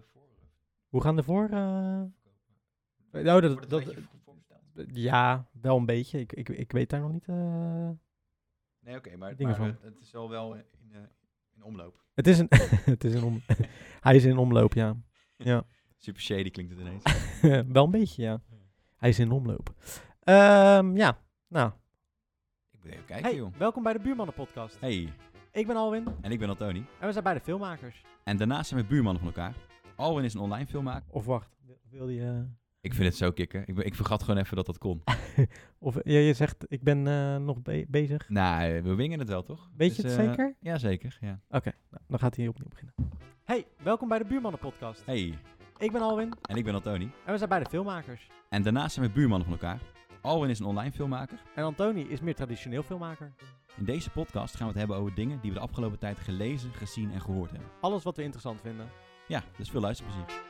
Hoe gaan de voor... Ja, wel een beetje. Ik weet daar nog niet... Nee, oké, maar dingen van. het is wel in omloop. Het is een... Hij is in omloop, ja. Ja. Super shady klinkt het ineens. Wel een beetje, ja. Hij is in omloop. Ja, nou. Ik ben even kijken, Hey, joh. welkom bij de Buurmannen podcast. Hey, Ik ben Alwin en ik ben Antoni. en we zijn beide filmmakers. En daarnaast zijn we buurmannen van elkaar. Alwin is een online filmmaker. Of wacht, wil je... Ik vind het zo kicken. Ik vergat gewoon even dat dat kon. Of je zegt, ik ben nog bezig. Nou, we wingen het wel, toch? Weet je het zeker? Ja, zeker. Ja. Oké, nou, dan gaat hij opnieuw beginnen. Hey, welkom bij de Buurmannen podcast. Hey, Ik ben Alwin en ik ben Antoni. en we zijn beide filmmakers. En daarnaast zijn we buurmannen van elkaar. Alwin is een online filmmaker. En Antoni is meer traditioneel filmmaker. In deze podcast gaan we het hebben over dingen die we de afgelopen tijd gelezen, gezien en gehoord hebben. Alles wat we interessant vinden. Ja, dus veel luisterplezier.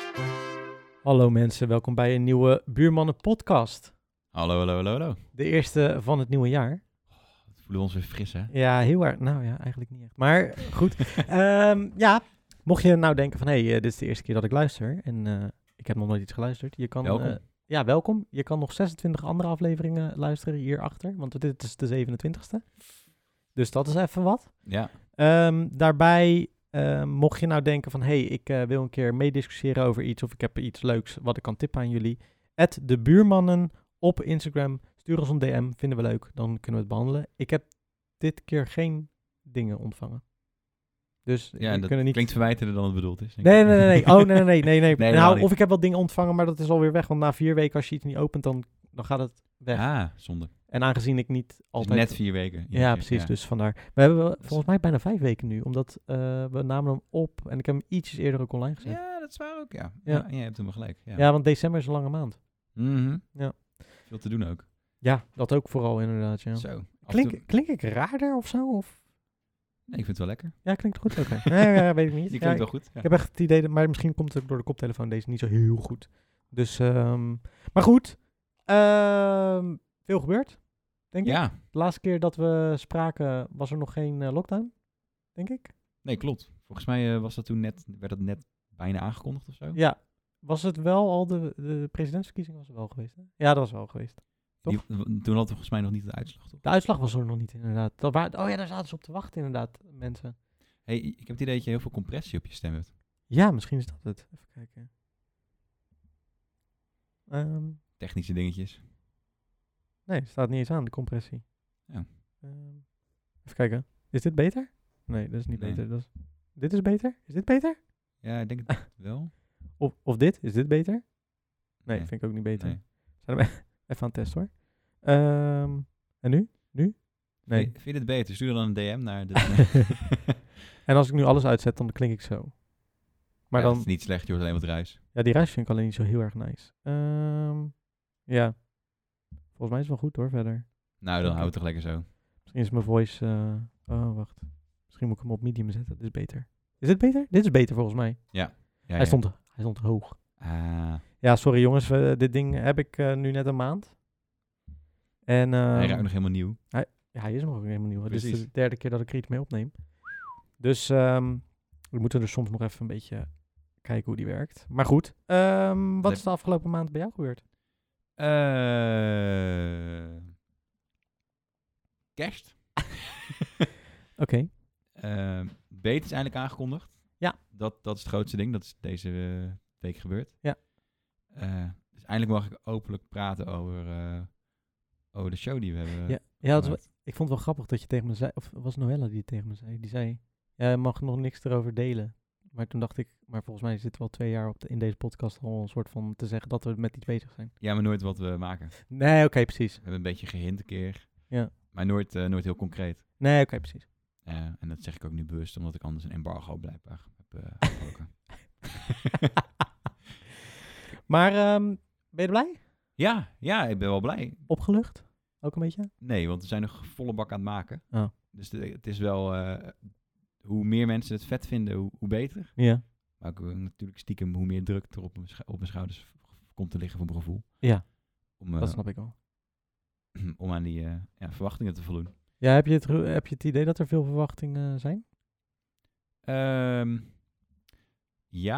Hallo mensen, welkom bij een nieuwe Buurmannen podcast. Hallo, hallo, hallo, hallo. De eerste van het nieuwe jaar. We voelen ons weer fris, hè? Ja, heel erg. Nou ja, eigenlijk niet echt. Maar goed. Ja, mocht je nou denken van, hé, dit is de eerste keer dat ik luister. En ik heb nog nooit iets geluisterd. Je kan, Welkom. Ja, welkom. Je kan nog 26 andere afleveringen luisteren hierachter. Want dit is de 27e. Dus dat is even wat. Ja. Daarbij, mocht je nou denken van, hé, ik wil een keer meediscussiëren over iets. Of ik heb iets leuks wat ik kan tippen aan jullie. @debuurmannen op Instagram. Stuur ons een DM, vinden we leuk. Dan kunnen we het behandelen. Ik heb dit keer geen dingen ontvangen. Dus Ja, we dat kunnen niet... klinkt verwijtender dan het bedoeld is. denk ik. Nee. Oh, nee. Nee, Nou, helemaal niet. of ik heb wel dingen ontvangen, maar dat is alweer weg. Want na 4 weken, als je iets niet opent, dan gaat het weg. Ah, zonde. En aangezien ik niet Dus altijd... net 4 weken. Ja, precies. Dus vandaar. We hebben volgens mij bijna 5 weken nu. Omdat we namen hem op en ik heb hem ietsjes eerder ook online gezet. Ja, dat is waar ook, ja. Ja. Ja, je hebt hem gelijk. Ja. Ja, want december is een lange maand. Mhm. Ja. Veel te doen ook. Ja, dat ook vooral inderdaad, ja. Zo. Af en toe- Klink ik raarder of zo? Of? Nee, ik vind het wel lekker. Ja, klinkt goed. Oké. Nee, weet ik niet. Je Ja, klinkt wel goed. Ja. ik heb echt het idee, maar misschien komt het ook door de koptelefoon deze niet zo heel goed. Dus, maar goed. Veel gebeurd, denk ik. Ja, De laatste keer dat we spraken was er nog geen lockdown, denk ik. nee, klopt. Volgens mij was dat toen werd dat net bijna aangekondigd of zo. Ja, was het wel al de presidentsverkiezing was er wel geweest, hè? Ja, dat was wel geweest. toch? Toen hadden we volgens mij nog niet de uitslag, toch? De uitslag was er nog niet, inderdaad. Oh ja, daar zaten ze op te wachten, inderdaad, mensen. Hey, ik heb het idee dat je heel veel compressie op je stem hebt. Ja, misschien is dat het. Even kijken. Technische dingetjes. Nee, staat niet eens aan, de compressie. Ja. Even kijken. Is dit beter? Nee, dat is niet Nee. beter. Dit is beter? Is dit beter? Ja, ik denk het wel. Of dit? Is dit beter? Nee, Nee. vind ik ook niet beter. Nee. Zijn we even aan het testen hoor. En nu? Nee. Vind je het beter? Stuur dan een DM naar de... En als ik nu alles uitzet, dan klink ik zo. Maar Ja, dan... dat is niet slecht, je hoort alleen wat ruis. Ja, die ruis vind ik alleen niet zo heel erg nice. Ja. Volgens mij is het wel goed hoor, verder. Nou, dan Oké. hou het toch lekker zo. Misschien is mijn voice... Oh, wacht. Misschien moet ik hem op medium zetten. Dit is beter. Is dit beter? Dit is beter volgens mij. Ja, Hij stond hoog. Ah, Ja, sorry jongens. Dit ding heb ik nu net een maand. En... hij ruikt nog helemaal nieuw. Ja, hij is nog helemaal nieuw. Dit is Precies. de 3e keer dat ik er iets mee opneem. Dus we moeten er soms nog even een beetje kijken hoe die werkt. Maar goed, wat is de afgelopen maand bij jou gebeurd? Kerst. Oké. Beet is eindelijk aangekondigd. Ja. Dat is het grootste ding. Dat is deze week gebeurd. Ja. Dus eindelijk mag ik openlijk praten over de show die we hebben. Ja, gemaakt. ik vond het wel grappig dat je tegen me zei, of was Noella die het tegen me zei? Die zei, ja, je mag nog niks erover delen. Maar toen dacht ik, maar volgens mij zitten we al 2 jaar in deze podcast al een soort van te zeggen dat we met iets bezig zijn. Ja, maar nooit wat we maken. Nee, oké, precies. We hebben een beetje gehint een keer. Ja. Maar nooit heel concreet. Nee, oké, precies. En dat zeg ik ook nu bewust, omdat ik anders een embargo blijkbaar heb gebroken. Maar ben je er blij? Ja, ik ben wel blij. Opgelucht? Ook een beetje? Nee, want we zijn nog volle bak aan het maken. Oh. Dus het is wel... hoe meer mensen het vet vinden, hoe beter. Ja. Maar ook natuurlijk stiekem hoe meer druk er op mijn schouders komt te liggen voor mijn gevoel. Ja, Om, dat snap ik wel. om aan die verwachtingen te voldoen. Ja, heb je het idee dat er veel verwachtingen zijn? Ja,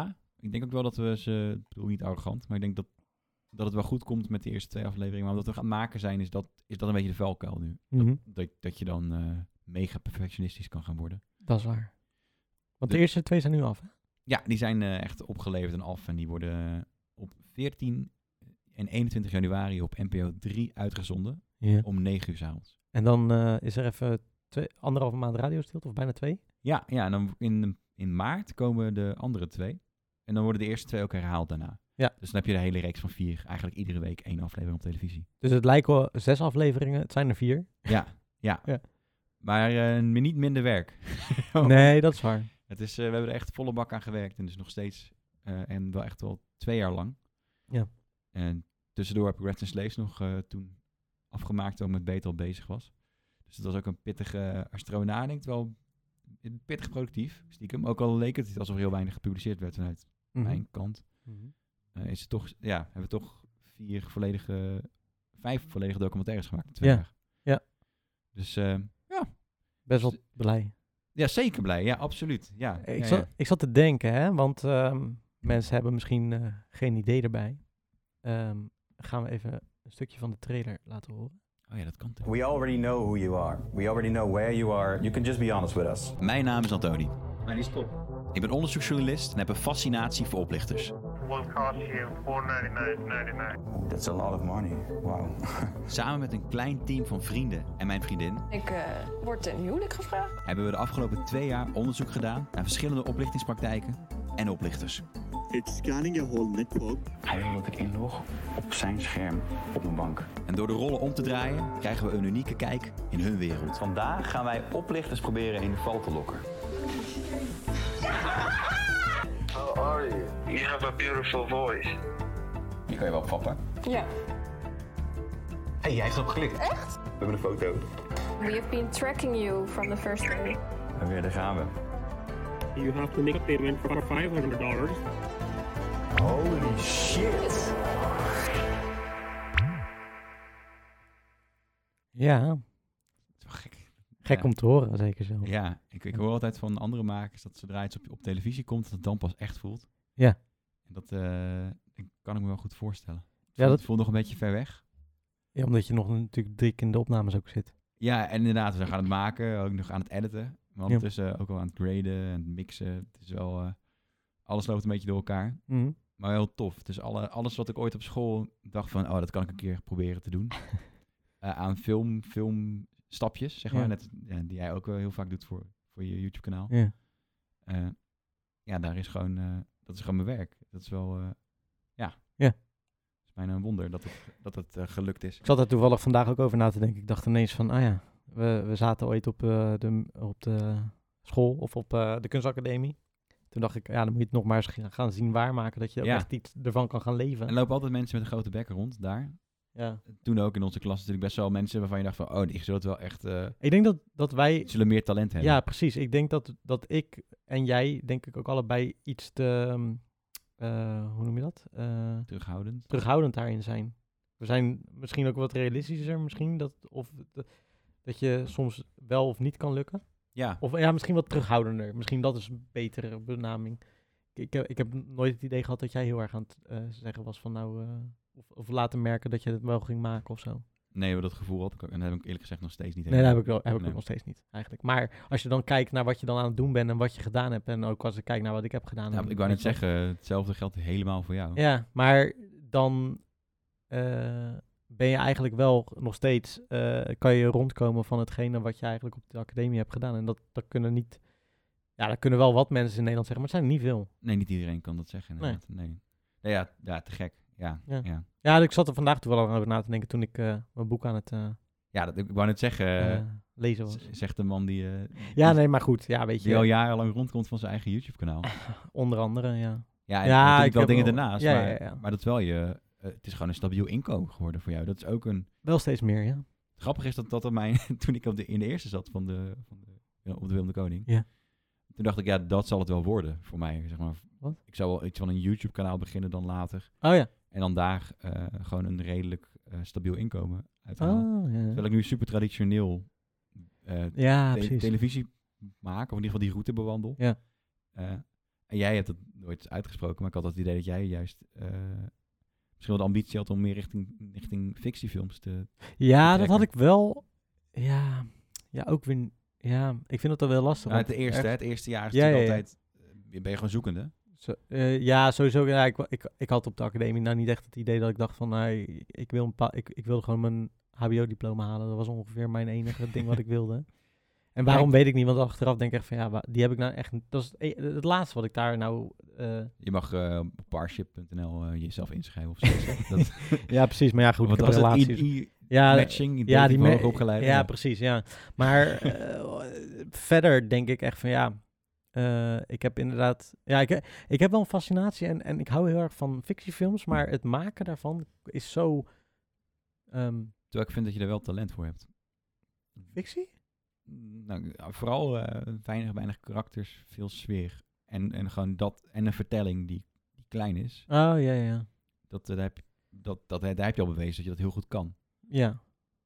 Ik denk ook wel dat we ze... Ik bedoel, niet arrogant, maar ik denk dat het wel goed komt met de eerste 2 afleveringen. Maar omdat we gaan maken zijn, is dat een beetje de vuilkuil nu. Mhm. Dat je dan mega perfectionistisch kan gaan worden. Dat is waar. Want de eerste 2 zijn nu af, hè? Ja, die zijn echt opgeleverd en af. En die worden op 14 en 21 januari op NPO 3 uitgezonden. Ja. Om 9 uur 's avonds. En dan is er even 1,5 maand radiostilte, of bijna 2. Ja, en dan in maart komen de andere 2. En dan worden de eerste 2 ook herhaald daarna. Ja. Dus dan heb je de hele reeks van 4. Eigenlijk iedere week 1 aflevering op televisie. Dus het lijken wel 6 afleveringen. Het zijn er 4. Ja. Maar niet minder werk. Nee, dat is waar. We hebben er echt volle bak aan gewerkt. En dus nog steeds. En wel echt wel 2 jaar lang. Ja. En tussendoor heb ik Rats and Slaves nog toen afgemaakt, toen ik met Beter al bezig was. Dus het was ook een pittige, als je erover nadenkt, wel pittig productief, stiekem. Ook al leek het alsof er heel weinig gepubliceerd werd vanuit mijn kant. Is het toch, hebben we toch 5 volledige documentaires gemaakt in 2 jaar. Ja. Dus best wel blij. Ja, zeker blij. Ja, absoluut. Ja. Ik zat te denken, hè, want mensen hebben misschien geen idee erbij. Gaan we even een stukje van de trailer laten horen. Oh ja, dat kan toch. We already know who you are. We already know where you are. You can just be honest with us. Mijn naam is Antoni. Maar die is top. Ik ben onderzoeksjournalist en heb een fascinatie voor oplichters. One cost you $499.99. That's a lot of money. Wow. Samen met een klein team van vrienden en mijn vriendin Ik word ten huwelijk gevraagd. hebben we de afgelopen 2 jaar onderzoek gedaan naar verschillende oplichtingspraktijken en oplichters. It's scanning your whole network. Hij wil dat ik inlog op zijn scherm op mijn bank. En door de rollen om te draaien krijgen we een unieke kijk in hun wereld. Vandaag gaan wij oplichters proberen in de val te lokken. How are you? You have a beautiful voice. Die kan je wel fappen. Ja. Hey, jij heeft erop geklikt. Echt? We hebben een foto. We have been tracking you from the first day. Oké, daar gaan we. You have to make a payment for $500. Holy shit. Ja, Dat is wel gek. gek om te horen, zeker zo. Ja, ik hoor altijd van andere makers dat zodra iets op televisie komt, dat het dan pas echt voelt. Ja. En dat kan ik me wel goed voorstellen. Ja, Het voelt nog een beetje ver weg. Ja, omdat je nog natuurlijk dik in de opnames ook zit. Ja, en inderdaad, we zijn aan het maken, ook nog aan het editen. Maar Ja. ondertussen ook al aan het graden en mixen. Het is wel, alles loopt een beetje door elkaar. Maar heel tof. Dus alles wat ik ooit op school dacht van, dat kan ik een keer proberen te doen. Aan filmstapjes, zeg maar. Ja. Net, die jij ook wel heel vaak doet voor je YouTube kanaal. Ja. Daar is gewoon, dat is gewoon mijn werk. Dat is wel, Ja. Het is bijna een wonder dat het gelukt is. Ik zat er toevallig vandaag ook over na te denken. Ik dacht ineens van, we zaten ooit op de school of op de kunstacademie. Toen dacht ik, dan moet je het nog maar eens gaan zien waarmaken. Dat je ook echt iets ervan kan gaan leven. Er lopen altijd mensen met een grote bekken rond daar. Ja. Toen ook in onze klas natuurlijk best wel mensen waarvan je dacht van, die zullen het wel echt... Ik denk dat wij... Die zullen meer talent hebben. Ja, precies. Ik denk dat ik en jij, denk ik ook allebei iets te... hoe noem je dat? Terughoudend daarin zijn. We zijn misschien ook wat realistischer misschien. Dat je soms wel of niet kan lukken. Ja. Of misschien wat terughoudender. Misschien dat is een betere benaming. Ik heb nooit het idee gehad dat jij heel erg aan het zeggen was van of laten merken dat je het wel ging maken of zo. Nee, dat gevoel had ik ook. En dat heb ik eerlijk gezegd nog steeds niet. Nee, dat heb ik ook nog steeds niet eigenlijk. Maar als je dan kijkt naar wat je dan aan het doen bent en wat je gedaan hebt. En ook als ik kijk naar wat ik heb gedaan. Ja, ik wou net zeggen, hetzelfde geldt helemaal voor jou. Ja, maar dan ben je eigenlijk wel nog steeds, kan je rondkomen van hetgene wat je eigenlijk op de academie hebt gedaan. En dat kunnen niet, dat kunnen wel wat mensen in Nederland zeggen, maar het zijn er niet veel. Nee, niet iedereen kan dat zeggen. Nee. Ja, te gek. Ja, ik zat er vandaag toevallig over na te denken toen ik mijn boek aan het ik wou net zeggen, lezen was. Zegt de man die... nee, maar goed. Ja, weet je. Die al jarenlang rondkomt van zijn eigen YouTube-kanaal. Onder andere, ja. Ja, ik wel dingen daarnaast. Ja. Maar dat is wel het is gewoon een stabiel inkomen geworden voor jou. Dat is ook een... Wel steeds meer, ja. Grappig is dat mij, toen ik in de eerste zat op de Willem de Koning. Ja. Toen dacht ik, dat zal het wel worden voor mij. Zeg maar. Wat? Ik zou wel iets van een YouTube-kanaal beginnen dan later. Oh ja. En dan daar gewoon een redelijk stabiel inkomen uithalen. Terwijl ik nu super traditioneel televisie maak, of in ieder geval die route bewandel. Ja. En jij hebt het nooit uitgesproken, maar ik had het idee dat jij juist misschien wel de ambitie had om meer richting fictiefilms te... Ja, dat trekken. had ik wel. Ja, ook weer. Ja, ik vind het al wel lastig. Nou, want het eerste jaar is Ja, natuurlijk ja. altijd... ben je gewoon zoekende. Ja, sowieso. Ja, ik had op de academie nou niet echt het idee dat ik dacht van, ik wilde gewoon mijn HBO-diploma halen. Dat was ongeveer mijn enige ding wat ik wilde. En waarom weet ik niet, want achteraf denk ik echt van, ja, die heb ik nou echt... Dat is het laatste wat ik daar nou... Je mag op parship.nl jezelf inschrijven of zo. Dat, Ja, precies. Maar ja, goed, wat ik heb was het? relaties. Ja, Matching? ja, die hoger opgeleid. Ja, precies, ja. Maar verder denk ik echt van, ja... ik heb inderdaad... Ja, ik heb wel een fascinatie en ik hou heel erg van fictiefilms, maar het maken daarvan is zo... Terwijl ik vind dat je er wel talent voor hebt. fictie? Nou, vooral weinig karakters, veel sfeer. En gewoon dat... En een vertelling die klein is. Oh, ja. Daar heb je al bewezen dat je dat heel goed kan. Ja.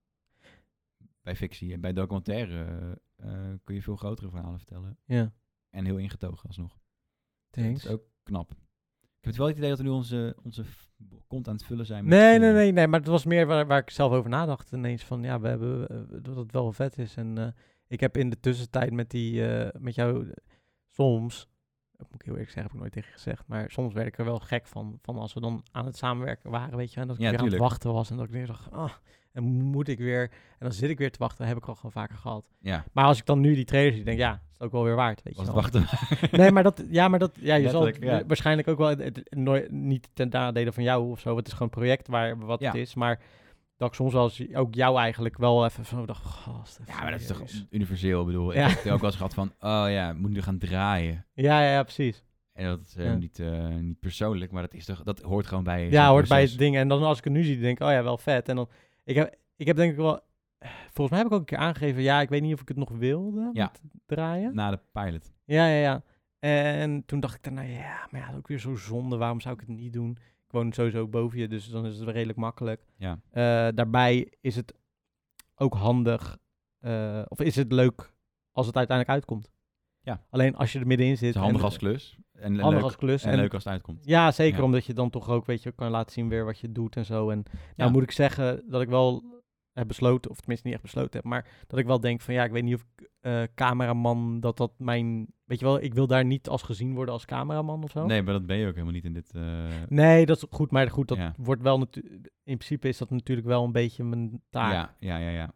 Bij fictie. En bij documentaire kun je veel grotere verhalen vertellen. Ja. En heel ingetogen alsnog. Thanks. Dat is ook knap. Ik heb het wel het idee dat we nu onze kont aan het vullen zijn. Nee, maar het was meer waar ik zelf over nadacht ineens van, ja, we hebben, dat het wel vet is. En ik heb in de tussentijd met jou soms, moet ik heel eerlijk zeggen, heb ik nooit tegen je gezegd, maar soms werd ik er wel gek van als we dan aan het samenwerken waren, weet je, en dat ik weer aan het wachten was en dat ik weer dacht, en moet ik weer, en dan zit ik weer te wachten, dat heb ik al gewoon vaker gehad. Ja. Maar als ik dan nu die trailers zie, denk ik, ja, is het ook wel weer waard, weet je Was wel. het wachten? Nee, maar je zal ja. waarschijnlijk ook wel niet ten nadele van jou of zo. Het is gewoon een project wat het is, maar dat ik soms wel eens ook jou eigenlijk wel even zo dacht, gast. Ja, maar dat is toch universeel, ik bedoel. Ja. Ik heb ook wel eens gehad van, moet nu gaan draaien. Ja, precies. En dat is niet persoonlijk, maar dat hoort gewoon bij. Ja, hoort bij het ding. En dan als ik het nu zie, denk ik, wel vet. En dan, ik heb denk ik wel, volgens mij heb ik ook een keer aangegeven, ja, ik weet niet of ik het nog wilde met draaien. Na de pilot. Ja. En toen dacht ik daarna, maar dat is ook weer zo zonde. Waarom zou ik het niet doen? Ik woon sowieso boven je, dus dan is het wel redelijk makkelijk. Ja. Daarbij is het ook handig, of is het leuk als het uiteindelijk uitkomt. Ja. Alleen als je er middenin zit. Het is handig als klus. En handig als klus. En leuk als het uitkomt. Ja, zeker, omdat je dan toch ook, weet je, kan laten zien weer wat je doet en zo. En nou moet ik zeggen dat ik wel heb besloten, of tenminste niet echt besloten heb, maar dat ik wel denk van, ik weet niet of cameraman, dat mijn... Weet je wel, ik wil daar niet als gezien worden als cameraman of zo. Nee, maar dat ben je ook helemaal niet in dit... Nee, dat is goed, maar goed, dat wordt wel in principe is dat natuurlijk wel een beetje mijn taak. Ja.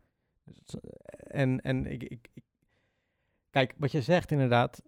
En ik kijk, wat je zegt inderdaad,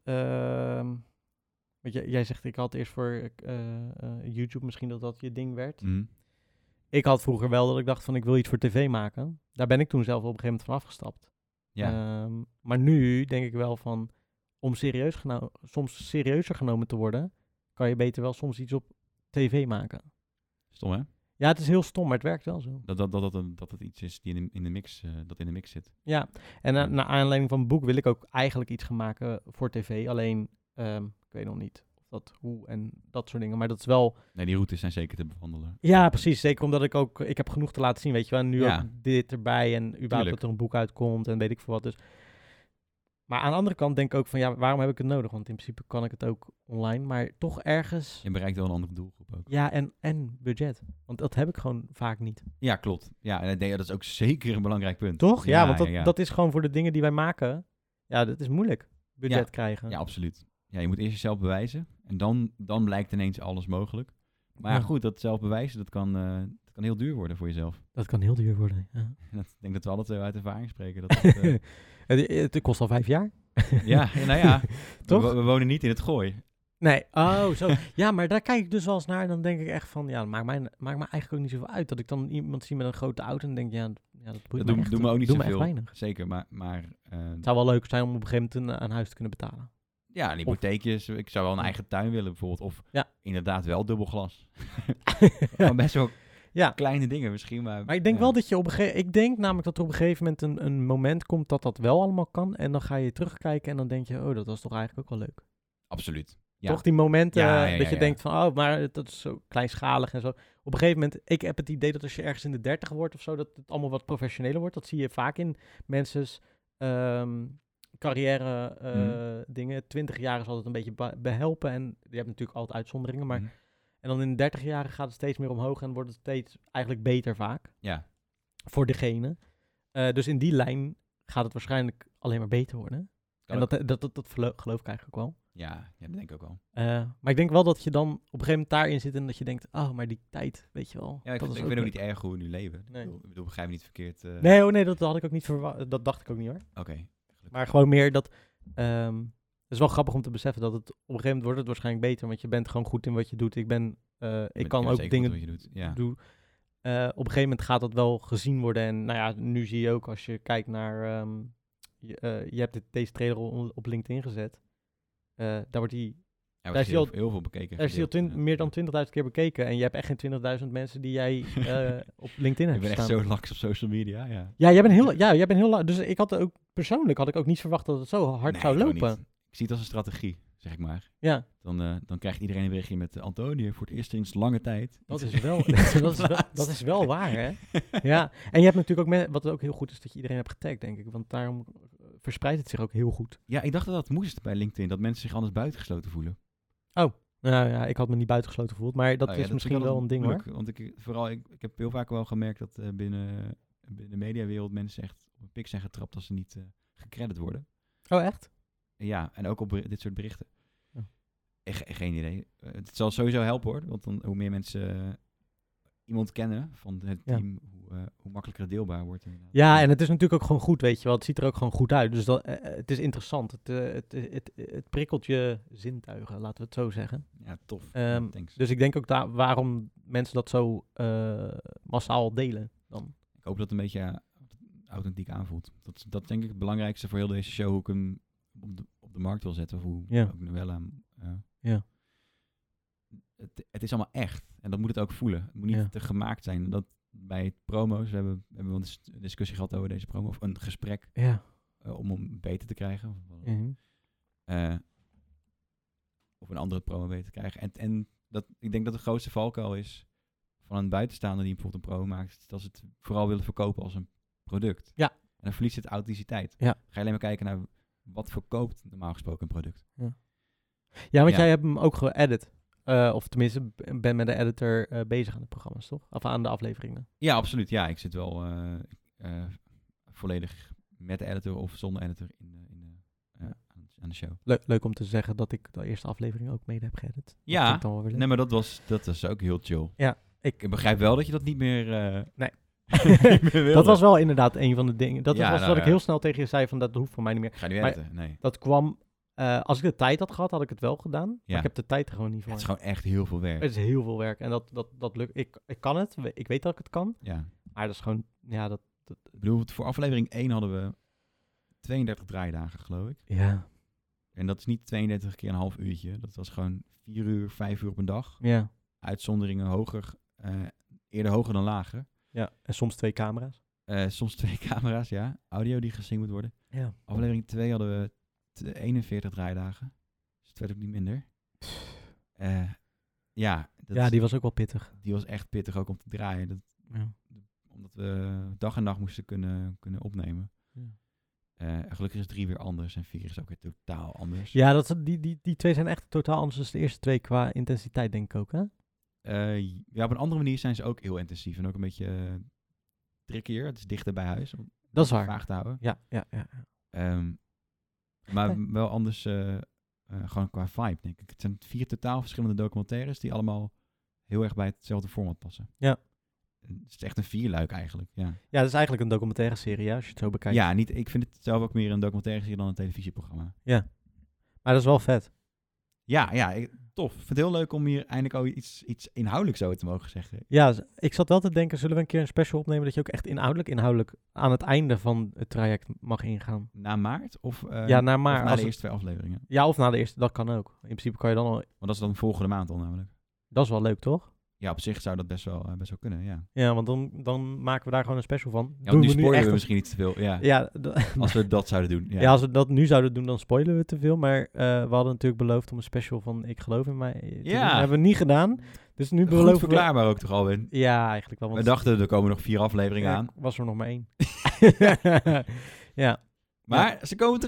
jij zegt, ik had eerst voor YouTube misschien dat je ding werd. Mm. Ik had vroeger wel dat ik dacht van, ik wil iets voor tv maken. Daar ben ik toen zelf op een gegeven moment van afgestapt. Ja. Maar nu denk ik wel van, om soms serieuzer genomen te worden, kan je beter wel soms iets op tv maken. Stom, hè? Ja, het is heel stom, maar het werkt wel zo. Dat het iets is die in de mix zit. Ja, en naar aanleiding van het boek wil ik ook eigenlijk iets gaan maken voor tv. Alleen, ik weet nog niet hoe en dat soort dingen. Maar dat is wel... Nee, die routes zijn zeker te bewandelen. Ja, precies. Zeker omdat ik heb genoeg te laten zien, weet je wel. En nu Ja. ook dit erbij en überhaupt dat er een boek uitkomt en weet ik veel wat. Dus. Maar aan de andere kant denk ik ook van, waarom heb ik het nodig? Want in principe kan ik het ook online, maar toch ergens... Je bereikt wel een andere doelgroep ook. Ja, en budget. Want dat heb ik gewoon vaak niet. Ja, klopt. Ja, en dat is ook zeker een belangrijk punt. Toch? Ja, want dat is gewoon voor de dingen die wij maken. Ja, dat is moeilijk. Budget krijgen. Ja, absoluut. Ja, je moet eerst jezelf bewijzen. En dan blijkt ineens alles mogelijk. Maar ja, goed, dat zelf bewijzen, dat kan heel duur worden voor jezelf. Dat kan heel duur worden, ja. Ik denk dat we alle twee uit ervaring spreken. Het kost al 5 jaar. Ja, nou ja. Toch? We wonen niet in het Gooi. Nee, zo. Ja, maar daar kijk ik dus wel eens naar en dan denk ik echt van, dat maakt mij eigenlijk ook niet zoveel uit. Dat ik dan iemand zie met een grote auto en denk, dat boeit me echt. Doe me ook niet zoveel. Weinig. Zeker, maar het zou wel leuk zijn om op een gegeven moment een huis te kunnen betalen. Ja, een hypotheekjes. Ik zou wel een eigen tuin willen bijvoorbeeld. Of inderdaad wel dubbel glas. Gewoon best wel kleine dingen misschien. Maar ik denk wel dat ik denk namelijk dat er op een gegeven moment een moment komt dat wel allemaal kan. En dan ga je terugkijken en dan denk je, dat was toch eigenlijk ook wel leuk. Absoluut. Ja. Toch die momenten dat je denkt van, maar dat is zo kleinschalig en zo. Op een gegeven moment, ik heb het idee dat als je ergens in de 30 wordt of zo, dat het allemaal wat professioneler wordt. Dat zie je vaak in mensen's carrière dingen. 20 jaar is altijd een beetje behelpen. En je hebt natuurlijk altijd uitzonderingen. Maar, en dan in de 30 jaar gaat het steeds meer omhoog. En wordt het steeds eigenlijk beter vaak. Ja. Voor degene. Dus in die lijn gaat het waarschijnlijk alleen maar beter worden. Kan En dat geloof ik eigenlijk ook wel. Ja, dat denk ik ook wel. Maar ik denk wel dat je dan op een gegeven moment daarin zit en dat je denkt, oh, maar die tijd, weet je wel. Ja, ik vind ook niet erg hoe we nu leven. Nee. Ik bedoel, begrijp me niet verkeerd. Nee, dat had ik ook niet verwacht. Dat dacht ik ook niet hoor. Oké. Maar gewoon meer dat... het is wel grappig om te beseffen dat het op een gegeven moment wordt het waarschijnlijk beter, want je bent gewoon goed in wat je doet. Ik kan ook dingen doen. Op een gegeven moment gaat dat wel gezien worden. En nou ja, nu zie je ook als je kijkt naar... je hebt deze trailer op LinkedIn gezet. Daar wordt die... Ja, daar is heel veel bekeken. Er is hij meer dan 20.000 keer bekeken. En je hebt echt geen 20.000 mensen die jij op LinkedIn hebt Ik ben echt staan. zo laks op social media, ja. Ja, jij bent heel... Dus ik had ook... Persoonlijk had ik ook niet verwacht dat het zo hard zou lopen. Niet. Ik zie het als een strategie, zeg ik maar. Ja. Dan krijgt iedereen een berichtje met Antonio voor het eerst sinds lange tijd. Dat is wel waar, hè? Ja. En je hebt natuurlijk ook... Wat ook heel goed is, dat je iedereen hebt getagd, denk ik. Want daarom verspreidt het zich ook heel goed. Ja, ik dacht dat moest bij LinkedIn. Dat mensen zich anders buitengesloten voelen. Oh. Nou ja, ik had me niet buitengesloten gevoeld. Maar dat is misschien wel een ding, hoor. Want ik heb heel vaak wel gemerkt dat binnen de mediawereld mensen echt op een pik zijn getrapt als ze niet gecredit worden. Oh, echt? Ja, en ook op dit soort berichten. Oh. Geen idee. Het zal sowieso helpen hoor. Want dan, hoe meer mensen iemand kennen van het team, hoe makkelijker het deelbaar wordt. Inderdaad. Ja, en het is natuurlijk ook gewoon goed, weet je wel. Het ziet er ook gewoon goed uit. Dus het is interessant. Het prikkelt je zintuigen, laten we het zo zeggen. Ja, tof. Thanks. Dus ik denk ook waarom mensen dat zo massaal delen dan. Ik hoop dat het een beetje authentiek aanvoelt. Dat is denk ik het belangrijkste voor heel deze show, hoe ik hem op de markt wil zetten. Of hoe ook Noella. Ja. Het is allemaal echt. En dat moet het ook voelen. Het moet niet te gemaakt zijn. Dat bij promo's, we hebben wel een discussie gehad over deze promo, of een gesprek om hem beter te krijgen. Of een andere promo beter te krijgen. En ik denk dat de grootste valkuil is van een buitenstaander die bijvoorbeeld een promo maakt, dat ze het vooral willen verkopen als een product. Ja. En dan verliest het authenticiteit. Ja. Ga je alleen maar kijken naar wat verkoopt normaal gesproken een product. Ja, want jij hebt hem ook geëdit. Of tenminste, ben met de editor bezig aan de programma's, toch? Of aan de afleveringen. Ja, absoluut. Ja, ik zit wel volledig met de editor of zonder editor aan de show. Leuk om te zeggen dat ik de eerste aflevering ook mede heb geëdit. Ja, nee, maar dat was ook heel chill. Ja, ik begrijp wel dat je dat niet meer... nee. Dat was wel inderdaad een van de dingen. Dat was wat ik heel snel tegen je zei, van dat hoeft voor mij niet meer. Ga je nu editen? Nee. Dat kwam... als ik de tijd had gehad, had ik het wel gedaan. Ja. Maar ik heb de tijd er gewoon niet voor. Het is gewoon echt heel veel werk. Het is heel veel werk. En dat lukt. Ik kan het. Ik weet dat ik het kan. Ja. Maar dat is gewoon... Ja, Ik bedoel, voor aflevering 1 hadden we 32 draaidagen, geloof ik. Ja. En dat is niet 32 keer een half uurtje. Dat was gewoon 4 uur, 5 uur op een dag. Ja. Uitzonderingen hoger. Eerder hoger dan lager. Ja. En soms 2 camera's. Soms 2 camera's, ja. Audio die gezien moet worden. Ja. Aflevering 2 hadden we 41 draaidagen. Dus het werd ook niet minder. Die was ook wel pittig. Die was echt pittig ook om te draaien. Omdat we dag en nacht moesten kunnen opnemen. Ja. Gelukkig is 3 weer anders en 4 is ook weer totaal anders. Ja, die 2 zijn echt totaal anders dan de eerste 2 qua intensiteit, denk ik ook, hè? Ja, op een andere manier zijn ze ook heel intensief en ook een beetje trickier. Het is dichter bij huis. Om dat is waar. Vaag te houden. Ja. Maar wel anders gewoon qua vibe, denk ik. Het zijn 4 totaal verschillende documentaires die allemaal heel erg bij hetzelfde format passen. Ja. Het is echt een 4-luik eigenlijk, ja. Ja, het is eigenlijk een documentaire serie, als je het zo bekijkt. Ja, ik vind het zelf ook meer een documentaire serie dan een televisieprogramma. Ja. Maar dat is wel vet. Ja, tof. Ik vind het heel leuk om hier eindelijk al iets inhoudelijks zo te mogen zeggen. Ja, ik zat wel te denken, zullen we een keer een special opnemen dat je ook echt inhoudelijk aan het einde van het traject mag ingaan? Na maart? Of na maart. Of na de eerste 2 afleveringen? Ja, of na de eerste, dat kan ook. In principe kan je dan al... Want dat is dan volgende maand al namelijk. Dat is wel leuk, toch? Ja, op zich zou dat best wel kunnen, ja. Ja, want dan maken we daar gewoon een special van. Ja, nu spoilen we misschien niet te veel, ja. Als we dat zouden doen. Ja, als we dat nu zouden doen, dan spoilen we te veel. Maar we hadden natuurlijk beloofd om een special van Ik Geloof in Mij te doen. Dat hebben we niet gedaan. Dus nu beloven we... verklaarbaar ook toch, Alwin? Ja, eigenlijk wel. Want we dachten, er komen nog 4 afleveringen aan. Was er nog maar 1. Ja. Maar ze komen terug.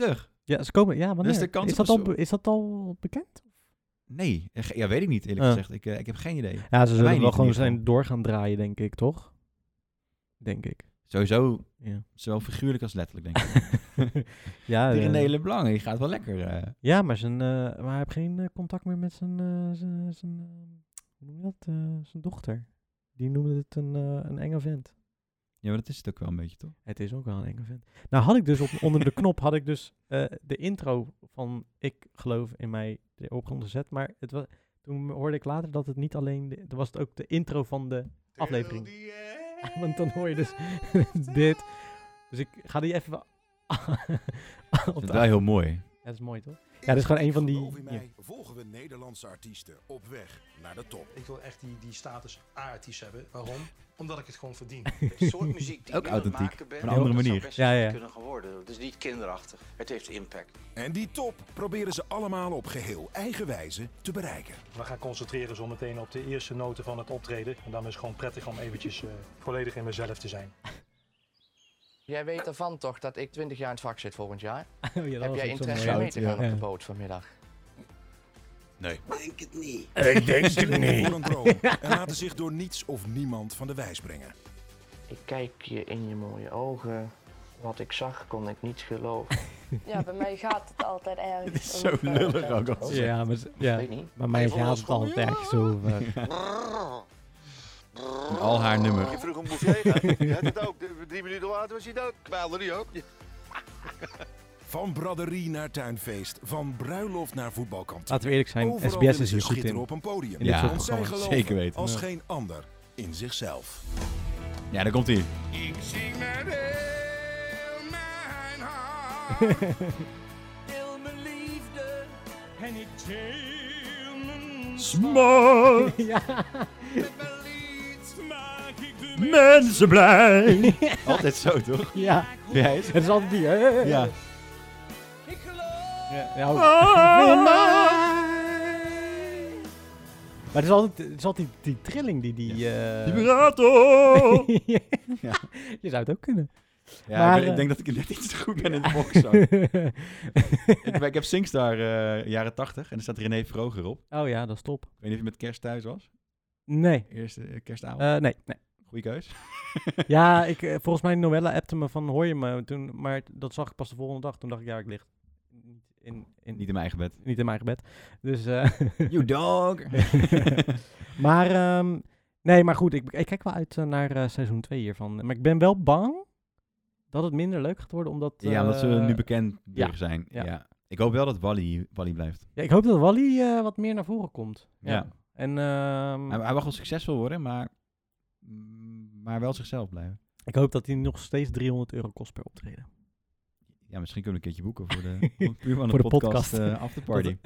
Ja, ze komen... Ja, wanneer? Dus de kans Is dat al bekend? Nee, ja, weet ik niet eerlijk gezegd. Ik heb geen idee. Ja, ze zullen niet wel in gewoon ieder zijn geval. door gaan draaien, denk ik, toch? Denk ik. Sowieso, Ja, zowel figuurlijk als letterlijk, denk ik. ja, Die René Leblanc, die gaat wel lekker. ja, maar hij heeft geen contact meer met zijn hoe noem je dat? Zijn dochter. Die noemde het een enge vent. Ja, maar dat is het ook wel een beetje, toch? Het is ook wel een enge vent. Nou had ik dus onder de knop had ik dus de intro van Ik geloof in mij erop gezet, maar toen hoorde ik later dat het niet alleen, dat was het ook de intro van de aflevering. Want dan hoor je dus dit. Dus ik ga die even Dat is wel heel mooi. Ja, dat is mooi toch? Ja, dat is gewoon een van die... Geloof in Ja. mij volgen we Nederlandse artiesten op weg naar de top. Ik wil echt die status A-artiest hebben. Waarom? Omdat ik het gewoon verdien. Het soort muziek die Ook ik aan het authentiek, maken ben, op een andere dat zou manier. best Ja, eens ja. kunnen geworden. Het is niet kinderachtig. Het heeft impact. En die top proberen ze allemaal op geheel eigen wijze te bereiken. We gaan concentreren zo meteen op de eerste noten van het optreden. En dan is het gewoon prettig om eventjes volledig in mezelf te zijn. Jij weet ervan toch dat ik 20 jaar in het vak zit volgend jaar? Oh, ja, dat Heb was jij ook zo interesse mooi. om mee te gaan Ja. op de boot vanmiddag? Nee. Denk het niet. Ik denk Ze leven voor een droom en laten zich door niets of niemand van de wijs brengen. Ik kijk je in je mooie ogen. Wat ik zag kon ik niet geloven. Ja, bij mij gaat het altijd ergens. Het is zo lullig ook al. Ja, maar, ja. Weet niet. Maar mij gaat het altijd echt zo... Al haar nummer. Je vroeg een bouvier gaat. Je had het ook. 3 minuten later was hij dood. Kwaalde die ook. Van braderie naar tuinfeest, van bruiloft naar voetbalkantine. Laten we eerlijk zijn, Overal SBS willen is ze hier goed schitteren in. op een podium. In dit Ja, soort Want zij programma's. geloven Zeker weten. als Ja. geen ander in zichzelf. Ja, daar komt hij. Ik zing met heel mijn hart. Heel mijn liefde en ik deel mijn Smart. Ja. Met mijn lied maak ik de Mensen blij. Altijd zo, toch? Ja. Ja, hij is- Het is altijd die... ja. Ik geloof. Ja, ja, ook. Maar het is altijd die trilling die... Vibrato. Ja. Je zou het ook kunnen. Ja, Maar, ik denk dat ik net iets te goed ben in de volkszang. ik heb Singstar jaren 80 en er staat René Vroger op. Oh ja, dat is top. Ik weet niet of je met kerst thuis was. Nee. Eerste kerstavond. Nee. Goeie keus. Ja, volgens mij Noella appte me van, hoor je me? Toen, maar dat zag ik pas de volgende dag. Toen dacht ik, ja, ik lig niet Niet in mijn eigen bed. in mijn eigen bed. Dus, You dog. maar, nee, maar goed, ik kijk wel uit naar seizoen 2 hiervan. Maar ik ben wel bang dat het minder leuk gaat worden, omdat... Ja, omdat ze nu bekend ja. zijn. Ja. Ja. Ik hoop wel dat Wally blijft. Ja, ik hoop dat Wally wat meer naar voren komt. Ja. En Hij mag wel succesvol worden, maar wel zichzelf blijven. ik hoop dat hij nog steeds €300 kost per optreden. Ja, misschien kunnen we een keertje boeken voor de Puurman Voor de podcast podcast. afterparty.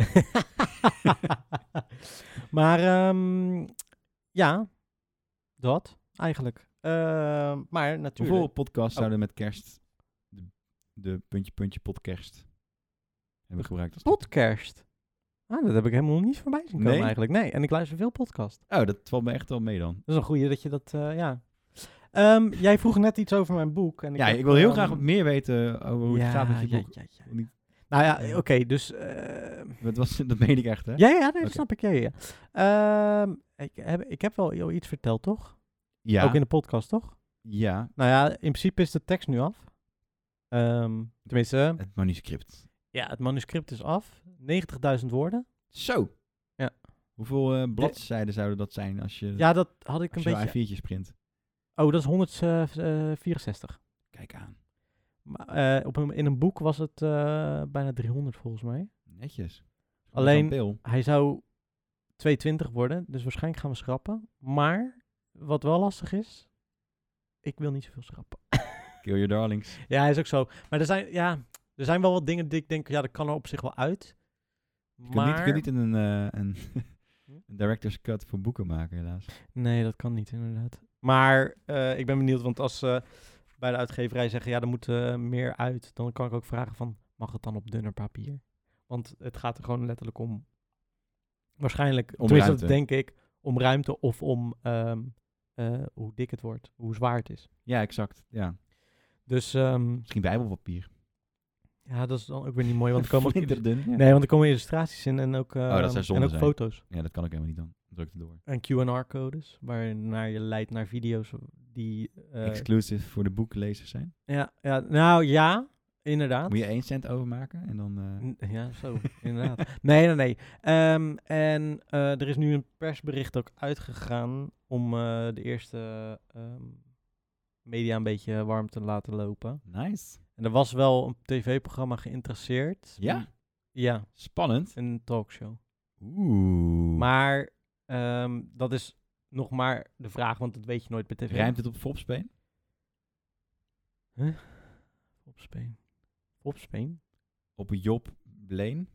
Maar ja, dat eigenlijk. Maar natuurlijk. Hoeveel podcasts zouden met kerst de puntje podcast hebben gebruikt? Als Podcast. Ah, dat heb ik helemaal niet voorbij zien komen Nee? eigenlijk. Nee, en ik luister veel podcast. Oh, dat valt me echt wel mee dan. Dat is een goeie dat je dat, ja. Jij vroeg net iets over mijn boek. En Ja, heb, ik wil heel graag meer weten over hoe het gaat met je boek. Ja. Niet- Nou ja, oké, dus... Dat meen ik echt, hè? ja, nee, dat Oké. snap ik. Ja. Ik heb wel iets verteld, toch? Ja. Ook in de podcast, toch? Ja, Nou ja, in principe is de tekst nu af. Tenminste, het manuscript. ja, het manuscript is af. 90.000 woorden. Zo. Ja. Hoeveel bladzijden zouden dat zijn als je, Ja, dat had ik een als je beetje... A4'tjes print? Oh, dat is 164. Kijk aan. Maar, in een boek was het bijna 300 volgens mij. Netjes. Alleen- Van Peel. Hij zou 220 worden, dus waarschijnlijk gaan we schrappen. Maar, wat wel lastig is, ik wil niet zoveel schrappen. Kill your darlings. Ja, hij is ook zo. Maar er zijn wel wat dingen die ik denk, ja, dat kan er op zich wel uit. Je kunt niet een director's cut voor boeken maken, helaas. Nee, dat kan niet, inderdaad. Maar ik ben benieuwd, want als ze bij de uitgeverij zeggen, ja, er moet meer uit, dan kan ik ook vragen van, mag het dan op dunner papier? Want het gaat er gewoon letterlijk om, waarschijnlijk, Om tenminste, ruimte. dat denk ik, om ruimte of om hoe dik het wordt, hoe zwaar het is. Ja, exact. Ja. Dus Misschien bijbelpapier. Ja, dat is dan ook weer niet mooi, want er komen Flinterdun, ja. Nee, want er komen illustraties in en ook, dat zou zonde en ook zijn. foto's. Ja, dat kan ik helemaal niet dan. Druk erdoor. En QR-codes, waarnaar je leidt naar video's die... Exclusive voor de boekenlezers zijn. Ja, inderdaad. Moet je 1 cent overmaken en dan... Ja, zo, inderdaad. Nee. En er is nu een persbericht ook uitgegaan om de eerste media een beetje warm te laten lopen. Nice. En er was wel een tv-programma geïnteresseerd. Ja? Ja. Spannend. Een talkshow. Oeh. Maar dat is nog maar de vraag, want dat weet je nooit bij tv. Rijmt het op Fopspeen? Huh? Fopspeen? Op Job Bleen?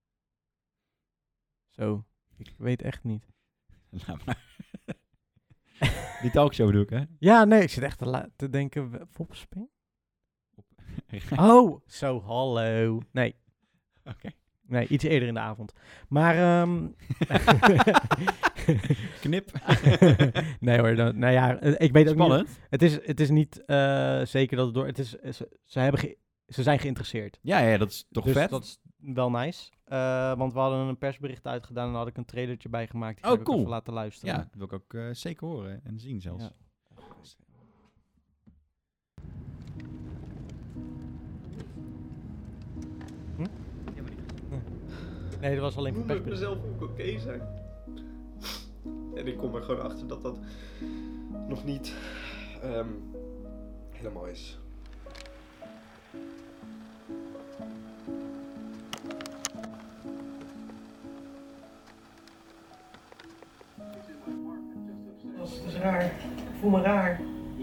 Zo, ik weet echt niet. Laat maar. Die talkshow bedoel ik, hè? Ja, nee, ik zit echt te denken, Fopspeen? Oh, zo, hallo. Nee. Oké. Nee, iets eerder in de avond. Maar, Knip. Nee hoor, nou ja, ik weet ook Spannend. niet. Het is niet zeker dat het door... Het is, ze zijn geïnteresseerd. Ja, dat is toch dus vet? dat is wel nice. Want we hadden een persbericht uitgedaan en daar had ik een trailertje bij gemaakt. Die Oh, heb ik cool. even laten luisteren. Ja, dat wil ik ook zeker horen en zien zelfs. Ja. Nee, dat was alleen voor moet met persbericht. mezelf ook oké zijn. En ik kom er gewoon achter dat dat nog niet helemaal is. Dat is raar. Ik voel me raar.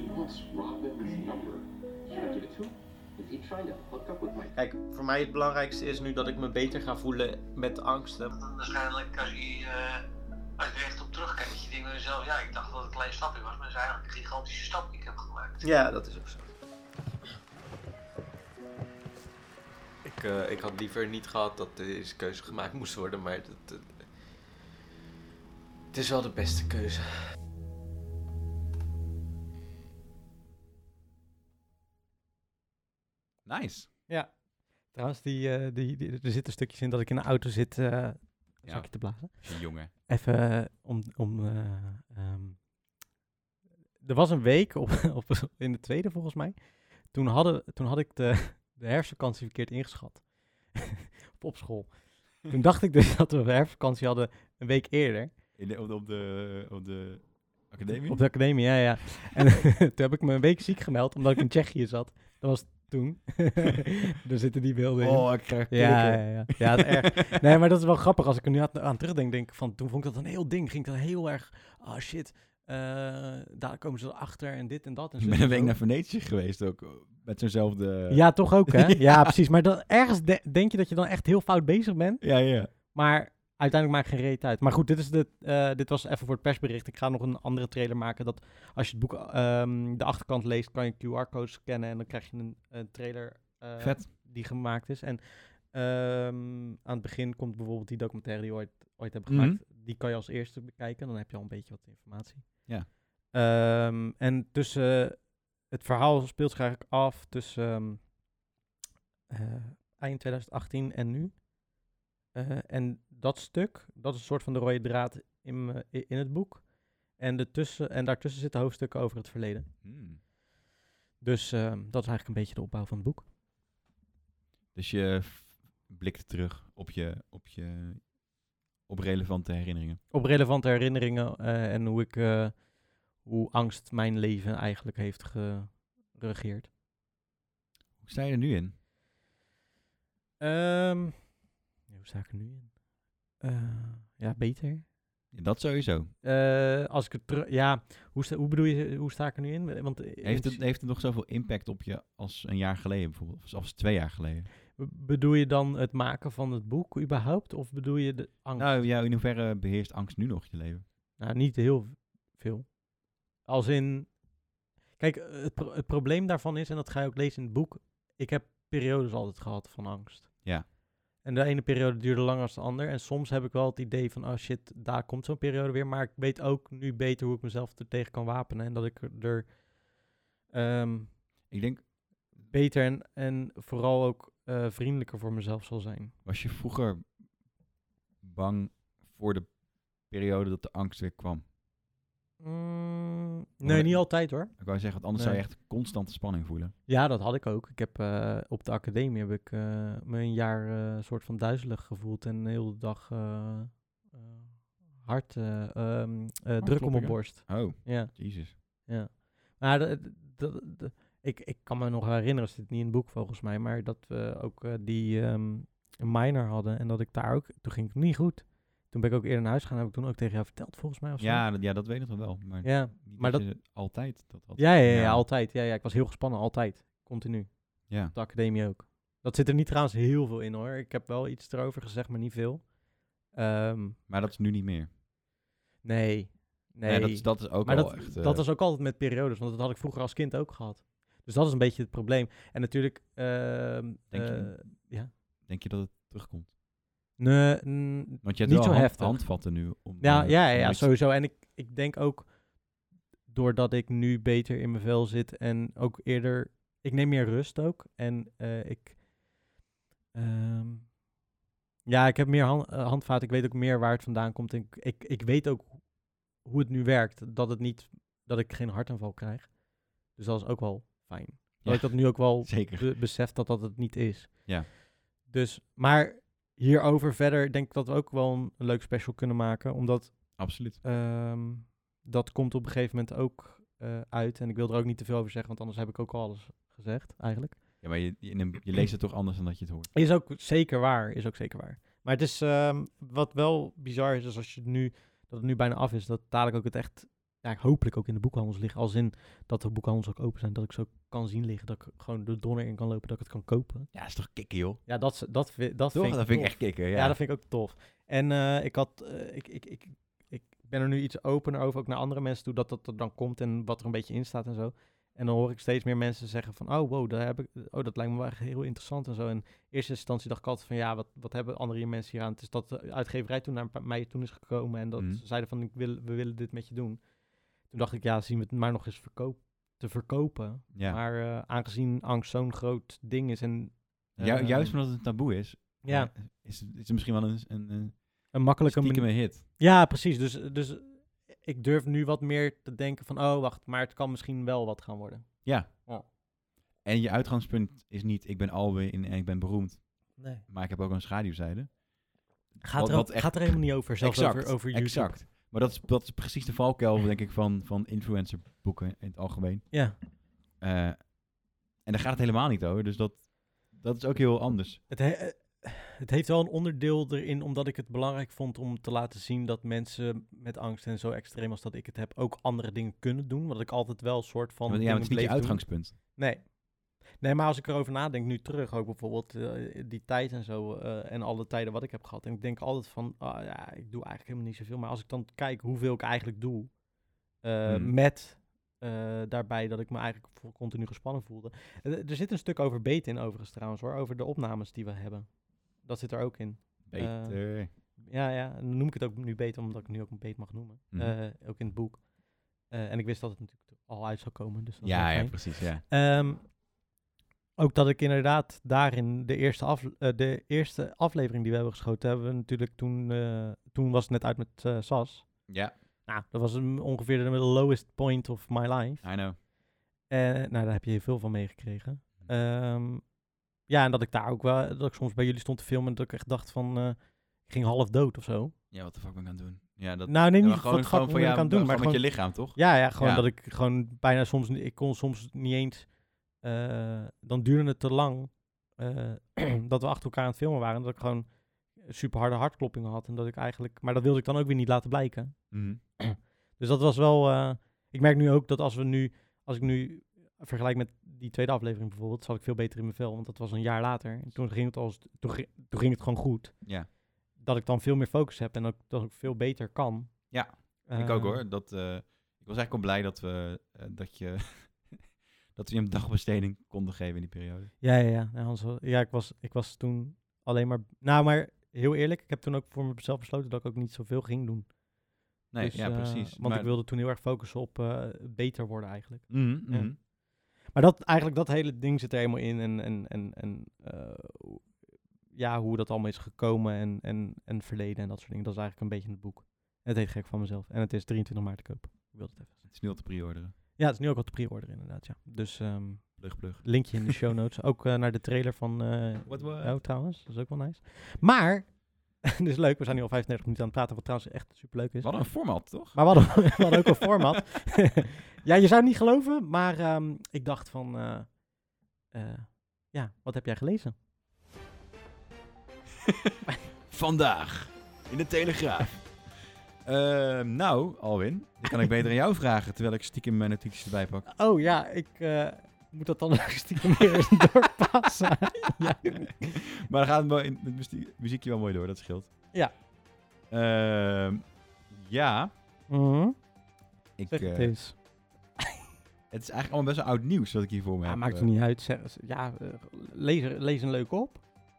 Kijk, voor mij het belangrijkste is nu dat ik me beter ga voelen met angsten. Waarschijnlijk als je er echt op terugkijkt, dat je denkt bij jezelf, ja, ik dacht dat het een klein stapje was, maar het is eigenlijk een gigantische stap die ik heb gemaakt. Ja, dat is ook zo. Ik had liever niet gehad dat deze keuze gemaakt moest worden, maar het is wel de beste keuze. Nice. Ja. Trouwens, er zitten stukjes in dat ik in de auto zit zakje te blazen. Jongen. Even er was een week in de tweede volgens mij. Toen had ik de herfstvakantie verkeerd ingeschat. op school. Toen dacht ik dus dat we herfstvakantie hadden een week eerder. Op de academie? Op de academie, ja. En toen heb ik me een week ziek gemeld omdat ik in Tsjechië zat. Dat was toen. Daar zitten die beelden in. Oh, ik krijg ja, het is erg. Nee, maar dat is wel grappig. Als ik er nu aan terugdenk, denk ik van toen vond ik dat een heel ding. Ging dat heel erg, oh shit, daar komen ze erachter en dit en dat. En ik ben een week naar Venetië geweest ook, met zo'nzelfde... Ja, toch ook, hè? Ja, precies. Maar dan, ergens denk je dat je dan echt heel fout bezig bent. Ja. Maar uiteindelijk maakt geen reet uit. Maar goed, dit was even voor het persbericht. Ik ga nog een andere trailer maken. Dat als je het boek de achterkant leest, kan je QR-codes scannen. En dan krijg je een trailer Vet. die gemaakt is. En aan het begin komt bijvoorbeeld die documentaire die we ooit hebben gemaakt. Die kan je als eerste bekijken. Dan heb je al een beetje wat informatie. Ja. En tussen... Het verhaal speelt zich eigenlijk af tussen eind 2018 en nu. En dat stuk, dat is een soort van de rode draad in het boek. En daartussen zitten hoofdstukken over het verleden. Dus dat is eigenlijk een beetje de opbouw van het boek. Dus je blikt terug op relevante herinneringen. Op relevante herinneringen en hoe angst mijn leven eigenlijk heeft geregeerd. Hoe sta je er nu in? Hoe sta ik er nu in? Ja, beter. Ja, dat sowieso. Als ik het hoe bedoel je, hoe sta ik er nu in? Want heeft het nog zoveel impact op je als een jaar geleden bijvoorbeeld? Of als 2 jaar geleden? Bedoel je dan het maken van het boek überhaupt? Of bedoel je de angst? Nou ja, in hoeverre beheerst angst nu nog je leven? Nou, niet heel veel. Als in... Kijk, het probleem daarvan is, en dat ga je ook lezen in het boek, ik heb periodes altijd gehad van angst. Ja. En de ene periode duurde langer dan de andere. En soms heb ik wel het idee van, oh shit, daar komt zo'n periode weer. Maar ik weet ook nu beter hoe ik mezelf er tegen kan wapenen. En dat ik er ik denk beter en vooral ook vriendelijker voor mezelf zal zijn. Was je vroeger bang voor de periode dat de angst weer kwam? Nee, niet altijd hoor. Ik wou zeggen, want anders zou je echt constante spanning voelen. Ja, dat had ik ook. Ik heb op de academie heb ik me een jaar soort van duizelig gevoeld en de hele dag druk om mijn borst. Oh, ja. Jezus. Ja. Maar ik kan me nog herinneren, het zit niet in het boek volgens mij, maar dat we ook die minor hadden en dat ik daar ook, toen ging het niet goed. Toen ben ik ook eerder naar huis gegaan, heb ik toen ook tegen jou verteld volgens mij. Of zo. Ja, dat weet ik nog wel. Maar, maar dat je altijd dat had. Ja, altijd. Ja, ik was heel gespannen, altijd. Continu. Ja. Op de academie ook. Dat zit er niet trouwens heel veel in hoor. Ik heb wel iets erover gezegd, maar niet veel. Maar dat is nu niet meer. Nee. Dat is ook maar wel echt... Dat was ook altijd met periodes, want dat had ik vroeger als kind ook gehad. Dus dat is een beetje het probleem. En natuurlijk... Denk je dat het terugkomt? Nee, want je hebt niet wel zo heftig. handvatten nu. Om, ja, sowieso. En ik denk ook, doordat ik nu beter in mijn vel zit en ook eerder... Ik neem meer rust ook. En ik heb meer handvaten. Ik weet ook meer waar het vandaan komt. En ik weet ook hoe het nu werkt. Dat ik geen hartaanval krijg. Dus dat is ook wel fijn. Dat ik dat nu ook wel besef dat het niet is. Ja. Dus, maar hierover verder denk ik dat we ook wel een leuk special kunnen maken. Omdat... Absoluut. Dat komt op een gegeven moment ook uit. En ik wil er ook niet te veel over zeggen, want anders heb ik ook al alles gezegd, eigenlijk. Ja, maar je leest het toch anders dan dat je het hoort? Is ook zeker waar. Maar het is, wat wel bizar is als dat het nu bijna af is, dat dadelijk ook het echt, hopelijk ook in de boekhandels liggen. Als in dat de boekhandels ook open zijn, dat ik zo kan zien liggen, dat ik gewoon de donder in kan lopen, dat ik het kan kopen. Ja, dat is toch kicken, joh? Ja, dat vind ik echt kicken, ja. Ja, dat vind ik ook tof. En ik ben er nu iets opener over, ook naar andere mensen toe, dat er dan komt en wat er een beetje in staat en zo. En dan hoor ik steeds meer mensen zeggen van, oh wow, dat lijkt me wel echt heel interessant en zo. En in eerste instantie dacht ik altijd van, ja, wat hebben andere mensen hier aan? Het is dat de uitgeverij toen naar mij toen is gekomen en dat ze zeiden van, we willen dit met je doen. Toen dacht ik, ja, zien we het maar nog eens te verkopen. Ja. Maar aangezien angst zo'n groot ding is en... juist omdat het een taboe is, is het misschien wel een makkelijke hit. Ja, precies. Dus ik durf nu wat meer te denken van, oh wacht, maar het kan misschien wel wat gaan worden. Ja. En je uitgangspunt is niet, ik ben alweer en ik ben beroemd. Nee. Maar ik heb ook een schaduwzijde. Gaat er helemaal niet over, zelfs over YouTube. Exact. Maar dat is precies de valkuil, denk ik, van influencer boeken in het algemeen. Ja. En daar gaat het helemaal niet over, dus dat is ook heel anders. Het heeft wel een onderdeel erin, omdat ik het belangrijk vond om te laten zien dat mensen met angst en zo extreem als dat ik het heb, ook andere dingen kunnen doen. Wat ik altijd wel een soort van... Ja, maar het is niet je uitgangspunt. Nee, maar als ik erover nadenk, nu terug ook bijvoorbeeld die tijd en zo en alle tijden wat ik heb gehad. En ik denk altijd van, ik doe eigenlijk helemaal niet zoveel. Maar als ik dan kijk hoeveel ik eigenlijk doe, met daarbij dat ik me eigenlijk continu gespannen voelde. Er zit een stuk over beet in overigens trouwens hoor, over de opnames die we hebben. Dat zit er ook in. Beter. Ja, dan noem ik het ook nu beter, omdat ik het nu ook een beet mag noemen. Ook in het boek. En ik wist dat het natuurlijk al uit zou komen. Dus dat ja, precies, ja. Ook dat ik inderdaad daarin de eerste aflevering die we hebben geschoten, hebben we natuurlijk toen was het net uit met Sas. Ja. Nou, dat was ongeveer de lowest point of my life. I know. Daar heb je heel veel van meegekregen. Ja, en dat ik daar ook wel, dat ik soms bij jullie stond te filmen en dat ik echt dacht van, ik ging half dood of zo. Ja, wat de fuck ben ik aan het doen? Ja, dat, nou, nee, niet gewoon wat ben ik aan het doen, maar gewoon met je lichaam, toch? Ja, gewoon dat ik gewoon bijna soms, ik kon soms niet eens, dan duurde het te lang dat we achter elkaar aan het filmen waren. Dat ik gewoon super harde hartkloppingen had en dat ik eigenlijk, maar dat wilde ik dan ook weer niet laten blijken. Dus dat was wel, ik merk nu ook dat als ik nu vergelijk met die tweede aflevering bijvoorbeeld, zat ik veel beter in mijn vel, want dat was een jaar later. En toen ging het gewoon goed. Ja. Dat ik dan veel meer focus heb en dat ik veel beter kan. Ja, ik ook hoor. Ik was eigenlijk al blij dat we je een dagbesteding konden geven in die periode. Ja, ik was toen alleen maar... Nou, maar heel eerlijk, ik heb toen ook voor mezelf besloten dat ik ook niet zoveel ging doen. Nee, dus, ja, precies. Want ik wilde toen heel erg focussen op beter worden eigenlijk. Mm-hmm. Ja. Maar eigenlijk dat hele ding zit er helemaal in. En hoe dat allemaal is gekomen en verleden en dat soort dingen. Dat is eigenlijk een beetje in het boek. En het heet Gek van mezelf. En het is 23 maart te kopen. Ik wil het even. Het is nu al te pre-orderen. Ja, het is nu ook al te pre-orderen inderdaad, ja. Dus Plug. linkje in de show notes. Ook naar de trailer van What? Oh, trouwens. Dat is ook wel nice. Maar, dit is leuk. We zijn nu al 35 minuten aan het praten, wat trouwens echt superleuk is. We hadden een format, toch? Maar we hadden ook een format. Ja, je zou het niet geloven, maar ik dacht van... wat heb jij gelezen? Vandaag in de Telegraaf. Nou, Alwin, dan kan ik beter aan jou vragen, terwijl ik stiekem mijn notities erbij pak. Oh ja, ik moet dat dan stiekem weer eens doorpassen. Ja. Maar dan gaat het wel in het muziekje wel mooi door, dat scheelt. Ja. Ja. Zeg het eens. Het is eigenlijk allemaal best wel oud nieuws wat ik hier voor me heb. Maakt er niet uit. Lees een leuk op.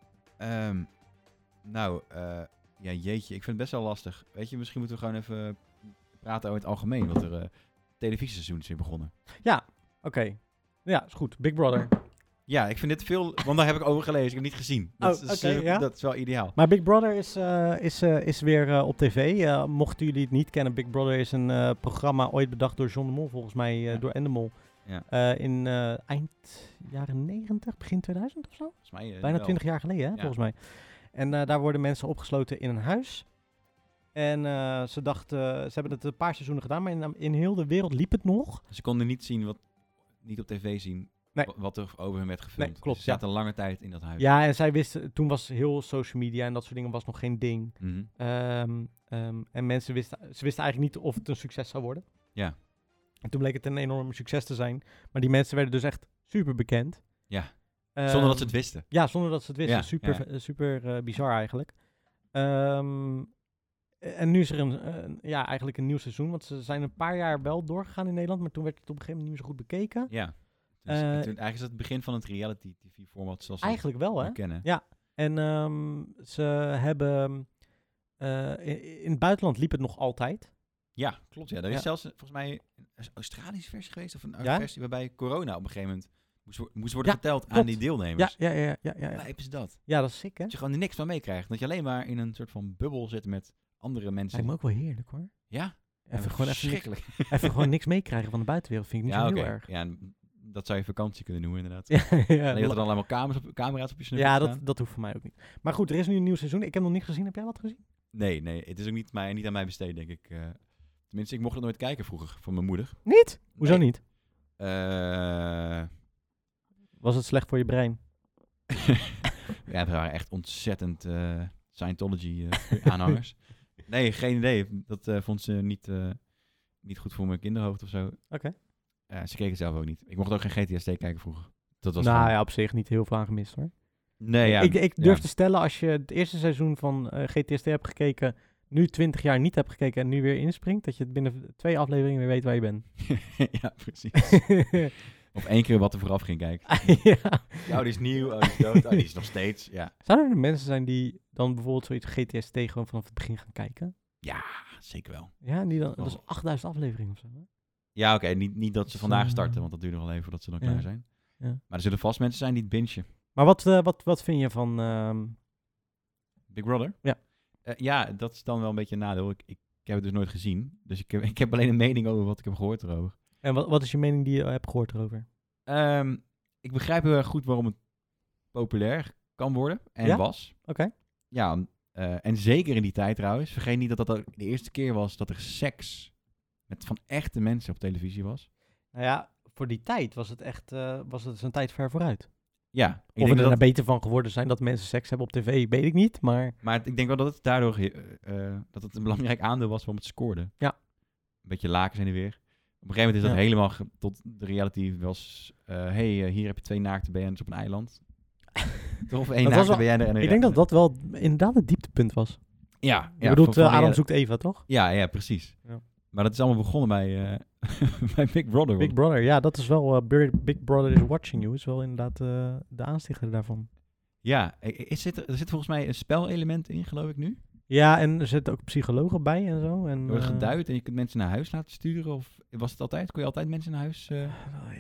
Ja, jeetje, ik vind het best wel lastig. Weet je, misschien moeten we gewoon even praten over het algemeen, wat er televisieseizoen is weer begonnen. Ja, oké. Ja, is goed. Big Brother. Ja, ik vind dit veel, want daar heb ik over gelezen, ik heb het niet gezien. Dat is wel ideaal. Maar Big Brother is weer op tv. Mochten jullie het niet kennen, Big Brother is een programma ooit bedacht door John de Mol, volgens mij door Endemol. Ja. In eind jaren 90, begin 2000 of zo? Volgens mij, bijna 20 jaar geleden, hè, volgens mij. En daar worden mensen opgesloten in een huis. En ze hebben het een paar seizoenen gedaan, maar in heel de wereld liep het nog. Ze konden niet zien, niet op tv zien, wat er over hen werd gefilmd. Nee, klopt. Dus ze zaten lange tijd in dat huis. Ja, en zij wisten, toen was heel social media en dat soort dingen was nog geen ding. Mm-hmm. En mensen wisten eigenlijk niet of het een succes zou worden. Ja. En toen bleek het een enorm succes te zijn. Maar die mensen werden dus echt super bekend. Ja. Zonder dat ze het wisten. Ja, zonder dat ze het wisten. Ja, super bizar eigenlijk. En nu is er eigenlijk een nieuw seizoen. Want ze zijn een paar jaar wel doorgegaan in Nederland. Maar toen werd het op een gegeven moment niet meer zo goed bekeken. Ja. Dus eigenlijk is het het begin van het reality TV-format zoals we eigenlijk wel, hè? kennen. Ja. En ze hebben... in het buitenland liep het nog altijd. Ja, klopt. Ja. Er is zelfs volgens mij een Australische versie geweest. Of een versie waarbij corona op een gegeven moment moest worden geteld aan die deelnemers. Ja. Lijp is dat. Ja, dat is sick, hè? Dat je gewoon er niks van meekrijgt. Dat je alleen maar in een soort van bubbel zit met andere mensen. Lijkt me ook wel heerlijk, hoor. Ja? Even gewoon niks meekrijgen van de buitenwereld vind ik niet zo heel erg. Ja, dat zou je vakantie kunnen noemen, inderdaad. Ja, dat er dan allemaal camera's op je snuffel staan. Dat hoeft voor mij ook niet. Maar goed, er is nu een nieuw seizoen. Ik heb nog niet gezien. Heb jij wat gezien? Nee. Het is ook niet aan mij besteed, denk ik. Tenminste, ik mocht het nooit kijken vroeger, van mijn moeder. Niet? Hoezo niet? Was het slecht voor je brein? Ja, we waren echt ontzettend Scientology-aanhangers. Nee, geen idee. Dat vond ze niet goed voor mijn kinderhoofd of zo. Oké. Ze keken het zelf ook niet. Ik mocht ook geen GTST kijken vroeger. Dat was op zich niet heel veel aan gemist, hoor. Nee, ja. Ik durf te stellen, als je het eerste seizoen van GTST hebt gekeken, nu 20 jaar niet hebt gekeken en nu weer inspringt, dat je het binnen 2 afleveringen weer weet waar je bent. Ja, precies. Of 1 keer wat er vooraf ging kijken. Ja. Die is nieuw, die is dood, die is nog steeds, ja. Zouden er mensen zijn die dan bijvoorbeeld zoiets GTST gewoon vanaf het begin gaan kijken? Ja, zeker wel. Ja, dat is 8000 afleveringen of zo, hè? Ja, oké. Niet dat ze vandaag starten, want dat duurt nog wel even voordat ze dan klaar zijn. Ja. Maar er zullen vast mensen zijn die het bingen. Maar wat vind je van... Big Brother? Ja. Ja, dat is dan wel een beetje een nadeel. Ik heb het dus nooit gezien. Dus ik heb alleen een mening over wat ik heb gehoord erover. En wat is je mening die je hebt gehoord erover? Ik begrijp heel erg goed waarom het populair kan worden. En was. Oké. Ja, en zeker in die tijd trouwens. Vergeet niet dat de eerste keer was dat er seks van echte mensen op televisie was. Nou ja, voor die tijd was het echt een tijd ver vooruit. Ja. Of we er beter van geworden zijn dat mensen seks hebben op tv, weet ik niet, maar... Maar ik denk wel dat het daardoor dat het een belangrijk aandeel was waarom het scoorde. Ja. Een beetje lakens heen en weer. Op een gegeven moment is dat helemaal tot de reality was... hier heb je 2 naakte BN'ers op een eiland. Of 1 naakte BN en ik denk dat dat wel inderdaad het dieptepunt was. Ja. Je bedoelt Adam zoekt Eva, toch? Ja, precies. Ja. Maar dat is allemaal begonnen bij Big Brother. Big Brother, ja, dat is wel... Big Brother is watching you, is wel inderdaad de aanstichter daarvan. Ja, er zit volgens mij een spelelement in, geloof ik nu. Ja, en er zitten ook psychologen bij en zo. En, er wordt geduid en je kunt mensen naar huis laten sturen. Of was het altijd? Kon je altijd mensen naar huis? Dat weet ik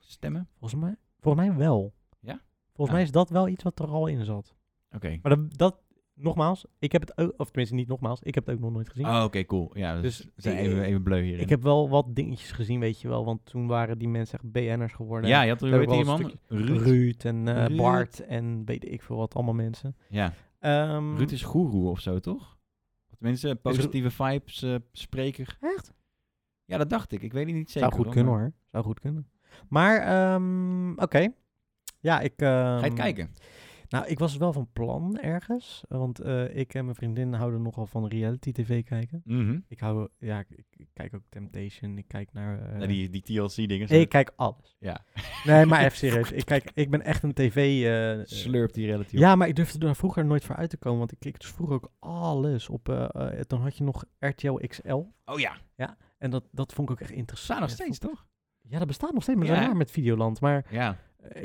stemmen? Volgens mij wel. Ja? Volgens mij is dat wel iets wat er al in zat. Oké. Maar dat nogmaals, ik heb het ook, of tenminste niet nogmaals, ik heb het ook nog nooit gezien. Oh, oké, cool. Ja, dus we zijn even bleu hierin. Ik heb wel wat dingetjes gezien, weet je wel, want toen waren die mensen echt BN'ers geworden. Ja, je had Daar er heb weet ik je wel man? een stukje- Ruud en Bart en weet ik veel wat, allemaal mensen. Ja. Ruud is goeroe of zo, toch? Tenminste, positieve vibes, spreker. Echt? Ja, dat dacht ik. Ik weet het niet zeker. Zou goed kunnen hoor. Zou goed kunnen. Maar, oké. Ja, ik... Ga je het kijken? Nou, ik was wel van plan ergens. Want ik en mijn vriendin houden nogal van reality tv kijken. Ik kijk ook Temptation. Ik kijk naar... die TLC-dingen. Ik kijk alles. Ja. Nee, maar even serieus. Ik ben echt een tv... Slurpt die reality op. Ja, maar ik durfde er vroeger nooit voor uit te komen. Want ik keek dus vroeger ook alles op... dan had je nog RTL XL. Oh ja. Ja, en dat vond ik ook echt interessant. Bestaat nog steeds, toch? Ja, dat bestaat nog steeds. Maar dat is raar met Videoland. Maar... Ja.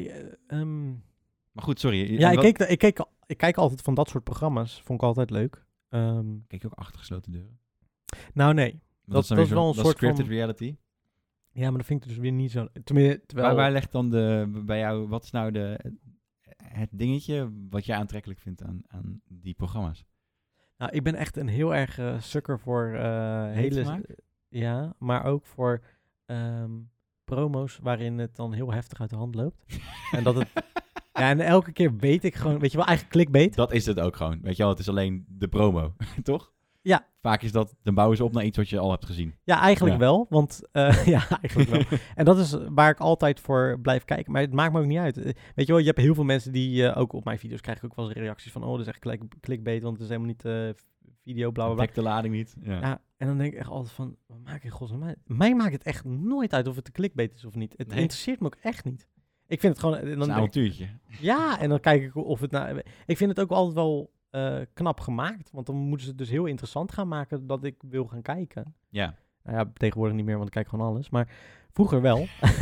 Maar goed, sorry. Ja, ik kijk altijd van dat soort programma's. Vond ik altijd leuk. Kijk je ook achter gesloten deuren? Nou, nee. Dat is wel een soort scripted van... reality? Ja, maar dat vind ik dus weer niet zo... Waar legt dan bij jou... Wat is nou het dingetje wat je aantrekkelijk vindt aan die programma's? Nou, ik ben echt een heel erg sukker voor hele... Ja, maar ook voor promo's waarin het dan heel heftig uit de hand loopt. En dat het... Ja, en elke keer weet ik gewoon... Weet je wel, eigenlijk clickbait. Dat is het ook gewoon. Weet je wel, het is alleen de promo. Toch? Ja. Vaak is dat... Dan bouwen ze op naar iets wat je al hebt gezien. Ja, eigenlijk wel. Want... ja, eigenlijk wel. En dat is waar ik altijd voor blijf kijken. Maar het maakt me ook niet uit. Weet je wel, je hebt heel veel mensen die... ook op mijn video's krijg ik ook wel eens reacties van... Oh, dat is echt clickbait, want het is helemaal niet... video, bla, bla, bla. Dekt de lading niet. Ja. En dan denk ik echt altijd van... Wat maak ik godsnaam uit? Mij maakt het echt nooit uit of het een clickbait is of niet. Het interesseert me ook echt niet. Ik vind het gewoon... Het is een avontuurtje. Ja, en dan kijk ik of het... Nou, ik vind het ook altijd wel knap gemaakt. Want dan moeten ze het dus heel interessant gaan maken dat ik wil gaan kijken. Ja. Nou ja, tegenwoordig niet meer, want ik kijk gewoon alles. Maar vroeger wel.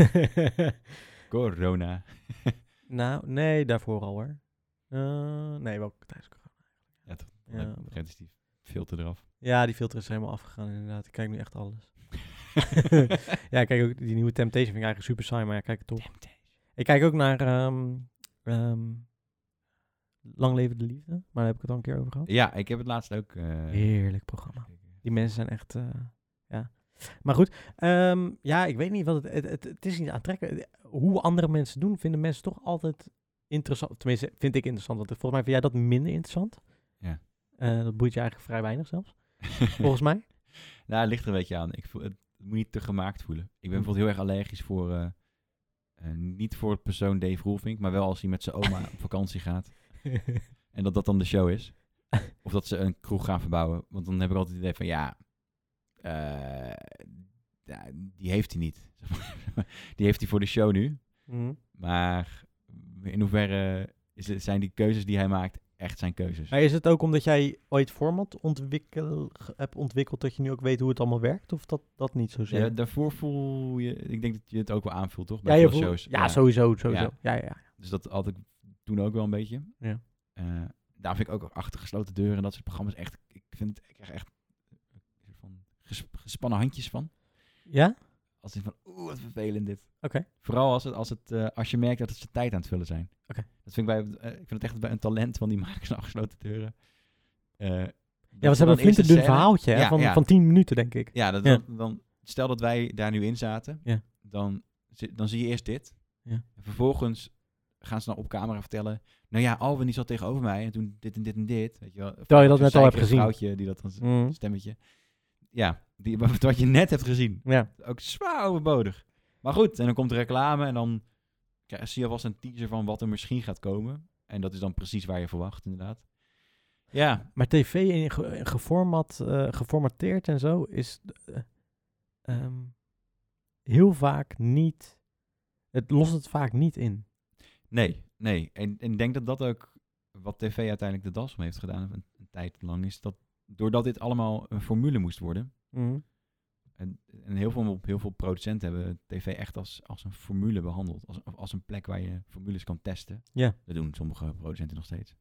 Corona. Nou, nee, daarvoor al hoor. Nee, wel tijdens corona. Ja, toch. Ja. Is die filter eraf. Ja, die filter is helemaal afgegaan inderdaad. Ik kijk nu echt alles. Ja, ik kijk ook die nieuwe Temptation vind ik eigenlijk super saai, maar ja, kijk het toch. Ik kijk ook naar Lang Leven de Liefde, maar daar heb ik het al een keer over gehad. Ja, ik heb het laatst ook... Heerlijk programma. Die mensen zijn echt... ja. Maar goed, ja, ik weet niet wat het is niet aantrekkelijk. Hoe andere mensen doen, vinden mensen toch altijd interessant. Tenminste, vind ik interessant. Want volgens mij vind jij dat minder interessant. Ja. Dat boeit je eigenlijk vrij weinig zelfs. Volgens mij. Nou, het ligt er een beetje aan. Het moet niet te gemaakt voelen. Ik ben bijvoorbeeld heel erg allergisch voor... niet voor het persoon Dave Roelvink, maar wel als hij met zijn oma op vakantie gaat. En dat dan de show is. Of dat ze een kroeg gaan verbouwen. Want dan heb ik altijd het idee van, die heeft hij niet. Die heeft hij voor de show nu. Maar in hoeverre zijn die keuzes die hij maakt echt zijn keuzes? Maar is het ook omdat jij ooit format hebt ontwikkeld dat je nu ook weet hoe het allemaal werkt? Of dat niet zozeer? Ja, daarvoor voel je... Ik denk dat je het ook wel aanvoelt, toch? Bij veel shows. Ja, sowieso. Ja. Dus dat had ik toen ook wel een beetje. Ja. Daar vind ik ook achter gesloten deuren en dat soort programma's echt... Ik krijg echt gespannen handjes van. Ja? Als je van, wat vervelend dit. Oké. Vooral als je merkt dat het zijn tijd aan het vullen zijn. Oké. Dat vind ik vind het echt bij een talent van die makers van afgesloten deuren. Ja, want ze hebben een flinterdun verhaaltje hè, van 10 minuten, denk ik. Ja, dan stel dat wij daar nu in zaten, dan zie je eerst dit. Ja. En vervolgens gaan ze dan op camera vertellen, nou ja, Alwin die zat tegenover mij en toen dit en dit en dit. Weet je wel. Terwijl je dat net al hebt gezien. Vrouwtje die dat dan stemmetje. Ja, wat je net hebt gezien. Ja. Ook zwaar overbodig. Maar goed, en dan komt de reclame en dan zie je alvast een teaser van wat er misschien gaat komen. En dat is dan precies waar je verwacht, inderdaad. Ja. Maar tv geformateerd en zo is heel vaak niet... Het lost het vaak niet in. Nee. En ik denk dat dat ook wat tv uiteindelijk de das om heeft gedaan een tijd lang is. Dat doordat dit allemaal een formule moest worden. En heel veel producenten hebben tv echt als een formule behandeld. Als een plek waar je formules kan testen. Ja. Dat doen sommige producenten nog steeds.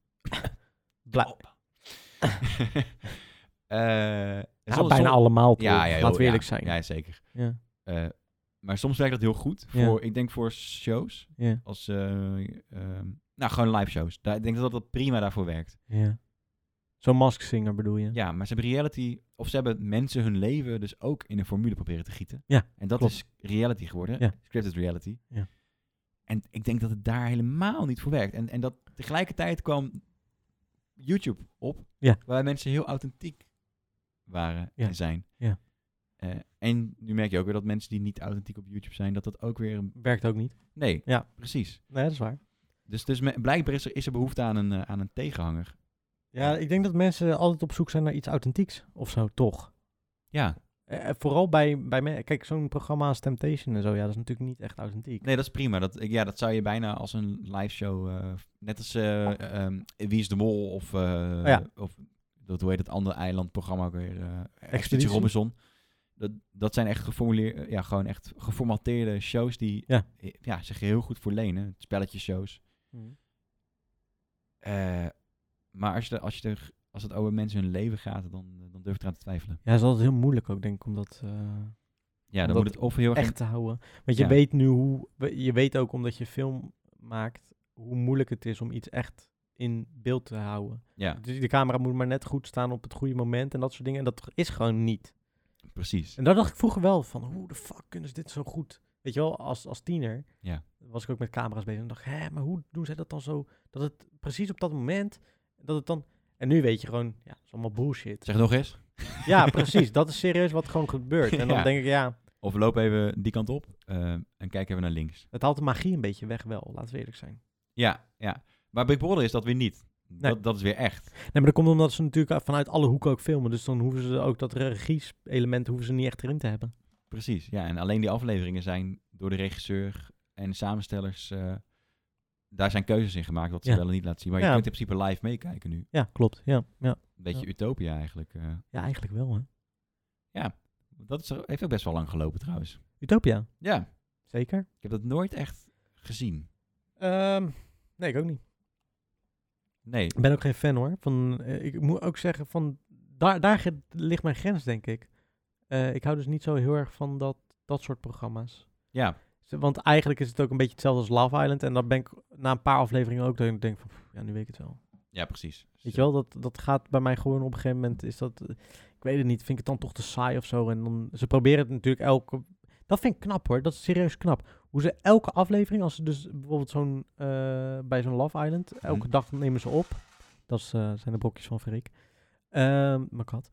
Bijna allemaal toch? Ja, laten we eerlijk zijn. Ja, zeker. Ja. Maar soms werkt dat heel goed. Ik denk voor shows. Ja. Als, gewoon live shows. Ik denk dat prima daarvoor werkt. Ja. Zo'n Masked Singer bedoel je? Ja, maar ze hebben reality... Of ze hebben mensen hun leven dus ook in een formule proberen te gieten. Ja, en dat klopt. is reality geworden. Ja. Scripted reality. Ja. En ik denk dat het daar helemaal niet voor werkt. En dat tegelijkertijd kwam YouTube op. Ja. Waar mensen heel authentiek waren en zijn. Ja. En nu merk je ook weer dat mensen die niet authentiek op YouTube zijn, dat ook weer... Werkt ook niet. Nee, ja. Precies. Nee, dat is waar. Dus blijkbaar is er behoefte aan een tegenhanger. Ja, ik denk dat mensen altijd op zoek zijn naar iets authentieks of zo, toch? Ja. Vooral bij kijk, zo'n programma als Temptation en zo, ja, dat is natuurlijk niet echt authentiek. Nee, dat is prima. Dat zou je bijna als een live show, net als Wie is de Mol of hoe heet het andere eilandprogramma ook weer? Expeditie Robinson. Dat zijn echt gewoon echt geformateerde shows die zich heel goed voor lenen. Spelletjeshows. Maar als het over mensen hun leven gaat, dan durf ik eraan te twijfelen. Ja, dat is altijd heel moeilijk ook, denk ik, om dat, dan moet het of heel echt te houden. Want je weet nu je weet ook omdat je film maakt, hoe moeilijk het is om iets echt in beeld te houden. Ja. Dus de camera moet maar net goed staan op het goede moment en dat soort dingen. En dat is gewoon niet. Precies. En daar dacht ik vroeger wel van, hoe de fuck kunnen ze dit zo goed? Weet je wel, als tiener was ik ook met camera's bezig en dacht, maar hoe doen zij dat dan zo? Dat het precies op dat moment, dat het dan... En nu weet je gewoon, dat is allemaal bullshit. Zeg nog eens. Ja, precies. Dat is serieus wat gewoon gebeurt. En dan denk ik, Of we lopen even die kant op en kijken even naar links. Het haalt de magie een beetje weg wel, laten we eerlijk zijn. Ja. Maar Big Brother is dat weer niet. Nee. Dat is weer echt. Nee, maar dat komt omdat ze natuurlijk vanuit alle hoeken ook filmen. Dus dan hoeven ze ook dat regie-element hoeven ze niet echt erin te hebben. Precies, ja. En alleen die afleveringen zijn door de regisseur en de samenstellers... daar zijn keuzes in gemaakt wat ze wel en niet laten zien. Maar je kunt in principe live meekijken nu. Ja, klopt. Ja. Een beetje Utopia eigenlijk. Ja, eigenlijk wel, hè. Ja, heeft ook best wel lang gelopen trouwens. Utopia? Ja. Zeker. Ik heb dat nooit echt gezien. Nee, ik ook niet. Nee. Ik ben ook geen fan, hoor. Ik moet ook zeggen, daar ligt mijn grens, denk ik. Ik hou dus niet zo heel erg van dat soort programma's. Ja. Want eigenlijk is het ook een beetje hetzelfde als Love Island. En dan ben ik na een paar afleveringen ook, dat ik denk van, nu weet ik het wel. Ja, precies. Weet je wel, dat gaat bij mij gewoon op een gegeven moment, is dat, ik weet het niet, vind ik het dan toch te saai of zo. En dan, ze proberen het natuurlijk dat vind ik knap, hoor. Dat is serieus knap. Hoe ze elke aflevering, als ze dus bijvoorbeeld bij zo'n Love Island, elke dag nemen ze op. Dat zijn de brokjes van Freek. Mijn kat.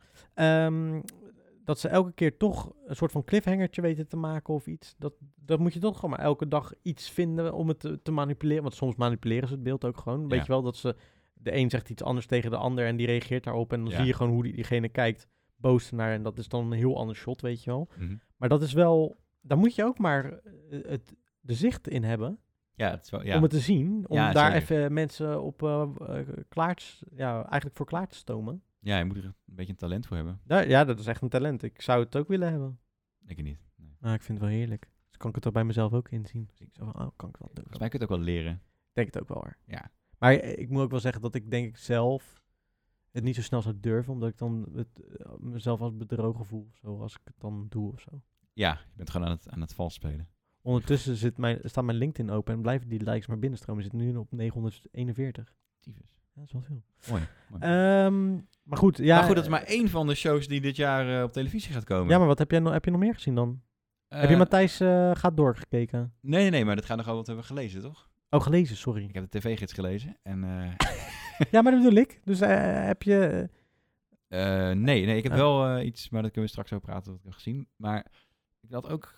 Dat ze elke keer toch een soort van cliffhangertje weten te maken of iets. Dat moet je toch gewoon maar elke dag iets vinden om het te manipuleren. Want soms manipuleren ze het beeld ook gewoon. Weet je wel, dat de een zegt iets anders tegen de ander en die reageert daarop. En dan zie je gewoon hoe diegene kijkt, boos naar. En dat is dan een heel ander shot, weet je wel. Mm-hmm. Maar dat is wel, daar moet je ook maar de zicht in hebben. Ja, het is wel, om het te zien. Om daar zeker. even mensen op eigenlijk voor klaar te stomen. Ja, je moet er een beetje een talent voor hebben. Ja, dat is echt een talent. Ik zou het ook willen hebben. Ik niet. Nee. Nou, ik vind het wel heerlijk. Dus kan ik het ook bij mezelf ook inzien. Dus ik zo van, kan ik dat doen? Volgens mij kun je het ook wel leren. Ik denk het ook wel, hoor. Ja. Maar ik moet ook wel zeggen dat ik denk ik zelf het niet zo snel zou durven, omdat ik dan mezelf als bedrogen voel of zo, als ik het dan doe of zo. Ja, je bent gewoon aan het vals spelen. Ondertussen staat mijn LinkedIn open en blijven die likes maar binnenstromen. We zitten nu op 941. Tyfus. Ja, dat is wel veel. Mooi. Maar goed, ja. Maar goed, dat is maar één van de shows die dit jaar op televisie gaat komen. Ja, maar wat heb je nog meer gezien dan? Heb je Matthijs gaat doorgekeken? Nee, maar dat gaat nog over wat we hebben gelezen, toch? Oh, gelezen, sorry. Ik heb de tv-gids gelezen en... Ja, maar dat bedoel ik. Dus heb je... Nee, ik heb wel iets, maar dat kunnen we straks over praten wat ik heb gezien. Maar ik had ook...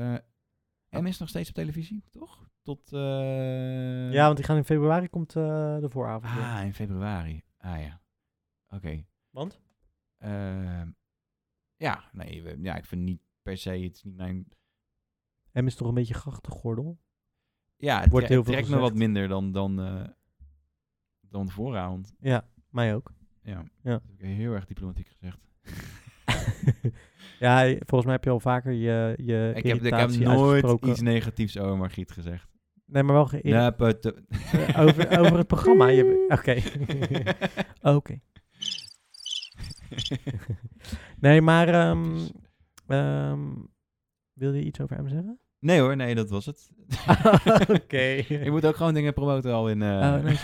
M is nog steeds op televisie, toch? Ja, want die gaan in februari komt de vooravond. In februari. Ja. Oké. Want? Ik vind niet per se, het is niet mijn... M is toch een beetje grachtengordel? Ja, het wordt heel veel trekt me wat minder dan de vooravond. Ja, mij ook. Ja. Dat heb ik heel erg diplomatiek gezegd. Ja, volgens mij heb je al vaker je ik heb nooit iets negatiefs over Margriet gezegd. Nee, maar wel over het programma. Oké. Oké. Nee, maar wil je iets over hem zeggen? Nee hoor, nee, dat was het. Oké. Je moet ook gewoon dingen promoten al in... nee.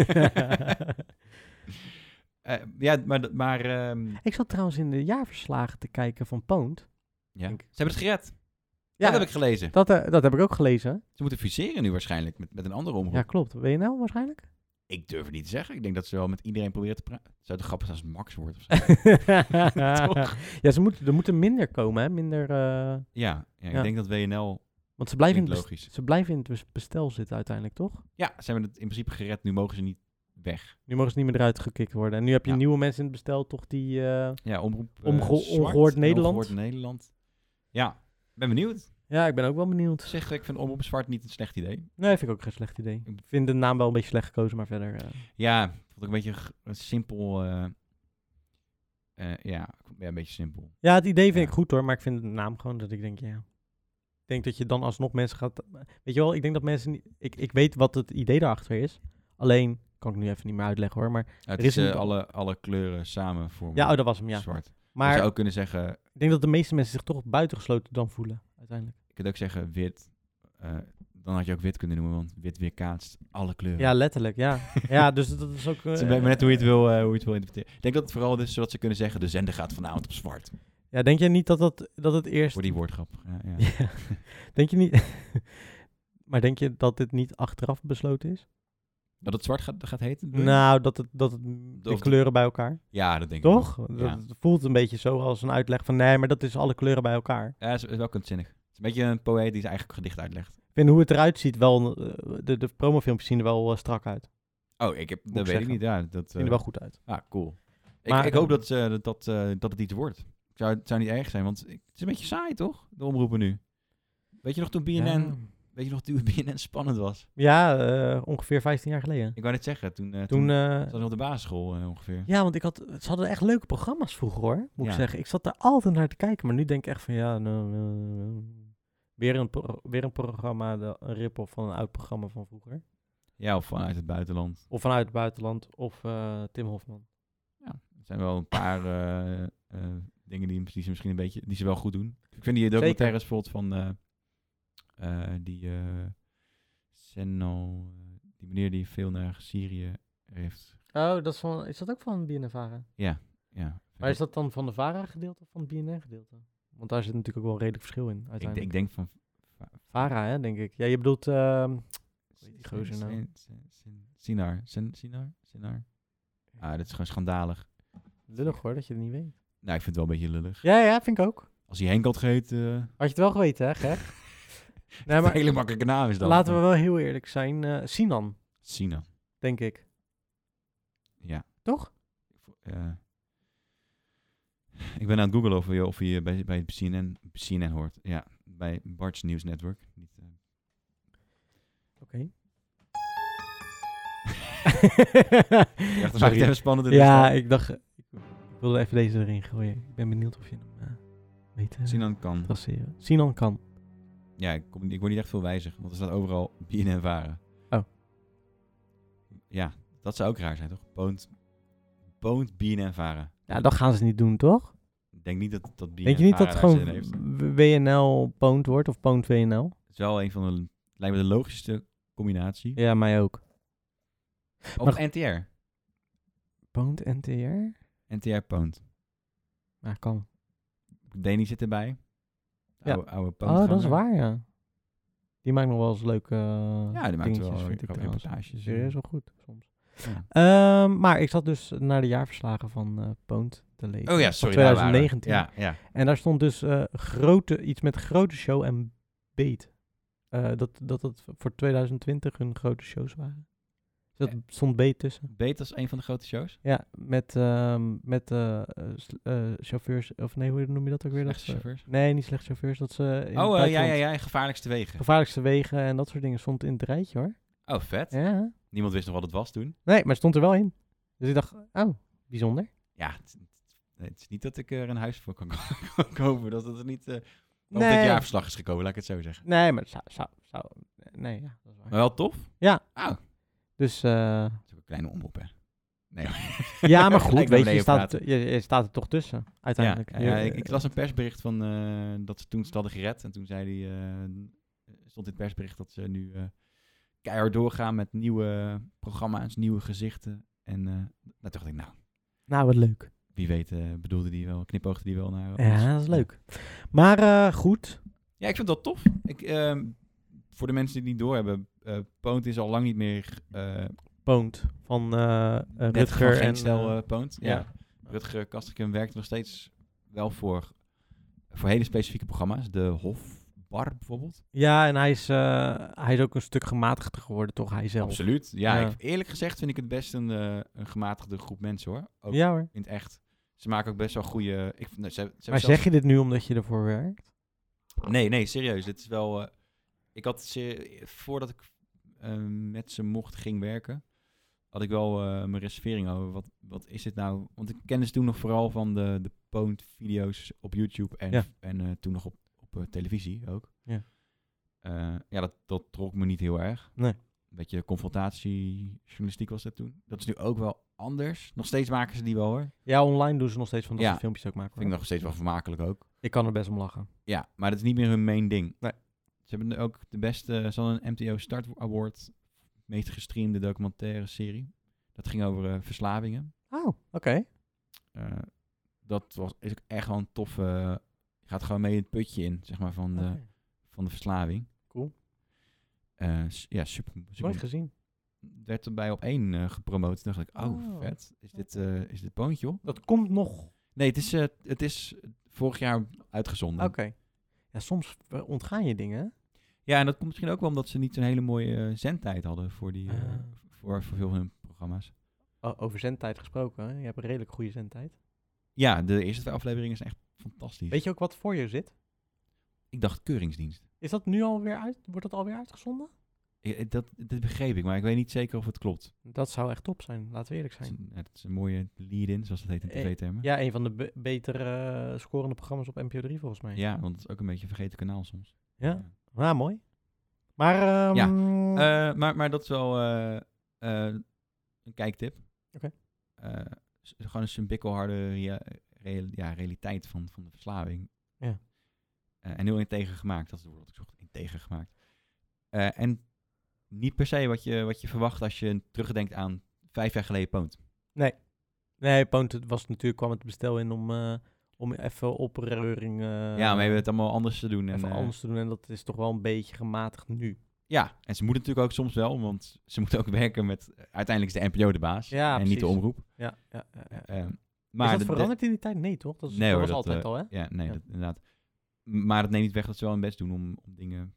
ja, maar Ik zat trouwens in de jaarverslagen te kijken van Poont. ja. Ze hebben het gered. Ja, dat heb ik gelezen. Dat heb ik ook gelezen. Ze moeten fuseren nu waarschijnlijk met een andere omroep. Ja, klopt. WNL waarschijnlijk? Ik durf het niet te zeggen. Ik denk dat ze wel met iedereen proberen te praten. Het zou toch grappig zijn als het Max wordt of zo. Toch? Ja, er moeten minder komen, hè? Minder... Ja, ik denk dat WNL... Want ze blijven, logisch. ze blijven in het bestel zitten uiteindelijk, toch? Ja, ze hebben het in principe gered. Nu mogen ze niet weg. Nu mogen ze niet meer eruit gekikt worden. En nu heb je nieuwe mensen in het bestel, toch? Die... ja, omroep... Ongehoord Nederland. Ongehoord Nederland. Ja, ben benieuwd. Ja, ik ben ook wel benieuwd. Zeg, ik vind Omroep Zwart niet een slecht idee. Nee, vind ik ook geen slecht idee. Ik vind de naam wel een beetje slecht gekozen, maar verder... Ja, vond ik een beetje simpel... ja, een beetje simpel. Ja, het idee vind ik goed hoor, maar ik vind de naam gewoon dat ik denk, ja... Ik denk dat je dan alsnog mensen gaat... Weet je wel, ik denk dat mensen niet... Ik weet wat het idee daarachter is. Alleen, kan ik nu even niet meer uitleggen hoor, maar... Het is alle kleuren samen voor Ja, dat was hem, ja. Zwart. Maar je zou ook kunnen zeggen... Ik denk dat de meeste mensen zich toch buitengesloten dan voelen, uiteindelijk. Je kunt ook zeggen wit. Dan had je ook wit kunnen noemen, want wit weerkaatst alle kleuren. Ja, letterlijk, ja. Ja, dus dat is ook... Het is net hoe je het wil interpreteren. Ik denk dat het vooral is zodat ze kunnen zeggen, de zender gaat vanavond op zwart. Ja, denk je niet dat het eerst... Voor die woordgrap. Ja. Ja. Denk je niet... Maar denk je dat dit niet achteraf besloten is? Dat het zwart gaat heten? Nou, dat de kleuren bij elkaar. Ja, dat denk ik. Toch? Ja. Dat voelt een beetje zo als een uitleg van... Nee, maar dat is alle kleuren bij elkaar. Ja, dat is wel kunstzinnig. Het is een beetje een poëet die zijn eigen gedicht uitlegt. Ik vind hoe het eruit ziet wel... De promofilmpjes zien er wel strak uit. Oh, dat weet ik niet. Ja, dat zien er wel goed uit. Ah, cool. Maar, ik hoop dat het iets wordt. Het zou niet erg zijn, want het is een beetje saai, toch? De omroepen nu. Weet je nog toen BNN... Ja. Weet je nog toen BNN spannend was? Ja, ongeveer 15 jaar geleden. Ik wou net zeggen, toen zat ik op de basisschool ongeveer. Ja, want ze hadden echt leuke programma's vroeger hoor, moet ik zeggen. Ik zat daar altijd naar te kijken, maar nu denk ik echt van ja, weer een programma, een rip-off van een oud programma van vroeger. Ja, of vanuit het buitenland. Of Tim Hofman. Ja, er zijn wel een paar dingen die ze misschien een beetje, die ze wel goed doen. Ik vind die documentaires bijvoorbeeld van... Senno, die meneer die veel naar Syrië heeft. Oh, is dat ook van BNN-Vara? Ja. Maar is dat dan van de Vara-gedeelte of van het BNN-gedeelte? Want daar zit natuurlijk ook wel een redelijk verschil in, uiteindelijk. Ik denk van... Vara, hè, denk ik. Ja, je bedoelt... die gozer nou? Sinar. Ah, dat is gewoon schandalig. Lullig hoor, dat je het niet weet. Nou, ik vind het wel een beetje lullig. Ja, vind ik ook. Als hij Henk had geheten... Had je het wel geweten, hè, Ger? Nee, maar een hele makkelijke naam is dat. Laten we wel heel eerlijk zijn. Sinan. Denk ik. Ja. Toch? Ik ben aan het googlen of je bij CNN hoort. Ja, bij Bart's News Network. Oké. Dan zag ik even spannend in. Ja, ik dacht... Ik wilde even deze erin gooien. Ik ben benieuwd of je hem weet. Sinan kan. Traceren. Sinan kan. Ja, ik word niet echt veel wijzig, want er staat overal BNN-Vara. Oh. Ja, dat zou ook raar zijn, toch? Poont BNN-Vara. Ja, dat gaan ze niet doen, toch? Ik denk niet dat BNN-Vara denk je niet dat het gewoon heeft. WNL Poont wordt of Poont WNL? Het is wel een van de... Lijkt me de logischste combinatie. Ja, mij ook. Of NTR. Poont NTR? NTR Poont. Ja, kan. Danny zit erbij. Ja. Oude Poont. Oh, dat is waar, ja. Die maakt nog wel eens leuke die maakt wel vind ik reportages. Serieus wel goed, soms. Ja. Maar ik zat dus naar de jaarverslagen van Poont te lezen. Oh ja, sorry. 2019. Ja. En daar stond dus iets met grote show en beet. Dat het voor 2020 hun grote shows waren. Dat stond beet tussen. Beet als een van de grote shows? Ja, met chauffeurs, of nee, hoe noem je dat ook weer? Slechte chauffeurs? Nee, niet slechte chauffeurs. Dat ze ja, gevaarlijkste wegen. Gevaarlijkste wegen en dat soort dingen stond in het rijtje hoor. Oh, vet. Ja. Niemand wist nog wat het was toen. Nee, maar het stond er wel in. Dus ik dacht, oh, bijzonder. Ja, het is niet dat ik er een huis voor kan kopen. Dat het niet op dit jaarverslag is gekomen, laat ik het zo zeggen. Nee, maar het zou nee, ja, dat is waar. Maar wel tof? Ja. Oh. Dus... dat is ook een kleine omroep, hè? Nee. Ja, maar goed, weet je, je staat er toch tussen, uiteindelijk. Ja, ik las een persbericht van dat ze toen hadden gered. En toen zei stond in het persbericht dat ze nu keihard doorgaan met nieuwe programma's, nieuwe gezichten. En daar dacht ik, Nou, wat leuk. wie weet knipoogde die wel naar ons. Ja, dat is leuk. Maar goed. Ja, ik vind dat tof. Voor de mensen die het niet doorhebben, Poont is al lang niet meer... Poont van Rutger Rutger van en... Geen Poont. Ja. Rutger Kastrikum werkt nog steeds wel voor hele specifieke programma's. De Hofbar bijvoorbeeld. Ja, en hij is ook een stuk gematigder geworden, toch? Hij zelf. Absoluut. Ja, eerlijk gezegd vind ik het best een gematigde groep mensen, hoor. Ook ja, hoor. in het echt. Ze maken ook best wel goede... Maar zeg je dit nu omdat je ervoor werkt? Nee, serieus. Het is wel... ik had voordat ik met ze ging werken, had ik wel mijn reservering over. Wat is dit nou? Want ik kende ze toen nog vooral van de Poont-video's op YouTube en toen nog op televisie ook. Ja, dat trok me niet heel erg. Nee. Een beetje confrontatiejournalistiek was dat toen. Dat is nu ook wel anders. Nog steeds maken ze die wel, hoor. Ja, online doen ze nog steeds van dat soort filmpjes ook maken. Vind ik nog steeds wel vermakelijk ook. Ik kan er best om lachen. Ja, maar dat is niet meer hun main ding. Nee. Ze hebben ook de beste... Ze hadden een MTO Start Award, meest gestreamde documentaire serie. Dat ging over verslavingen. Oh, oké. Dat is ook echt wel een toffe... Je gaat gewoon mee het putje in, zeg maar, van de verslaving. Cool. Ja, super. Nooit gezien. Werd erbij op 1 gepromoot. Toen dacht ik, vet. Is dit Poontje, joh? Dat komt nog. Nee, het is vorig jaar uitgezonden. Oké. Ja, soms ontgaan je dingen, hè? Ja, en dat komt misschien ook wel omdat ze niet zo'n hele mooie zendtijd hadden voor voor veel van hun programma's. Over zendtijd gesproken, hè? Je hebt een redelijk goede zendtijd. Ja, de eerste 2 afleveringen zijn echt fantastisch. Weet je ook wat voor je zit? Ik dacht Keuringsdienst. Is dat nu alweer uit? Wordt dat alweer uitgezonden? Dat begreep ik, maar ik weet niet zeker of het klopt. Dat zou echt top zijn, laten we eerlijk zijn. Het is een mooie lead-in, zoals dat heet in tv-termen. Ja, een van de betere scorende programma's op NPO 3 volgens mij. Ja, want het is ook een beetje een vergeten kanaal soms. Ja, nou mooi. Maar, maar dat is wel een kijktip. Oké. Gewoon een bikkelharde realiteit van de verslaving. Ja. En heel integer gemaakt, dat is het woord dat ik zocht. Integer gemaakt. En niet per se wat je verwacht als je terugdenkt aan 5 jaar geleden Poont. Nee, Poont kwam het bestel in om even opreuring... ja, maar we het allemaal anders te doen. Anders te doen en dat is toch wel een beetje gematigd nu. Ja, en ze moeten natuurlijk ook soms wel, want ze moeten ook werken met... Uiteindelijk is de NPO de baas en precies. niet de omroep. Ja. Maar is dat veranderd in die tijd? Nee, toch? Dat was altijd al, hè? Ja, nee, dat, inderdaad. Maar het neemt niet weg dat ze wel hun best doen om dingen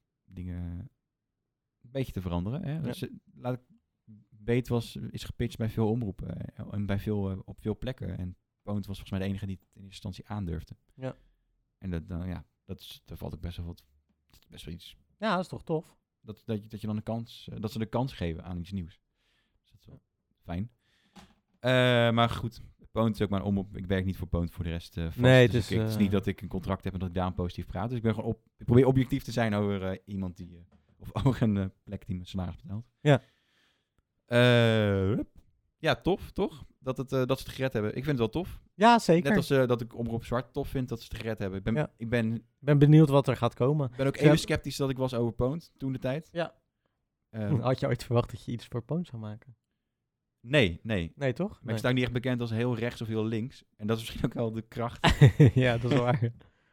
een beetje te veranderen. Hè? Dus, Beet is gepitcht bij veel omroepen en op veel plekken. En Poont was volgens mij de enige die het in eerste instantie aandurfde. Ja. En dat valt ook best wel iets... Ja, dat is toch tof? Dat je dan dat ze de kans geven aan iets nieuws. Dus dat is wel fijn. Maar goed, Poont is ook maar een omroep. Ik werk niet voor Poont voor de rest vast. Nee, dus het is niet dat ik een contract heb en dat ik daar een positief praat. Dus ik ben gewoon ik probeer objectief te zijn over iemand die... of over een plek die me salaris betaalt. Ja. Ja, tof, toch? Dat ze het gered hebben. Ik vind het wel tof. Ja, zeker. Net als dat ik Omroep Zwart tof vind dat ze het gered hebben. Ik ben benieuwd wat er gaat komen. Ik ben ook even sceptisch dat ik was over Poont toen de tijd. Ja. Had je ooit verwacht dat je iets voor Poont zou maken? Nee. Nee, toch? Maar ik sta ook niet echt bekend als heel rechts of heel links. En dat is misschien ook wel de kracht. Ja, dat is waar.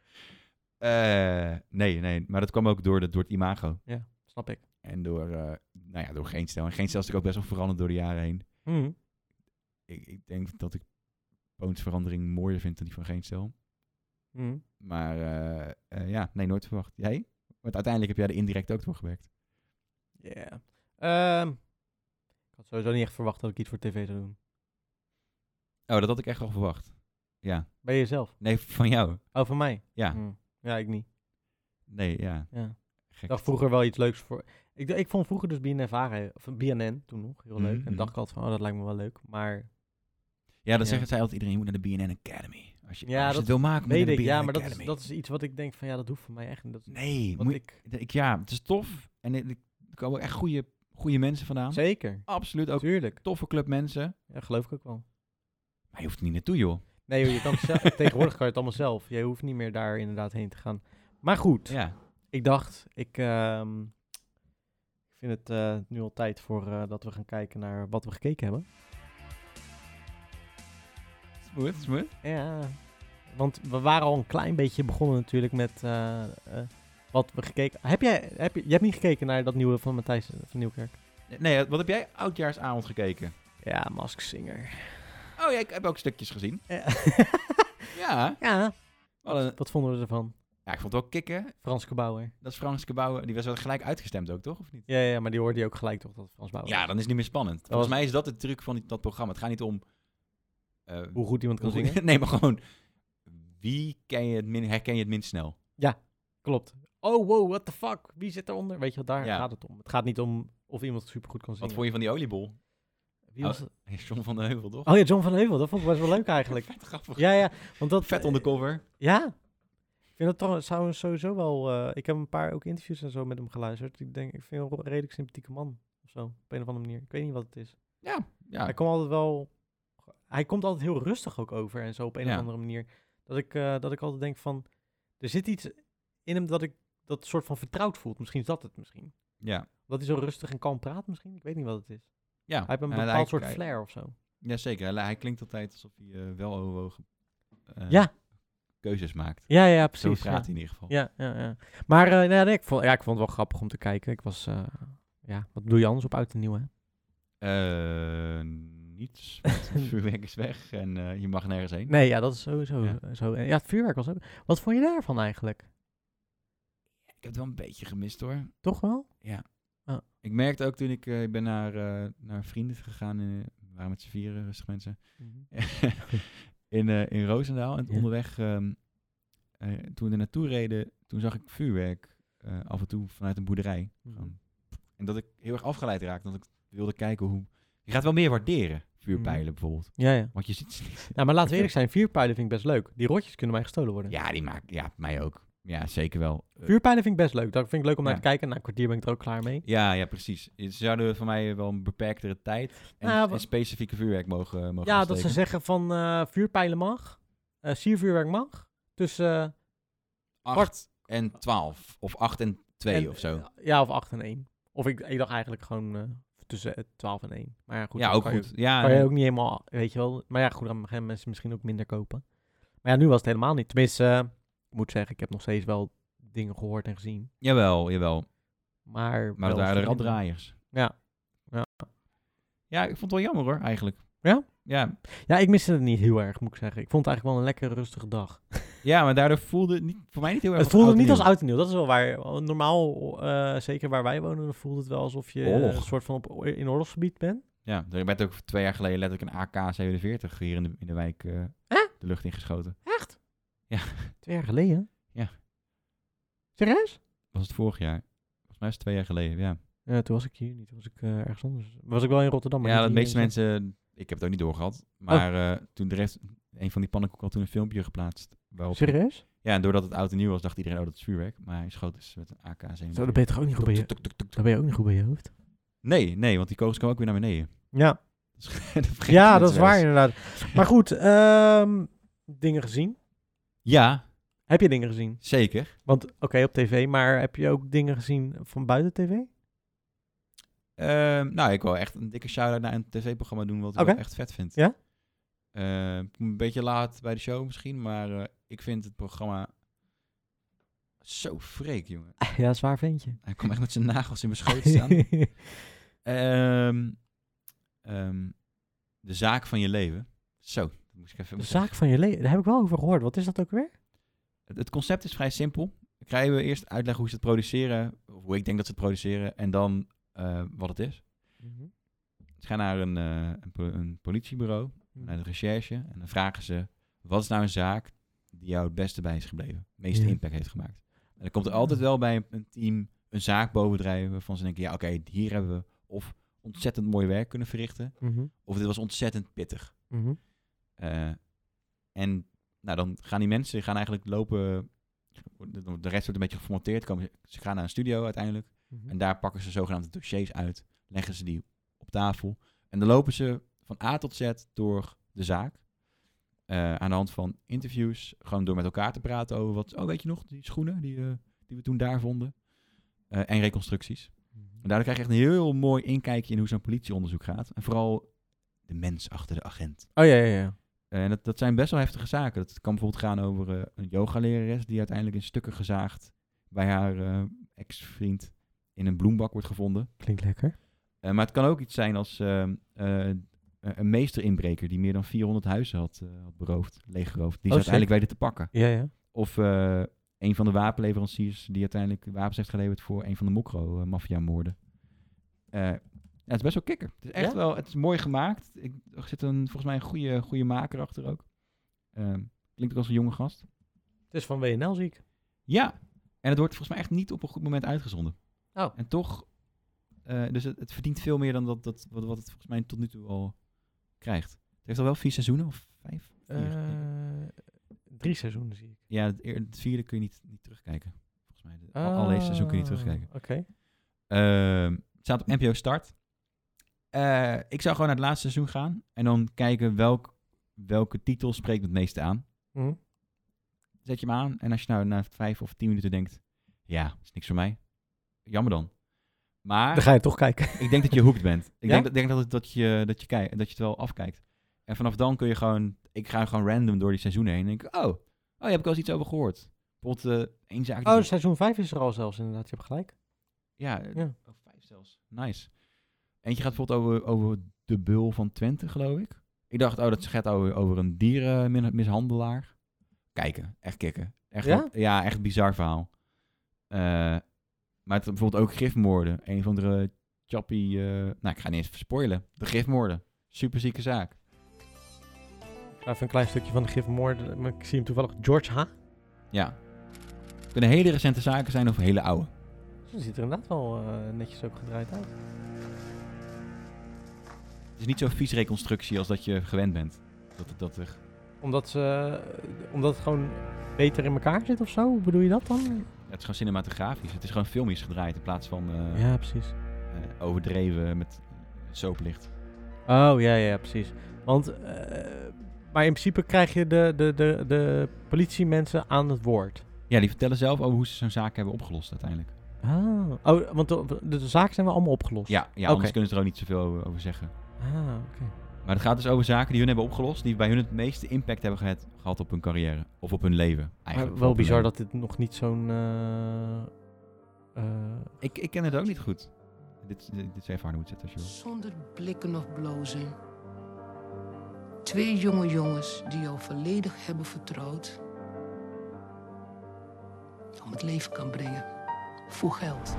Nee. Maar dat kwam ook door het imago. Ja, snap ik. En door Geen Stijl. En Geen Stijl is natuurlijk ook best wel veranderd door de jaren heen. Mm. Ik denk dat ik Poonts verandering mooier vind dan die van Geen Stijl. Mm. Maar nooit verwacht. Jij? Want uiteindelijk heb jij er indirect ook doorgewerkt. Ja. Ik had sowieso niet echt verwacht dat ik iets voor tv zou doen. Oh, dat had ik echt wel verwacht. Ja. Bij jezelf? Nee, van jou. Oh, van mij? Ja. Ja, ik niet. Nee, ja. Ik dacht vroeger wel iets leuks voor... Ik vond vroeger dus BNN toen nog heel leuk. En dacht ik altijd van, dat lijkt me wel leuk. Maar... Ja, dat zeggen zij altijd iedereen, je moet naar de BNN Academy. Als je het wil maken, moet je naar de BNN maar Academy. dat is iets wat ik denk van, ja, dat hoeft voor mij echt niet. Nee, het is tof. En er komen echt goede mensen vandaan. Zeker. Absoluut, ook tuurlijk. Toffe club mensen. Ja, geloof ik ook wel. Maar je hoeft er niet naartoe, joh. Nee, je kan tegenwoordig kan je het allemaal zelf. Je hoeft niet meer daar inderdaad heen te gaan. Maar goed. Ja. Ik dacht, ik vind het nu al tijd voor dat we gaan kijken naar wat we gekeken hebben. Smooth. Ja, want we waren al een klein beetje begonnen natuurlijk met wat we gekeken. Je hebt niet gekeken naar dat nieuwe van Matthijs van Nieuwkerk? Nee, wat heb jij oudjaarsavond gekeken? Ja, Masked Singer. Oh ja, ik heb ook stukjes gezien. Ja. Ja. Wat vonden we ervan? Ja, ik vond het wel kicken. Frans Gebouwer. Dat is Frans Gebouwer. Die was wel gelijk uitgestemd ook, toch? Of niet? Ja, maar die hoorde je ook gelijk toch, dat Frans Gebouwer. Ja, dan is het niet meer spannend. Volgens mij is dat de truc van dat programma. Het gaat niet om... hoe goed iemand kan zingen? Nee, maar gewoon... Wie herken je het minst snel? Ja, klopt. Oh, wow, what the fuck? Wie zit eronder? Weet je wat, daar Ja. gaat het om. Het gaat niet om of iemand supergoed kan zingen. Wat vond je van die oliebol? Wie was het? John van den Heuvel, toch? Oh ja, John van den Heuvel. Dat vond ik best wel leuk eigenlijk. Vet grappig. Ja, want dat... Vet undercover. Ja. Ik vind dat trouwens sowieso wel... ik heb een paar ook interviews en zo met hem geluisterd. Ik vind hem een redelijk sympathieke man. Of zo, op een of andere manier. Ik weet niet wat het is. Ja. Hij komt altijd heel rustig ook over en zo op een of andere manier. Dat ik altijd denk van... Er zit iets in hem dat soort van vertrouwd voelt. Misschien is dat het misschien. Ja. Dat hij zo rustig en kalm praat misschien. Ik weet niet wat het is. Ja. Hij heeft een bepaald soort flair of zo. Jazeker. Hij klinkt altijd alsof hij wel overwogen keuzes maakt. Ja, precies. Zo praat hij in ieder geval. Ja. Maar ik vond het wel grappig om te kijken. Ik was... wat doe je anders op Oud en Nieuw, hè? Niets. Het vuurwerk is weg en je mag nergens heen. Nee, ja, dat is sowieso zo. Ja, het vuurwerk was ook... Wat vond je daarvan eigenlijk? Ik heb het wel een beetje gemist, hoor. Toch wel? Ja. Oh. Ik merkte ook toen ik ben naar vrienden gegaan. We waren met z'n vieren, rustig mensen. in Roosendaal. En onderweg, toen we er naartoe reden, toen zag ik vuurwerk af en toe vanuit een boerderij. En dat ik heel erg afgeleid raakte. Dat ik wilde kijken hoe... Je gaat wel meer waarderen, vuurpijlen bijvoorbeeld. Ja. Want je ziet ze niet. Nou, maar laten we eerlijk zijn, vuurpijlen vind ik best leuk. Die rotjes kunnen mij gestolen worden. Ja, mij ook. Ja, zeker wel. Vuurpijlen vind ik best leuk. Dat vind ik leuk om naar te kijken. Na een kwartier ben ik er ook klaar mee. Ja, precies. Ze zouden voor mij wel een beperktere tijd en specifieke vuurwerk mogen ja, afsteken. Dat ze zeggen van vuurpijlen mag. Siervuurwerk mag. Tussen 8 en 12. Of 8 en 2 of zo. Ja, of 8 en 1. Of ik dacht eigenlijk gewoon tussen 12 en 1. Maar ja, goed. Ja, ook goed. Kan je ook niet helemaal, weet je wel. Maar ja, goed, dan gaan mensen misschien ook minder kopen. Maar ja, nu was het helemaal niet. Tenminste, ik moet zeggen, ik heb nog steeds wel dingen gehoord en gezien. Jawel. Maar het waren er al draaiers. Ja. Ja, ik vond het wel jammer, hoor, eigenlijk. Ja? Ja, ik miste het niet heel erg, moet ik zeggen. Ik vond het eigenlijk wel een lekkere, rustige dag. Ja, maar daardoor voelde het voor mij niet heel erg. Het voelde niet als oud en nieuw. Dat is wel waar. Normaal, zeker waar wij wonen, dan voelt het wel alsof je een soort van in oorlogsgebied bent. Ja, er werd ook 2 jaar geleden letterlijk een AK-47 hier in de wijk de lucht ingeschoten. Echt? Ja. 2 jaar geleden? Ja. Serieus? Was het vorig jaar? Volgens mij is het 2 jaar geleden, ja. Ja, toen was ik hier niet. Toen was ik ergens anders. Was ik wel in Rotterdam. Maar ja, de meeste mensen... Ik heb het ook niet doorgehad. Maar toen een van die pannenkoeken had toen een filmpje geplaatst. Serieus? Ja, en doordat het oud en nieuw was, dacht iedereen, dat is vuurwerk. Maar hij schoot dus met een AK-47. Zo, dan ben je toch ook niet goed bij je... Dan ben je ook niet goed bij je hoofd? Nee, want die kogels komen ook weer naar beneden. Ja. Dat is waar inderdaad. Maar goed, dingen gezien? Ja. Heb je dingen gezien? Zeker. Want, oké, op tv, maar heb je ook dingen gezien van buiten tv? Ik wil echt een dikke shout-out naar een tv-programma doen wat ik wel echt vet vind. Ja? Een beetje laat bij de show misschien, maar ik vind het programma zo freak, jongen. Ja, zwaar ventje. Hij komt echt met zijn nagels in mijn schoot staan. De zaak van je leven. Zo, dat moest ik even... De zaak van je leven? Daar heb ik wel over gehoord. Wat is dat ook weer? Het concept is vrij simpel. Ik ga even eerst uitleggen hoe ze het produceren, of hoe ik denk dat ze het produceren, en dan wat het is. Ze gaan naar een politiebureau, naar de recherche, en dan vragen ze, wat is nou een zaak die jou het beste bij is gebleven, het meeste impact heeft gemaakt. En dan komt er altijd wel bij een team een zaak bovendrijven waarvan ze denken, ja oké, hier hebben we of ontzettend mooi werk kunnen verrichten, of dit was ontzettend pittig. En nou, dan gaan die mensen eigenlijk lopen, de rest wordt een beetje geformateerd, ze gaan naar een studio uiteindelijk, en daar pakken ze zogenaamde dossiers uit, leggen ze die op tafel, en dan lopen ze van A tot Z door de zaak, aan de hand van interviews, gewoon door met elkaar te praten over wat, weet je nog, die schoenen, die die we toen daar vonden. En reconstructies. En daardoor krijg je echt een heel mooi inkijkje in hoe zo'n politieonderzoek gaat. En vooral de mens achter de agent. Oh ja. En dat zijn best wel heftige zaken. Dat kan bijvoorbeeld gaan over een yogalerares die uiteindelijk in stukken gezaagd bij haar ex-vriend in een bloembak wordt gevonden. Klinkt lekker. Maar het kan ook iets zijn als een meesterinbreker die meer dan 400 huizen had beroofd, leeggeroofd. Die ze uiteindelijk weten te pakken. Ja. Of een van de wapenleveranciers die uiteindelijk wapens heeft geleverd voor een van de Mokro-maffia-moorden. Het is best wel kikker. Het is echt wel, het is mooi gemaakt. Er zit volgens mij een goede maker achter ook. Klinkt ook als een jonge gast. Het is van WNL, zie ik. Ja, en het wordt volgens mij echt niet op een goed moment uitgezonden. Oh. En toch, dus het verdient veel meer dan wat het volgens mij tot nu toe al krijgt. Het heeft al wel 4 seizoenen of 5? 3 seizoenen zie ik. Ja, het 4e kun je niet terugkijken. Volgens mij, allereerste seizoen kun je niet terugkijken. Oké. Het staat op NPO Start. Ik zou gewoon naar het laatste seizoen gaan en dan kijken welke titel spreekt het meeste aan. Zet je hem aan en als je nou na 5 of 10 minuten denkt, ja, is niks voor mij. Jammer dan. Maar dan ga je toch kijken. Ik denk dat je hooked bent. Ik denk dat je het wel afkijkt. En vanaf dan kun je gewoon, ik ga gewoon random door die seizoenen heen en denk, oh, daar heb ik al eens iets over gehoord. Bijvoorbeeld één zaak. Seizoen 5 is er al zelfs inderdaad, je hebt gelijk. Ja. 5 zelfs. Nice. Eentje gaat bijvoorbeeld over de Bul van Twente, geloof ik. Ik dacht, dat gaat over een dierenmishandelaar. Kijken, echt kicken. Echt een bizar verhaal. Maar het bijvoorbeeld ook gifmoorden. Een van de chappie... ik ga niet eens verspoilen. De gifmoorden. Super zieke zaak. Even een klein stukje van de gifmoorden. Maar ik zie hem toevallig. George H. Ja. Het kunnen hele recente zaken zijn of hele oude. Het ziet er inderdaad wel netjes ook gedraaid uit. Het is niet zo'n vies reconstructie als dat je gewend bent. Omdat het gewoon beter in elkaar zit of zo? Hoe bedoel je dat dan? Ja, het is gewoon cinematografisch. Het is gewoon filmisch gedraaid in plaats van ja, precies. Overdreven met soaplicht. Oh, ja, precies. Want, maar in principe krijg je de politiemensen aan het woord. Ja, die vertellen zelf over hoe ze zo'n zaak hebben opgelost uiteindelijk. Want de zaken zijn wel allemaal opgelost? Ja, anders kunnen ze er ook niet zoveel over zeggen. Oké. Maar het gaat dus over zaken die hun hebben opgelost, die bij hun het meeste impact hebben gehad op hun carrière. Of op hun leven, eigenlijk. Maar wel bizar dat dit nog niet zo'n... Ik ken het ook niet goed. Dit is even harder moet zetten als je wil. Zonder blikken of blozen. 2 jonge jongens die jou volledig hebben vertrouwd. Om het leven kan brengen. Voor geld.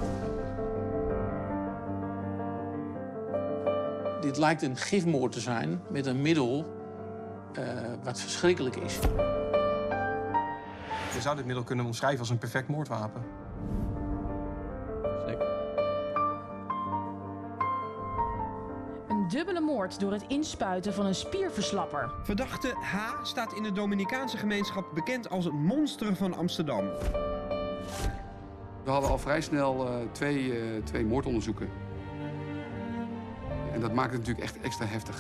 Dit lijkt een gifmoord te zijn met een middel wat verschrikkelijk is. Je zou dit middel kunnen omschrijven als een perfect moordwapen. Zeker. Een dubbele moord door het inspuiten van een spierverslapper. Verdachte H. staat in de Dominicaanse gemeenschap bekend als het monster van Amsterdam. We hadden al vrij snel twee moordonderzoeken. En dat maakt het natuurlijk echt extra heftig.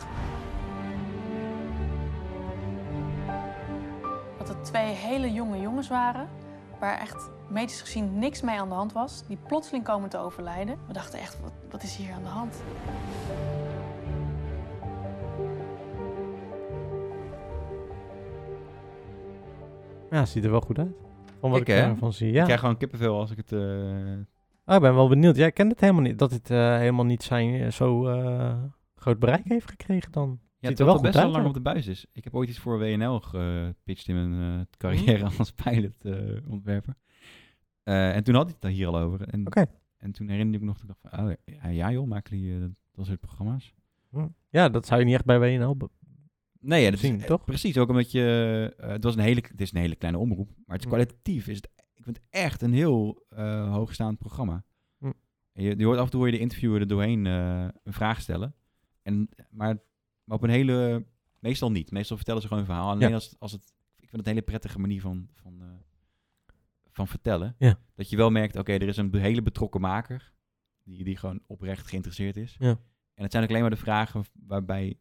Dat het 2 hele jonge jongens waren, waar echt medisch gezien niks mee aan de hand was, die plotseling komen te overlijden. We dachten echt, wat is hier aan de hand? Ja, het ziet er wel goed uit. Van wat ik ervan zie. Ja. Ik krijg gewoon kippenvel als ik het... ik ben wel benieuwd. Jij kent het helemaal niet. Dat het helemaal niet zo groot bereik heeft gekregen dan. Ja, het wel best wel lang op de buis is. Ik heb ooit iets voor WNL gepitcht in mijn carrière als pilotontwerper. En toen had hij het daar hier al over. En toen herinnerde ik me nog, dat ik dacht van, ja joh, maken die dat soort programma's. Ja, dat zou je niet echt bij WNL nee, ja, dat zien, is, toch? Precies, ook omdat je... het is een hele kleine omroep, maar het is kwalitatief. Ik vind het echt een heel hoogstaand programma. Je hoort af en toe de interviewer er doorheen een vraag stellen. Maar op een hele... Meestal niet. Meestal vertellen ze gewoon een verhaal. Alleen als het... Ik vind het een hele prettige manier van vertellen. Ja. Dat je wel merkt, oké, er is een hele betrokken maker die gewoon oprecht geïnteresseerd is. Ja. En het zijn ook alleen maar de vragen waarbij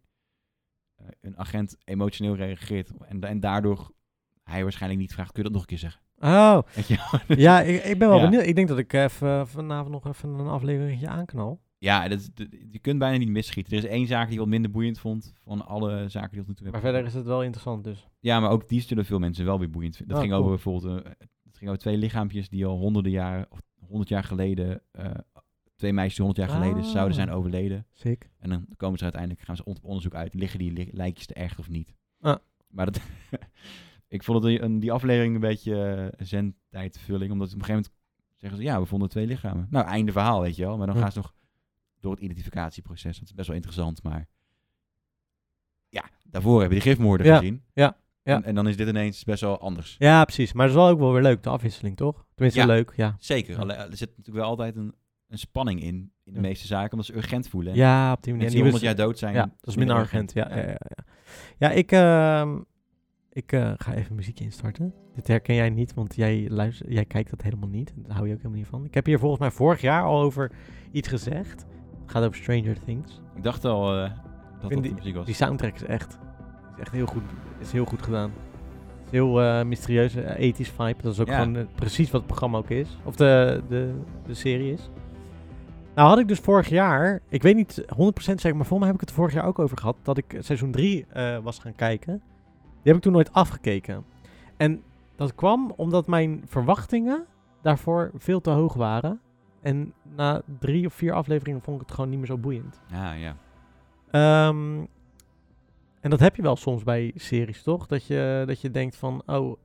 een agent emotioneel reageert en daardoor hij waarschijnlijk niet vraagt, kun je dat nog een keer zeggen? Oh, Weet je? ja, ik ben wel Ja. benieuwd. Ik denk dat ik vanavond nog even een afleveringetje aanknal. Ja, je kunt bijna niet misschieten. Er is één zaak die ik wat minder boeiend vond van alle zaken die tot nu toe Maar hebben. verder is het wel interessant dus. Ja, maar ook die zullen veel mensen wel weer boeiend vinden. Dat Oh, ging cool. over bijvoorbeeld het ging over 2 lichaampjes die al 100 jaar geleden, 2 meisjes die 100 jaar geleden zouden zijn overleden. Sick. En dan komen ze uiteindelijk, gaan ze op onderzoek uit, liggen die lijkjes er echt of niet. Ah. Maar dat, ik vond het die aflevering een beetje zendtijdvulling, omdat op een gegeven moment zeggen ze, ja, we vonden 2 lichamen. Nou, einde verhaal, weet je wel. Maar dan gaan ze nog door het identificatieproces. Dat is best wel interessant, maar ja, daarvoor hebben we die gifmoorden gezien. Ja. En dan is dit ineens best wel anders. Ja, precies. Maar dat is wel ook wel weer leuk, de afwisseling, toch? Tenminste, leuk, ja. Zeker. Ja. Er zit natuurlijk wel altijd een spanning in de meeste zaken, omdat ze urgent voelen. Ja, op die manier. Mensen die 100 jaar dood zijn. Ja, dat is minder urgent. Ja, ik ga even een muziekje instarten. Dit herken jij niet, want jij kijkt dat helemaal niet. Daar hou je ook helemaal niet van. Ik heb hier volgens mij vorig jaar al over iets gezegd. Het gaat over Stranger Things. Ik dacht al dat de muziek was. Die soundtrack is echt heel goed. Is heel goed gedaan. Het is heel mysterieuze, ethisch vibe. Dat is ook gewoon precies wat het programma ook is. Of de serie is. Nou had ik dus vorig jaar, ik weet niet 100% zeker, maar volgens mij heb ik het er vorig jaar ook over gehad, dat ik seizoen 3 was gaan kijken. Die heb ik toen nooit afgekeken. En dat kwam omdat mijn verwachtingen daarvoor veel te hoog waren. En na 3 of 4 afleveringen vond ik het gewoon niet meer zo boeiend. Ja. En dat heb je wel soms bij series, toch? Dat je denkt van,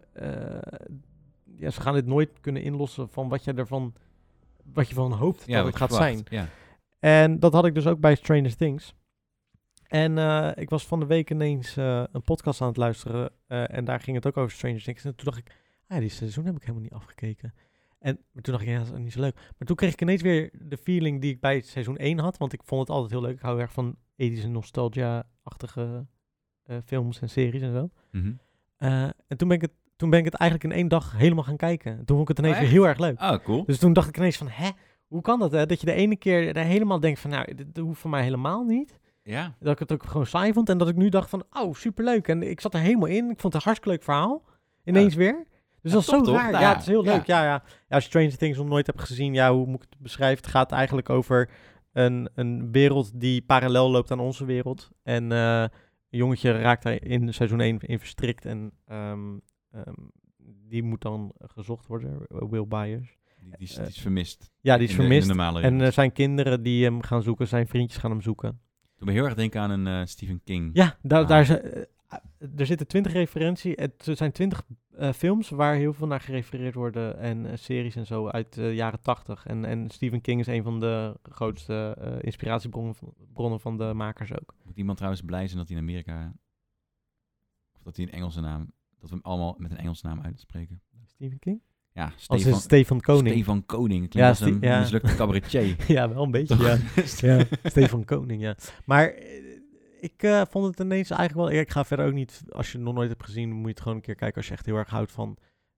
ze gaan dit nooit kunnen inlossen van wat je van hoopt dat het gaat zijn. Ja. En dat had ik dus ook bij Stranger Things. En ik was van de week ineens een podcast aan het luisteren. En daar ging het ook over Stranger Things. En toen dacht ik, die seizoen heb ik helemaal niet afgekeken. Maar toen dacht ik, ja, dat is niet zo leuk. Maar toen kreeg ik ineens weer de feeling die ik bij seizoen 1 had. Want ik vond het altijd heel leuk. Ik hou erg van ethische nostalgia-achtige films en series en zo. Mm-hmm. En toen ben ik het eigenlijk in 1 dag helemaal gaan kijken. Toen vond ik het ineens weer heel erg leuk. Oh, cool. Dus toen dacht ik ineens van, hoe kan dat? Hè? Dat je de ene keer er helemaal denkt van, nou, dit hoeft voor mij helemaal niet. Ja. Dat ik het ook gewoon saai vond. En dat ik nu dacht van, superleuk. En ik zat er helemaal in. Ik vond het een hartstikke leuk verhaal. Ineens weer. Dus dat is zo raar. Nou, ja, het is heel leuk. Ja, als je Stranger Things nog nooit hebt gezien, hoe moet ik het beschrijven? Het gaat eigenlijk over een wereld die parallel loopt aan onze wereld. En een jongetje raakt daar in seizoen 1 in verstrikt. En die moet dan gezocht worden. Will Byers. Die is vermist. Ja, die is vermist. En zijn kinderen die hem gaan zoeken, zijn vriendjes gaan hem zoeken. Toen ben ik heel erg denken aan een Stephen King. Ja, er zitten 20 referenties. Het zijn 20 films waar heel veel naar gerefereerd worden. En series en zo uit de jaren 80. En Stephen King is een van de grootste inspiratiebronnen van de makers ook. Moet iemand trouwens blij zijn dat hij in Amerika... Of dat hij een Engelse naam... Dat we hem allemaal met een Engelse naam uitspreken. Stephen King? Ja, Stefan Koning. Stefan Koning. Klinkt als een mislukte cabaretier. Ja, wel een beetje, ja. Stefan Koning, ja. Maar ik vond het ineens eigenlijk wel... Ik ga verder ook niet... Als je het nog nooit hebt gezien, moet je het gewoon een keer kijken als je echt heel erg houdt van...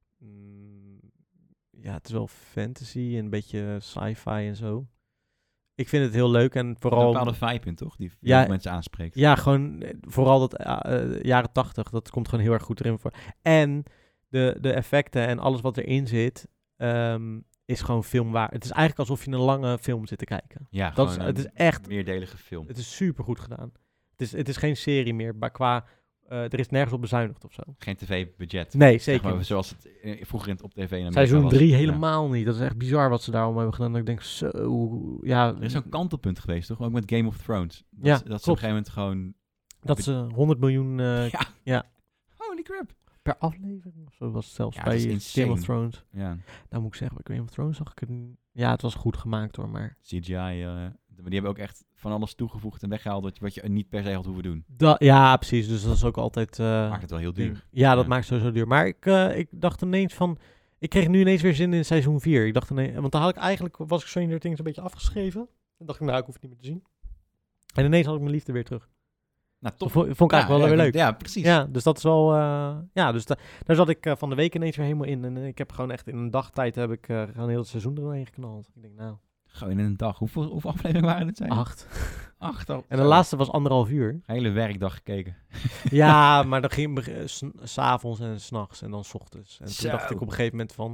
het is wel fantasy en een beetje sci-fi en zo. Ik vind het heel leuk en vooral... Een bepaalde vibe in, toch? Die veel mensen aanspreekt. Ja, gewoon vooral dat jaren 80, dat komt gewoon heel erg goed erin voor. En de effecten en alles wat erin zit, is gewoon filmwaar. Het is eigenlijk alsof je een lange film zit te kijken. Ja, het is echt meerdelige film. Het is super goed gedaan. Het is geen serie meer, maar qua... er is nergens op bezuinigd of zo. Geen tv-budget. Nee, zeker. Zeg maar, zoals het vroeger op tv in Amerika Seizoen 3 was. helemaal niet. Dat is echt bizar wat ze daarom hebben gedaan. Dat ik denk, Er is zo'n kantelpunt geweest, toch? Ook met Game of Thrones. Dat ze op een gegeven moment gewoon... Dat ze 100 miljoen... ja. Holy crap. Per aflevering of zo was het zelfs Ja, bij Game of Thrones. Ja. Nou moet ik zeggen, bij Game of Thrones zag ik het... Ja, het was goed gemaakt hoor, maar... CGI, maar die hebben ook echt van alles toegevoegd en weggehaald wat je niet per se had hoeven doen. Ja, precies. Dus dat is ook altijd... maakt het wel heel duur. Ja, dat maakt sowieso duur. Maar ik dacht ineens van... Ik kreeg nu ineens weer zin in seizoen 4. Ik dacht ineens... Want dan had ik eigenlijk... Was ik Stranger Things een beetje afgeschreven. Dan dacht ik, ik hoef het niet meer te zien. En ineens had ik mijn liefde weer terug. Nou, toch. Vond ik eigenlijk wel weer leuk. Ja, precies. Ja, dus dat is wel... dus daar zat ik van de week ineens weer helemaal in. En ik heb gewoon echt in een dagtijd heb ik gewoon heel het seizoen erin geknald. Ik denk, nou... Gewoon in een dag. Hoeveel afleveringen waren het? 8. 8 al. En de laatste was 1,5 uur. Hele werkdag gekeken. Ja, maar dan ging het 's avonds en 's nachts en dan 's ochtends. En toen dacht ik op een gegeven moment van...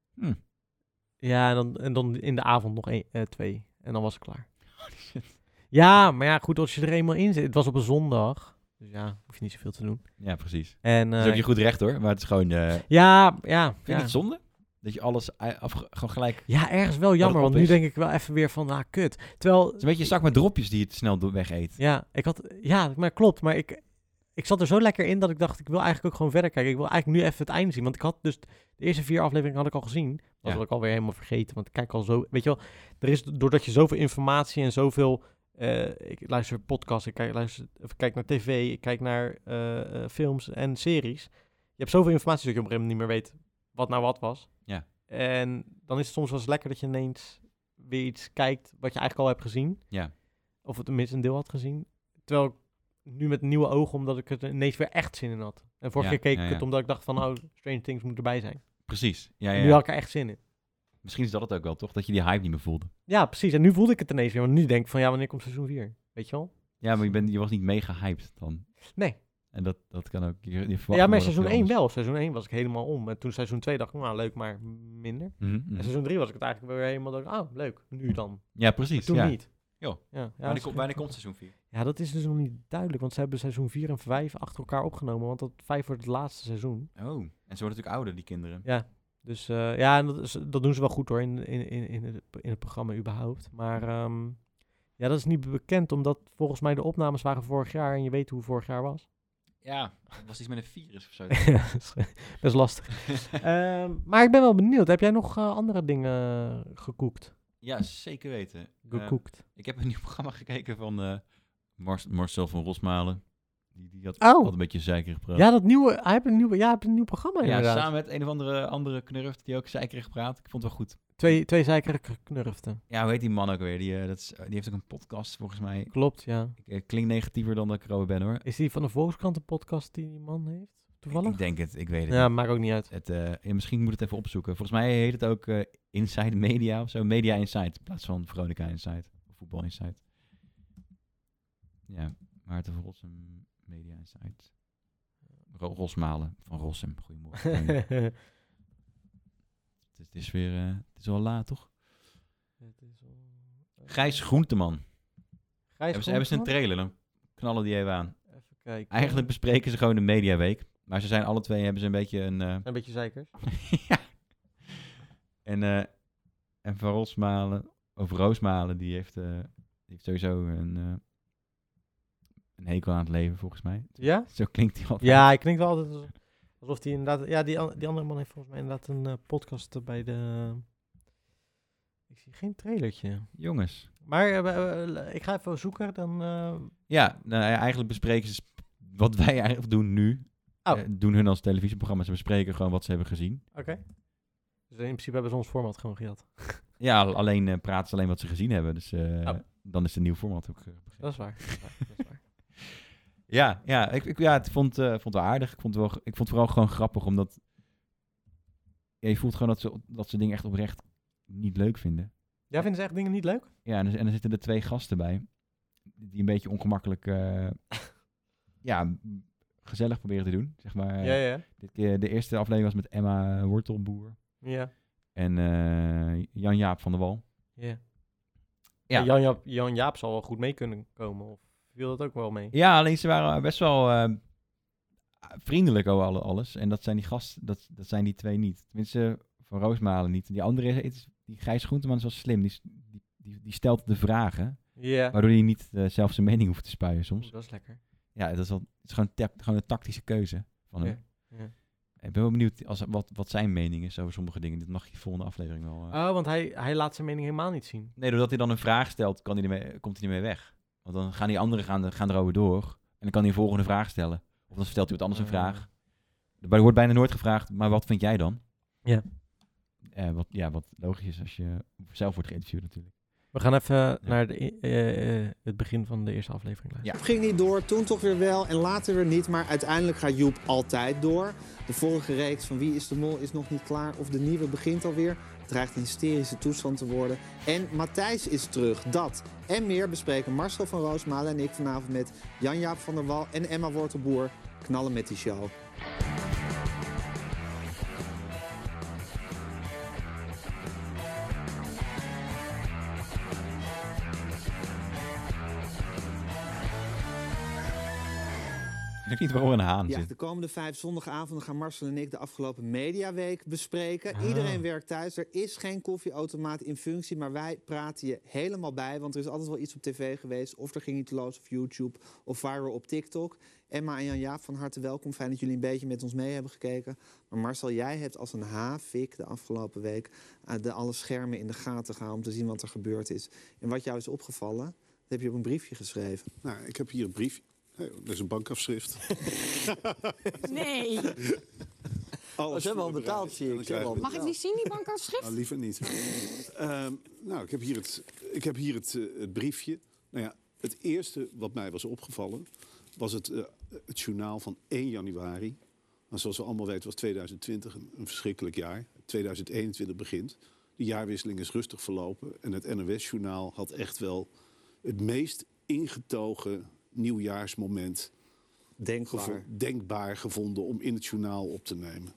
Ja, en dan in de avond nog 2. En dan was ik klaar. Ja, maar ja, goed, als je er eenmaal in zit. Het was op een zondag. Dus ja, hoef je niet zoveel te doen. Ja, precies. En, dat is ook je goed recht hoor. Maar het is gewoon... Ja. Vind je het zonde? Dat je alles gewoon gelijk... Ja, ergens wel jammer. Want nu denk ik wel even weer van, kut. Terwijl... Het is een beetje een zak met dropjes die je te snel weg eet. Ja, maar klopt. Maar ik zat er zo lekker in dat ik dacht, ik wil eigenlijk ook gewoon verder kijken. Ik wil eigenlijk nu even het einde zien. Want ik had dus de eerste 4 afleveringen had ik al gezien. Dat was ik alweer helemaal vergeten. Want ik kijk al zo... Weet je wel, er is doordat je zoveel informatie en zoveel... ik luister podcasts, ik kijk naar tv, ik kijk naar films en series. Je hebt zoveel informatie dat je op een gegeven moment niet meer weet wat nou wat was. Ja. En dan is het soms wel eens lekker dat je ineens weer iets kijkt wat je eigenlijk al hebt gezien. Ja. Of het tenminste een deel had gezien. Terwijl ik nu met nieuwe ogen, omdat ik er ineens weer echt zin in had. En vorige keer keek ik het omdat ik dacht van, Stranger Things moet erbij zijn. Precies. Ja. Nu had ik er echt zin in. Misschien is dat het ook wel, toch? Dat je die hype niet meer voelde. Ja, precies. En nu voelde ik het ineens weer. Want nu denk ik van, wanneer komt seizoen 4? Weet je wel? Ja, maar je was niet mega hyped dan. Nee. En dat kan ook... Ja, maar seizoen 1 wel. Seizoen 1 was ik helemaal om. En toen seizoen 2 dacht ik, leuk, maar minder. En seizoen 3 was ik het eigenlijk weer helemaal... leuk. Nu dan. Ja, precies. Maar toen niet. Jo. Wanneer komt seizoen 4? Ja, dat is dus nog niet duidelijk. Want ze hebben seizoen 4 en 5 achter elkaar opgenomen. Want dat 5 wordt het laatste seizoen. Oh, en ze worden natuurlijk ouder, die kinderen. Ja. Dus en dat doen ze wel goed hoor, in het programma überhaupt. Maar dat is niet bekend, omdat volgens mij de opnames waren vorig jaar en je weet hoe vorig jaar was. Ja, het was iets met een virus of zo. Best lastig. Maar ik ben wel benieuwd, heb jij nog andere dingen gekookt? Ja, zeker weten. Gekookt. Ik heb een nieuw programma gekeken van Marcel van Rosmalen. Die had altijd een beetje zeikerig praat. Ja, hij heeft een nieuw programma inderdaad. Ja, samen met een of andere knurft die ook zeikerig praat. Ik vond het wel goed. Twee zeikerige knurften. Ja, hoe heet die man ook weer? Die heeft ook een podcast volgens mij. Klopt, ja. Ik klink negatiever dan dat ik erover ben hoor. Is die van de Volkskrant een podcast die man heeft? Toevallig? Ik denk het, ik weet het Ja, niet. maakt ook niet uit. Misschien moet het even opzoeken. Volgens mij heet het ook Inside Media of zo. Media Insight in plaats van Veronica Insight. Of Voetbal Insight. Ja, Maarten van Rossum, Media Insight. Rosmalen van Rossum. Goedemorgen. Het is weer... het is wel laat, toch? Gijs Groenteman. Hebben ze een trailer, dan knallen die even aan. Even kijken. Eigenlijk bespreken ze gewoon de Mediaweek. Maar ze zijn alle twee, hebben ze een beetje een... Een beetje zeikers. Ja. En Van Roosmalen, of Roosmalen, die heeft sowieso een hekel aan het leven, volgens mij. Ja? Zo klinkt hij altijd. Ja, hij klinkt wel altijd alsof hij inderdaad... Ja, die andere man heeft volgens mij inderdaad een podcast bij de... Ik zie geen trailertje. Jongens. Maar ik ga even zoeken, dan... Ja, eigenlijk bespreken ze wat wij eigenlijk doen nu. Doen hun als televisieprogramma. Ze bespreken gewoon wat ze hebben gezien. Oké. Dus in principe hebben ze ons format gewoon gehad. Ja, alleen praten ze alleen wat ze gezien hebben. Dus dan is het een nieuw format ook begrepen. Dat is waar. Ik vond het wel aardig. Ik vond het vooral gewoon grappig, omdat je voelt gewoon dat ze dingen echt oprecht niet leuk vinden. Ja, vinden ze echt dingen niet leuk? Ja, en er zitten er 2 gasten bij die een beetje ongemakkelijk gezellig proberen te doen, zeg maar. Ja. Dit keer, de eerste aflevering was met Emma Wortelboer. Ja. En Jan-Jaap van der Wal. Ja. Ja. Jan-Jaap zal wel goed mee kunnen komen, of viel dat ook wel mee? Ja, alleen ze waren best wel vriendelijk over alles. En dat zijn die gasten, dat zijn die 2 niet. Tenminste, van Roosmalen niet. Die andere, die Gijs Groenteman is wel slim. Die stelt de vragen. Ja. Waardoor hij niet zelf zijn mening hoeft te spuien soms. Dat is lekker. Ja, het is gewoon een tactische keuze van hem. Ja. Ik ben wel benieuwd wat zijn mening is over sommige dingen. Dit mag je de volgende aflevering wel... want hij laat zijn mening helemaal niet zien. Nee, doordat hij dan een vraag stelt, komt hij niet mee weg. Want dan gaan die anderen gaan erover door. En dan kan hij een volgende vraag stellen. Of dan stelt hij wat anders een vraag. Maar er wordt bijna nooit gevraagd, maar wat vind jij dan? Ja. Wat logisch is als je zelf wordt geïnterviewd natuurlijk. We gaan even naar het begin van de eerste aflevering luisteren. Ja. Het ging niet door, toen toch weer wel en later weer niet. Maar uiteindelijk gaat Joep altijd door. De vorige reeks van Wie is de Mol is nog niet klaar of de nieuwe begint alweer. dreigt een hysterische toestand te worden. En Matthijs is terug. Dat en meer bespreken Marcel van Roosmalen en ik vanavond met Jan-Jaap van der Wal en Emma Wortelboer. Knallen met die show. Ik weet niet waarom een haan Ja, zit. de komende 5 zondagavonden gaan Marcel en ik de afgelopen mediaweek bespreken. Iedereen werkt thuis. Er is geen koffieautomaat in functie, maar wij praten je helemaal bij. Want er is altijd wel iets op tv geweest. Of er ging iets los op YouTube of viral op TikTok. Emma en Jan-Jaap, van harte welkom. Fijn dat jullie een beetje met ons mee hebben gekeken. Maar Marcel, jij hebt als een havik de afgelopen week alle schermen in de gaten gehouden om te zien wat er gebeurd is. En wat jou is opgevallen, dat heb je op een briefje geschreven. Nou, ik heb hier een briefje. Dat is een bankafschrift. Nee. Alles ze hebben al betaald, zie ik. Mag ik die zien, die bankafschrift? Nou, liever niet. Nou, ik heb hier het briefje. Nou ja, het eerste wat mij was opgevallen was het journaal van 1 januari. Maar zoals we allemaal weten was 2020 een verschrikkelijk jaar. 2021 begint. De jaarwisseling is rustig verlopen. En het NOS-journaal had echt wel het meest ingetogen nieuwjaarsmoment denkbaar gevonden om in het journaal op te nemen.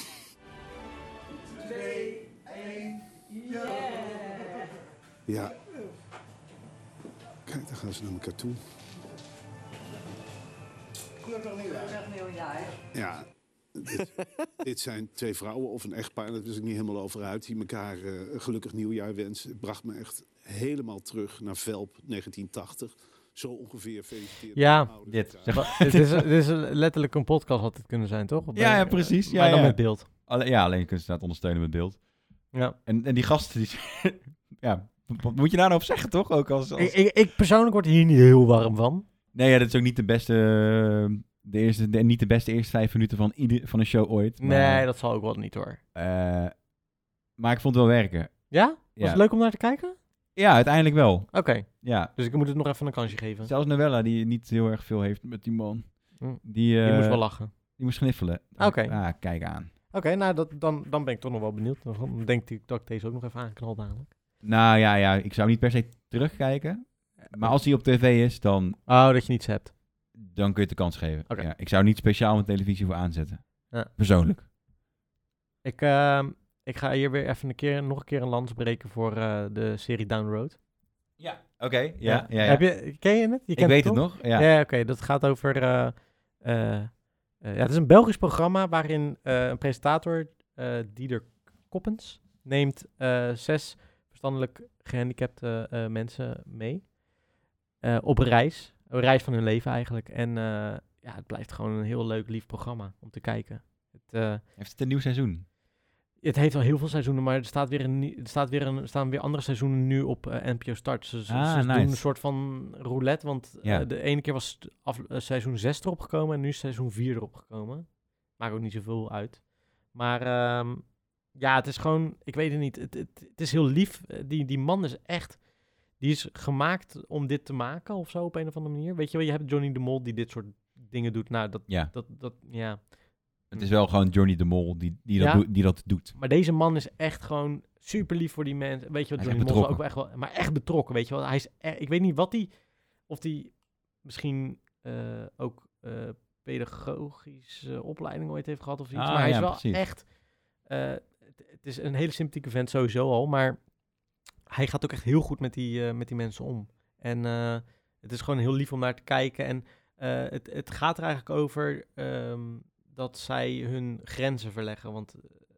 2, 1, ja. Kijk, daar gaan ze naar elkaar toe. Gelukkig nieuwjaar. Ja, dit zijn 2 vrouwen of een echtpaar, daar was ik niet helemaal over uit, die elkaar een gelukkig nieuwjaar wensen. Het bracht me echt helemaal terug naar Velp 1980. Zo ongeveer feliciteerd. Ja, dit is letterlijk een podcast had het kunnen zijn, toch? Ja, precies. Maar dan met beeld. Alleen kun je het ondersteunen met beeld. Ja. En die gasten, die... ja, wat moet je daar nou op zeggen, toch? Ook als... Ik persoonlijk word hier niet heel warm van. Nee, ja, dat is ook niet de beste... niet de beste eerste 5 minuten van een show ooit. Maar, nee, dat zal ook wel niet, hoor. Maar ik vond het wel werken. Ja? Was het leuk om naar te kijken? Ja, uiteindelijk wel. Oké. Ja. Dus ik moet het nog even een kansje geven. Zelfs Novella, die niet heel erg veel heeft met die man. Die moest wel lachen. Die moest gniffelen. Oké. Kijk aan. Oké, nou dan ben ik toch nog wel benieuwd. Dan denk ik dat ik deze ook nog even aanknal dadelijk. Nou ja, ik zou niet per se terugkijken. Maar als hij op tv is, dan... Oh, dat je niets hebt. Dan kun je het de kans geven. Okay. Ja, ik zou niet speciaal mijn televisie voor aanzetten. Ja. Persoonlijk. Ik ga hier weer even nog een keer een lans breken voor de serie Down the Road. Ja, oké. Ja. Ken je het? Ik weet het nog. Ja, oké. Dat gaat over... het is een Belgisch programma waarin een presentator, Dieder Koppens, neemt 6 verstandelijk gehandicapte mensen mee. Op een reis. Een reis van hun leven eigenlijk. En het blijft gewoon een heel leuk, lief programma om te kijken. Heeft het een nieuw seizoen? Het heeft al heel veel seizoenen, maar er staan weer andere seizoenen nu op NPO Start. Ze nice. Doen een soort van roulette, want de ene keer was seizoen 6 erop gekomen en nu is seizoen 4 erop gekomen. Maakt ook niet zoveel uit. Maar het is gewoon, ik weet het niet, het is heel lief. Die man is echt, die is gemaakt om dit te maken of zo op een of andere manier. Weet je wel, je hebt Johnny de Mol die dit soort dingen doet. Nou, Het is wel gewoon Johnny de Mol die dat doet. Maar deze man is echt gewoon super lief voor die mensen. Weet je wat, Johnny de Mol is ook echt wel, maar echt betrokken, weet je wel. Hij is ik weet niet of hij misschien ook pedagogische opleiding ooit heeft gehad of iets. Maar hij is wel precies. Echt, het is een hele sympathieke vent sowieso al, maar hij gaat ook echt heel goed met die mensen om. En het is gewoon heel lief om naar te kijken. En het gaat er eigenlijk over dat zij hun grenzen verleggen. Want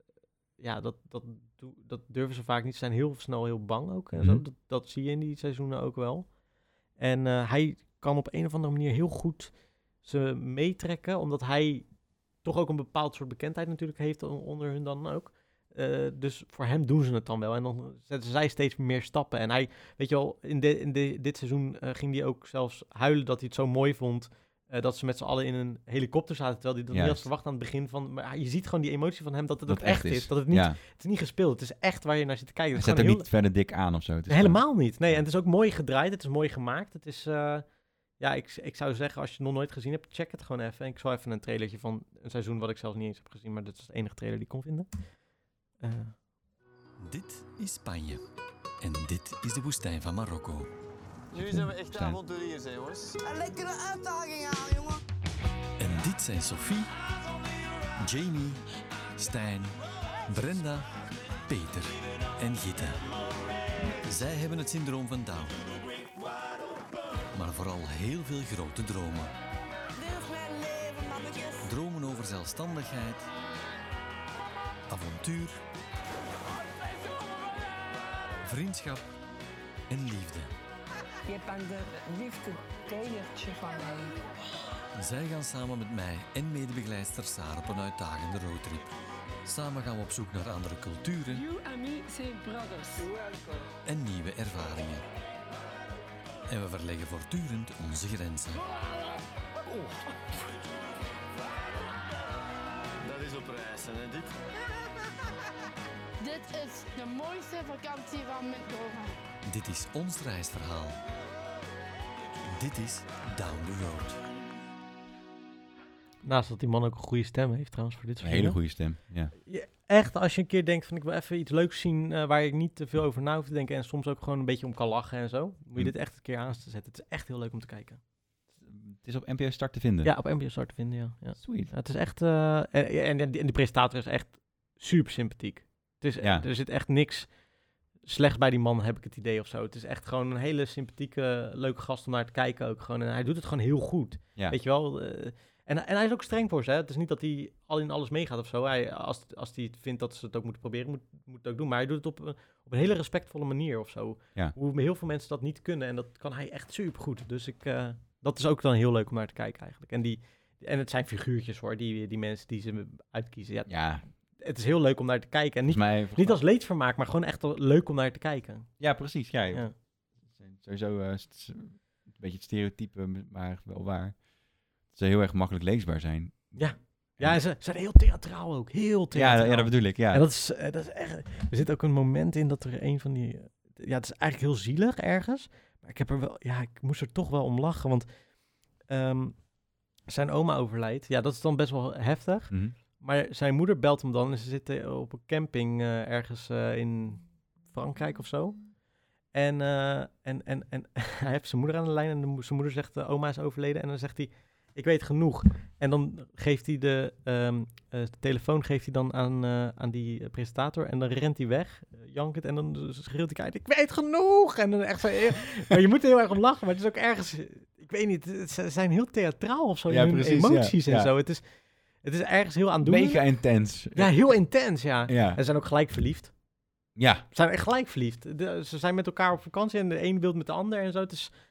dat durven ze vaak niet. Ze zijn heel snel heel bang ook. En zo. Dat zie je in die seizoenen ook wel. En hij kan op een of andere manier heel goed ze meetrekken. Omdat hij toch ook een bepaald soort bekendheid natuurlijk heeft onder hun dan ook. Dus voor hem doen ze het dan wel. En dan zetten zij steeds meer stappen. En hij, weet je wel, in dit seizoen ging hij ook zelfs huilen dat hij het zo mooi vond. Dat ze met z'n allen in een helikopter zaten. Terwijl hij dat niet had verwacht aan het begin van. Maar je ziet gewoon die emotie van hem dat het ook echt is. Dat het niet, het is niet gespeeld. Het is echt waar je naar zit te kijken. Hij zet er niet verder dik aan of zo. Helemaal niet. Nee, en het is ook mooi gedraaid. Het is mooi gemaakt. Het is... ik zou zeggen, als je het nog nooit gezien hebt, check het gewoon even. En ik zal even een trailertje van een seizoen wat ik zelf niet eens heb gezien. Maar dat is de enige trailer die ik kon vinden. Dit is Spanje. En dit is de woestijn van Marokko. Nu zijn we echt avonturiers, hè, jongens. Een lekkere uitdaging aan, jongen. En dit zijn Sophie, Jamie, Stijn, Brenda, Peter en Gitte. Zij hebben het syndroom van Down. Maar vooral heel veel grote dromen. Dromen over zelfstandigheid, avontuur, vriendschap en liefde. Je bent de liefde delertje van mij. Zij gaan samen met mij en medebegeleidster Sarah op een uitdagende roadtrip. Samen gaan we op zoek naar andere culturen You and me say brothers. en nieuwe ervaringen. En we verleggen voortdurend onze grenzen. Dat is op reis, hè, dit? Dit is de mooiste vakantie van mijn leven. Dit is ons reisverhaal. Dit is Down the Road. Naast dat die man ook een goede stem heeft trouwens voor dit soort Een hele dingen. goede stem, ja. Echt, als je een keer denkt van ik wil even iets leuks zien waar ik niet te veel over na hoef te denken en soms ook gewoon een beetje om kan lachen en zo, moet je dit echt een keer aan te zetten. Het is echt heel leuk om te kijken. Het is op NPO Start te vinden? Ja, op NPO Start te vinden, ja. Sweet. Ja, het is echt... en die presentator is echt super sympathiek. Het is, Er zit echt niks slechts bij die man, heb ik het idee of zo. Het is echt gewoon een hele sympathieke, leuke gast om naar te kijken ook gewoon. En hij doet het gewoon heel goed. Ja. Weet je wel? En hij is ook streng voor ze. Hè? Het is niet dat hij al in alles meegaat of zo. Als hij vindt dat ze het ook moeten proberen, moet het ook doen. Maar hij doet het op een hele respectvolle manier of zo. Ja. Hoe heel veel mensen dat niet kunnen. En dat kan hij echt super goed. Dus dat is ook dan heel leuk om naar te kijken eigenlijk. En het zijn figuurtjes hoor, die mensen die ze uitkiezen. Ja. Het is heel leuk om naar te kijken. En niet als leedvermaak, maar gewoon echt leuk om naar te kijken. Ja, precies. Ja. Sowieso een beetje het stereotype, maar wel waar. Dat ze heel erg makkelijk leesbaar zijn. Ja. Ja, en ze zijn heel theatraal ook. Heel theatraal. Ja, dat bedoel ik, ja. En dat is echt... Er zit ook een moment in dat er een van die... Ja, het is eigenlijk heel zielig ergens. Maar ik moest er toch wel om lachen, want zijn oma overlijdt. Ja, dat is dan best wel heftig. Mm-hmm. Maar zijn moeder belt hem dan en ze zitten op een camping ergens in Frankrijk of zo. En hij heeft zijn moeder aan de lijn en zijn moeder zegt, oma is overleden. En dan zegt hij, ik weet genoeg. En dan geeft hij de telefoon dan aan die presentator en dan rent hij weg, jankend. En dan schreeuwt hij keihard, ik weet genoeg! En dan echt zo, maar je moet er heel erg om lachen, maar het is ook ergens, ik weet niet, ze zijn heel theatraal of zo in hun emoties en zo. Het is ergens heel aandoenlijk. Mega intens. Ja, heel intens, ja. Ja. En ze zijn ook gelijk verliefd. Ja. Ze zijn echt gelijk verliefd. Ze zijn met elkaar op vakantie en de een wil met de ander en zo. Het is,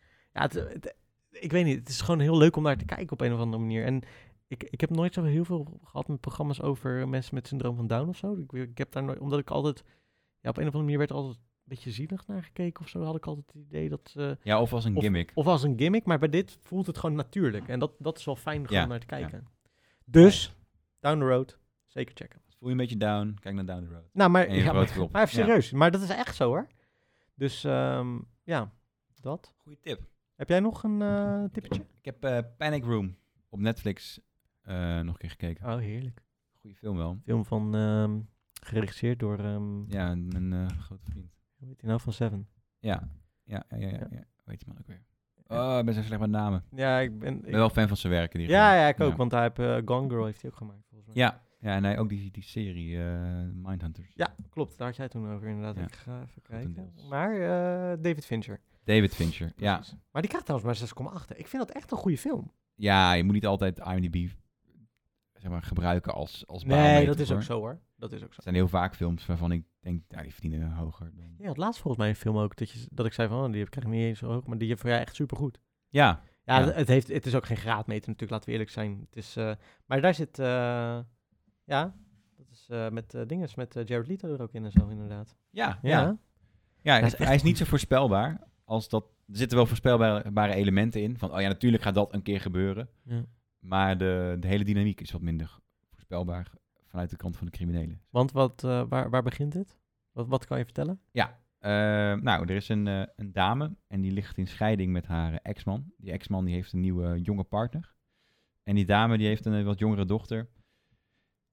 ik weet niet, het is gewoon heel leuk om naar te kijken op een of andere manier. En ik heb nooit zo heel veel gehad met programma's over mensen met syndroom van Down of zo. Ik heb daar nooit, omdat ik altijd, op een of andere manier werd altijd een beetje zielig naar gekeken of zo. Had ik altijd het idee dat... ja, of als een gimmick. Of als een gimmick, maar bij dit voelt het gewoon natuurlijk. En dat is wel fijn gewoon naar te kijken. Ja. Dus, Down the Road, zeker checken. Voel je een beetje down, kijk naar Down the Road. Nou, maar, maar even serieus. Ja. Maar dat is echt zo, hoor. Dus, dat. Goeie tip. Heb jij nog een tippetje? Ik heb Panic Room op Netflix nog een keer gekeken. Oh, heerlijk. Goeie film wel. Film van, geregisseerd door... ja, een grote vriend. Hoe heet hij nou, van Seven? Ja. Hoe heet die man ook weer? Oh, ik ben zo slecht met namen. Ja, ik ben wel fan van zijn werken. Ja, ik ook, want hij heeft Gone Girl heeft hij ook gemaakt, volgens mij. Ja, en hij ook die serie Mindhunters. Ja, klopt. Daar had jij toen over inderdaad. Ja. Ik ga even kijken. Maar David Fincher. Precies. Ja. Maar die krijgt trouwens maar 6,8. Ik vind dat echt een goede film. Ja, je moet niet altijd IMDb gebruiken als nee, dat is ook zo, hoor. Dat is ook zo. Er zijn heel vaak films waarvan ik denk, die verdienen hoger. Ja, het laatst volgens mij een film ook dat ik zei van, die krijg ik niet eens zo hoog, maar die is voor jou echt supergoed. Ja. Het is ook geen graadmeter natuurlijk, laten we eerlijk zijn. Het is, maar daar zit, dat is met dinges, met Jared Leto er ook in en zo, inderdaad. Ja, hij is niet zo voorspelbaar als dat. Er zitten wel voorspelbare elementen in, van, natuurlijk gaat dat een keer gebeuren. Ja. Maar de hele dynamiek is wat minder voorspelbaar vanuit de kant van de criminelen. Want waar begint het? Wat kan je vertellen? Ja, er is een dame en die ligt in scheiding met haar ex-man. Die ex-man die heeft een nieuwe jonge partner. En die dame die heeft een wat jongere dochter.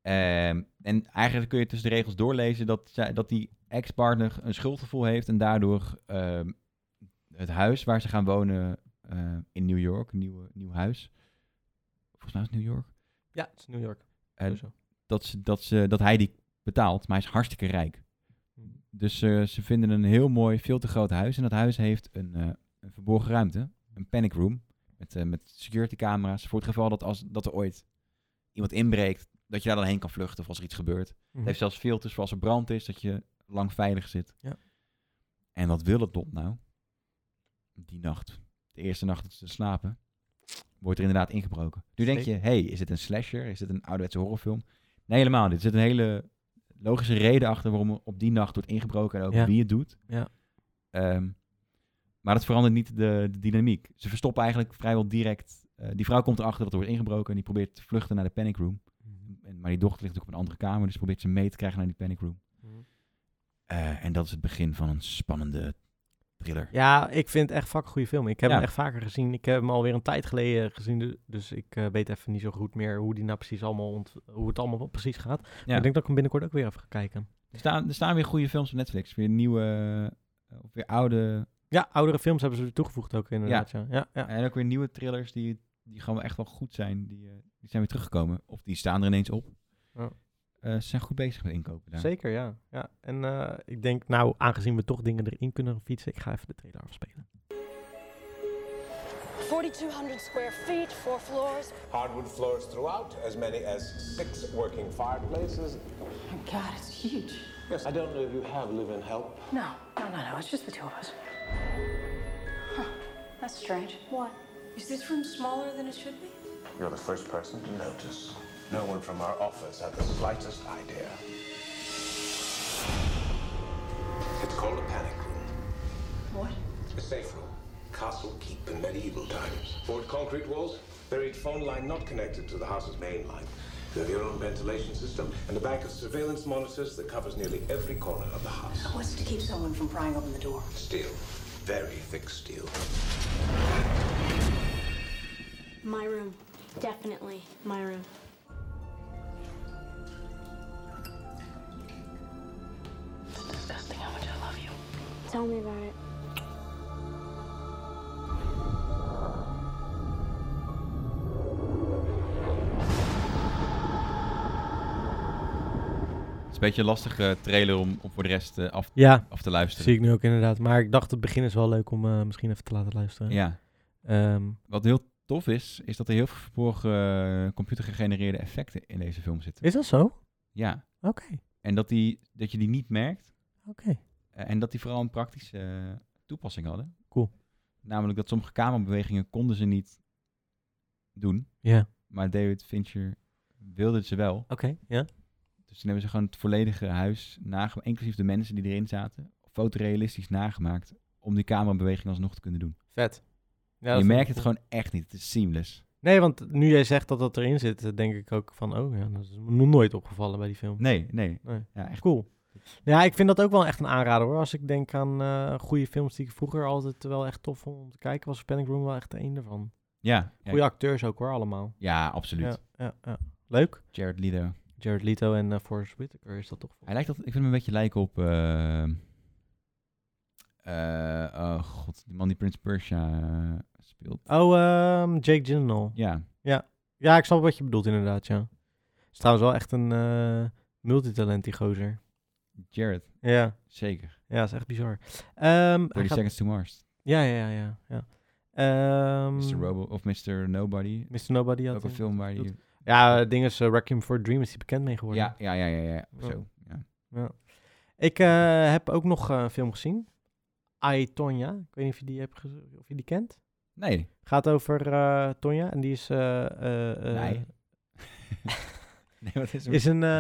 En eigenlijk kun je tussen de regels doorlezen dat die ex-partner een schuldgevoel heeft en daardoor het huis waar ze gaan wonen in New York, een nieuw huis. Volgens mij is het New York. Ja, het is New York. Dat hij die betaalt, maar hij is hartstikke rijk. Dus ze vinden een heel mooi, veel te groot huis. En dat huis heeft een verborgen ruimte, een panic room, met security camera's. Voor het geval dat er ooit iemand inbreekt, dat je daar dan heen kan vluchten of als er iets gebeurt. Het heeft zelfs filters voor als er brand is, dat je lang veilig zit. Ja. En wat wil het lot nou? Die nacht, de eerste nacht dat ze slapen, wordt er inderdaad ingebroken. Nu denk je, is het een slasher? Is het een ouderwetse horrorfilm? Nee, helemaal niet. Er zit een hele logische reden achter waarom er op die nacht wordt ingebroken en ook wie het doet. Ja. Maar dat verandert niet de dynamiek. Ze verstoppen eigenlijk vrijwel direct. Die vrouw komt erachter dat er wordt ingebroken en die probeert te vluchten naar de panic room. Maar die dochter ligt ook op een andere kamer, dus probeert ze mee te krijgen naar die panic room. En dat is het begin van een spannende thriller. Ja, ik vind het echt fucking goede film. Ik heb hem echt vaker gezien. Ik heb hem alweer een tijd geleden gezien, dus ik weet even niet zo goed meer hoe die nou precies hoe het allemaal precies gaat. Ja. Maar ik denk dat ik hem binnenkort ook weer even ga kijken. Er staan weer goede films op Netflix. Weer nieuwe, of weer oude... Ja, oudere films hebben ze er toegevoegd ook inderdaad. Ja. En ook weer nieuwe thrillers die gewoon echt wel goed zijn. Die zijn weer teruggekomen. Of die staan er ineens op. Ja. Ze zijn goed bezig met inkopen daar. Zeker, ja. En ik denk, aangezien we toch dingen erin kunnen fietsen, ik ga even de trailer afspelen. 4,200 square feet, 4 floors. Hardwood floors throughout, as many as 6 working fireplaces. Oh God, it's huge. Yes, I don't know if you have live-in help. No, it's just the two of us. Huh, that's strange. What? Is this room smaller than it should be? You're the first person to notice. No one from our office had the slightest idea. It's called a panic room. What? A safe room. Castle keep in medieval times. Poured concrete walls, buried phone line not connected to the house's main line. You have your own ventilation system and a bank of surveillance monitors that covers nearly every corner of the house. So what's to keep someone from prying open the door? Steel. Very thick steel. My room. Definitely my room. It's disgusting how much I love you. Tell me about it. Het is een beetje een lastige trailer om voor de rest af te luisteren. Zie ik nu ook inderdaad. Maar ik dacht het begin is wel leuk om misschien even te laten luisteren. Ja. Wat heel tof is dat er heel veel verborgen computergegenereerde effecten in deze film zitten. Is dat zo? Ja. Oké. En dat je die niet merkt. Oké. En dat die vooral een praktische toepassing hadden. Cool. Namelijk dat sommige camerabewegingen konden ze niet doen. Ja. Maar David Fincher wilde ze wel. Oké, ja. Dus toen hebben ze gewoon het volledige huis inclusief de mensen die erin zaten, fotorealistisch nagemaakt om die camerabeweging alsnog te kunnen doen. Vet. Ja, je merkt het gewoon echt niet. Het is seamless. Nee, want nu jij zegt dat dat erin zit, denk ik ook van, dat is me nog nooit opgevallen bij die film. Nee. Ja, echt cool. Ja, ik vind dat ook wel echt een aanrader hoor. Als ik denk aan goede films die ik vroeger altijd wel echt tof vond om te kijken, was Panic Room wel echt de een ervan. Ja. Goede acteurs ook hoor, allemaal. Ja, absoluut. Ja. Leuk. Jared Leto en Forest Whitaker is dat toch? Hij lijkt ik vind hem een beetje lijken op die man die Prince Persia speelt. Jake Gyllenhaal. Ja. Ja, ik snap wat je bedoelt inderdaad, ja. Is trouwens wel echt een multitalent die gozer. Jared. Ja. Zeker. Ja, dat is echt bizar. 30 Seconds to Mars. Ja. Mr. Nobody. Mr. Nobody had ook een film waar die... Ja, ding is Requiem for a Dream is die bekend mee geworden. Ja. Zo, ja. Ik heb ook nog een film gezien. I, Tonya. Ik weet niet of je die of je die kent. Nee. Gaat over Tonya en die is... nee. Nee, wat is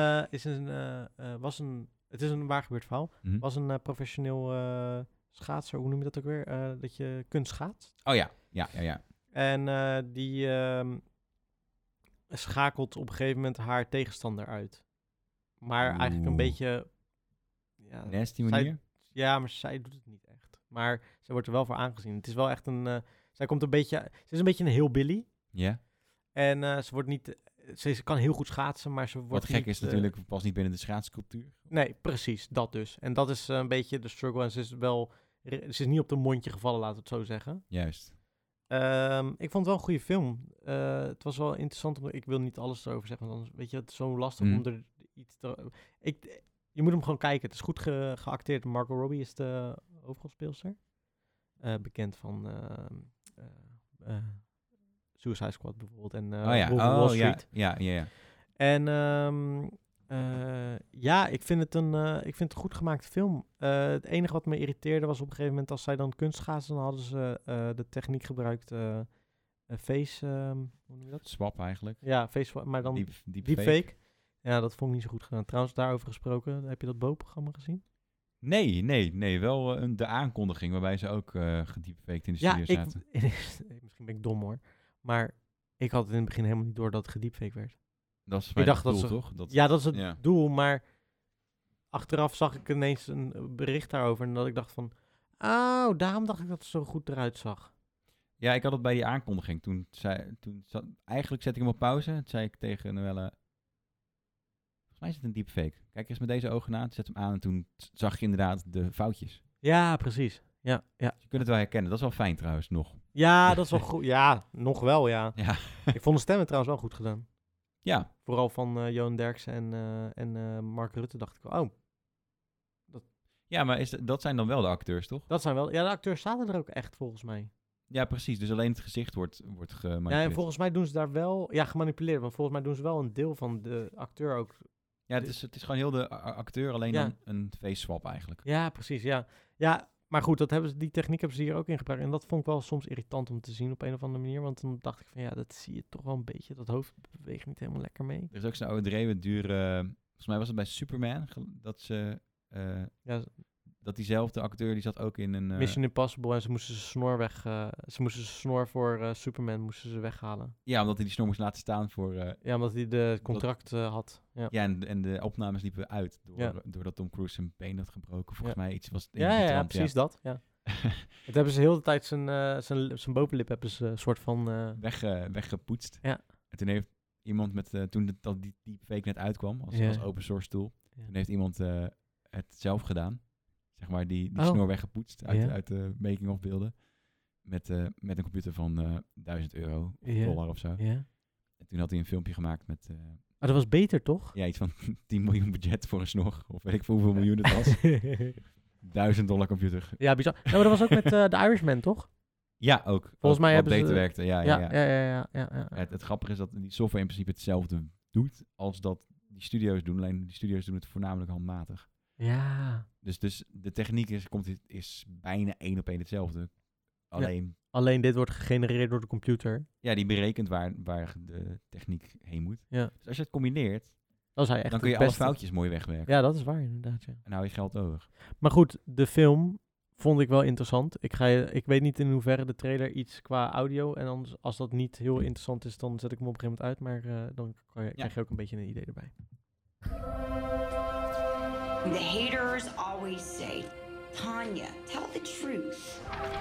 het? Het is een waar gebeurd verhaal. Mm-hmm. Was een professioneel schaatser, hoe noem je dat ook weer? Dat je kunt schaatsen. Oh ja. En die schakelt op een gegeven moment haar tegenstander uit. Maar eigenlijk een beetje... Ja, nasty manier? Maar zij doet het niet echt. Maar zij wordt er wel voor aangezien. Het is wel echt een... zij komt een beetje... Ze is een beetje een hillbilly. Ja. En ze wordt niet... Ze kan heel goed schaatsen, maar ze wordt Wat gek niet, is natuurlijk, past niet binnen de schaatscultuur. Nee, precies, dat dus. En dat is een beetje de struggle. En ze is niet op de mondje gevallen, laten we het zo zeggen. Juist. Ik vond het wel een goede film. Het was wel interessant, ik wil niet alles erover zeggen, want anders, weet je, het is zo lastig om er iets te... Je moet hem gewoon kijken. Het is goed geacteerd. Margot Robbie is de hoofdrolspeelster. Bekend van Suicide Squad bijvoorbeeld. En Wolf of Wall Street. Ja. En ik vind het een goed gemaakte film. Het enige wat me irriteerde was op een gegeven moment... als zij dan kunstschaatsen, dan hadden ze de techniek gebruikt... face... hoe noem je dat? Swap eigenlijk. Ja, face swap, maar dan deepfake. Ja, dat vond ik niet zo goed gedaan. Trouwens, daarover gesproken, heb je dat Bo-programma gezien? Nee. Wel de aankondiging waarbij ze ook gediepfaked in de studio zaten. Misschien ben ik dom hoor. Maar ik had het in het begin helemaal niet door dat het gediepfaked werd. Dat is het doel, toch? Ja, dat is het doel, maar achteraf zag ik ineens een bericht daarover en dat ik dacht van, daarom dacht ik dat het zo goed eruit zag. Ja, ik had het bij die aankondiging. Eigenlijk zet ik hem op pauze. Toen zei ik tegen Noelle, volgens mij is het een deepfake. Kijk eens met deze ogen aan, zet hem aan en toen zag je inderdaad de foutjes. Ja, precies. Ja. Dus je kunt het wel herkennen. Dat is wel fijn trouwens, nog. Ja, dat is wel goed. Ja, nog wel, ja. Ik vond de stemmen trouwens wel goed gedaan. Ja. Vooral van Johan Derksen en Mark Rutte dacht ik wel, Ja, maar dat zijn dan wel de acteurs, toch? Dat zijn wel... Ja, de acteurs zaten er ook echt, volgens mij. Ja, precies. Dus alleen het gezicht wordt gemanipuleerd. Ja, en volgens mij doen ze daar wel... Ja, gemanipuleerd. Want volgens mij doen ze wel een deel van de acteur ook. Ja, het is gewoon heel de acteur, alleen dan een face swap eigenlijk. Ja, precies, ja. Ja, maar goed, die techniek hebben ze hier ook in gebruikt. En dat vond ik wel soms irritant om te zien op een of andere manier. Want dan dacht ik van, dat zie je toch wel een beetje. Dat hoofd beweegt niet helemaal lekker mee. Er is ook zo'n overdreven dure... volgens mij was het bij Superman dat ze... dat diezelfde acteur, die zat ook in een... Mission Impossible en ze moesten zijn snor voor Superman moesten ze weghalen. Ja, omdat hij die snor moest laten staan voor... ja, omdat hij de contract had. Ja, en de opnames liepen uit doordat Tom Cruise zijn been had gebroken. Volgens mij iets was... Ja, precies dat. Ja. Het hebben ze heel de tijd zijn bovenlip hebben ze een soort van... weggepoetst. Ja. En toen heeft iemand toen die deepfake net uitkwam, als open source tool, toen heeft iemand het zelf gedaan. Zeg maar die snor weggepoetst uit de making-of beelden. Met een computer van €1000 of dollar of zo. Ja. En toen had hij een filmpje gemaakt met... Maar dat was beter, toch? Ja, iets van 10 miljoen budget voor een snor. Of weet ik veel hoeveel miljoen het was. $1000 computer. Ja, bizar. Nou, maar dat was ook met The Irishman, toch? Ja, ook. Volgens mij hebben beter ze... werkte. Ja. Het grappige is dat die software in principe hetzelfde doet als dat die studio's doen. Alleen die studio's doen het voornamelijk handmatig. Ja. Dus de techniek is bijna 1 op 1 hetzelfde. Alleen dit wordt gegenereerd door de computer. Ja, die berekent waar de techniek heen moet. Ja. Dus als je het combineert, dan kun je alle foutjes mooi wegwerken. Ja, dat is waar inderdaad. Ja. En hou je geld over. Maar goed, de film vond ik wel interessant. Ik weet niet in hoeverre de trailer iets qua audio. En anders, als dat niet heel interessant is, dan zet ik hem op een gegeven moment uit. Maar dan krijg je ook een beetje een idee erbij. The haters always say, Tanya, tell the truth.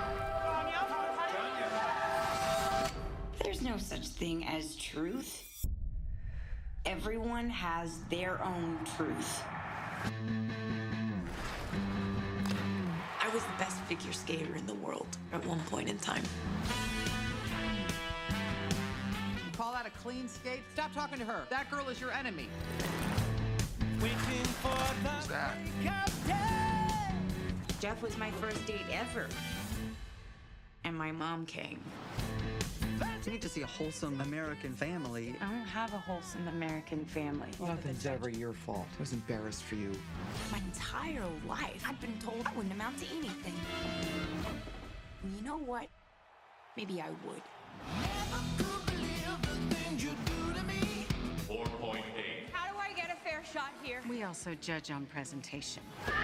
There's no such thing as truth. Everyone has their own truth. I was the best figure skater in the world at one point in time. You call that a clean skate? Stop talking to her. That girl is your enemy. Who's that? Jeff was my first date ever. And my mom came. You need to see a wholesome American family. I don't have a wholesome American family. Nothing's ever your fault. I was embarrassed for you. My entire life, I've been told I wouldn't amount to anything. And you know what? Maybe I would. 4.8. How do I get a fair shot here? We also judge on presentation.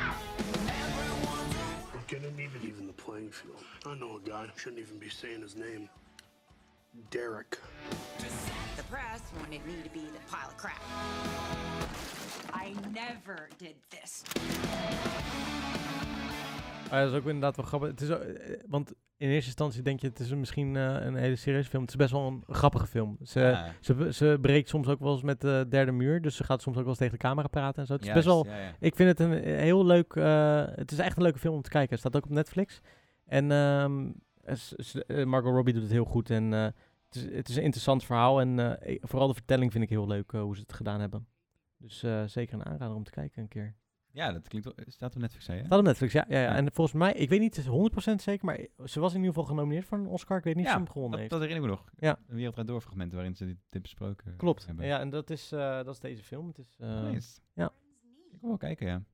We're gonna need to even the playing field. I know a guy, shouldn't even be saying his name. Derek. The press wanted me to be the pile of crap. I never did this. dat is ook inderdaad wel grappig. Het is want in eerste instantie denk je, het is misschien een hele serieuze film. Het is best wel een grappige film. Ze breekt soms ook wel eens met de derde muur. Dus ze gaat soms ook wel eens tegen de camera praten en zo. Het is best wel... Ja. Ik vind het een heel leuk... het is echt een leuke film om te kijken. Het staat ook op Netflix. En Margot Robbie doet het heel goed. En het is een interessant verhaal. En vooral de vertelling vind ik heel leuk hoe ze het gedaan hebben. Dus zeker een aanrader om te kijken een keer. Ja, dat klinkt wel... Staat op Netflix, hè? Staat op Netflix, ja. En volgens mij, ik weet niet 100% zeker, maar ze was in ieder geval genomineerd voor een Oscar. Ik weet niet of ze hem gewonnen heeft. Dat herinner ik me nog. Ja. Een Wereld Draait Door fragment waarin ze dit besproken Klopt. hebben. Ja, en dat is deze film. Het is, nice. Ja. Ik wil wel kijken, ja.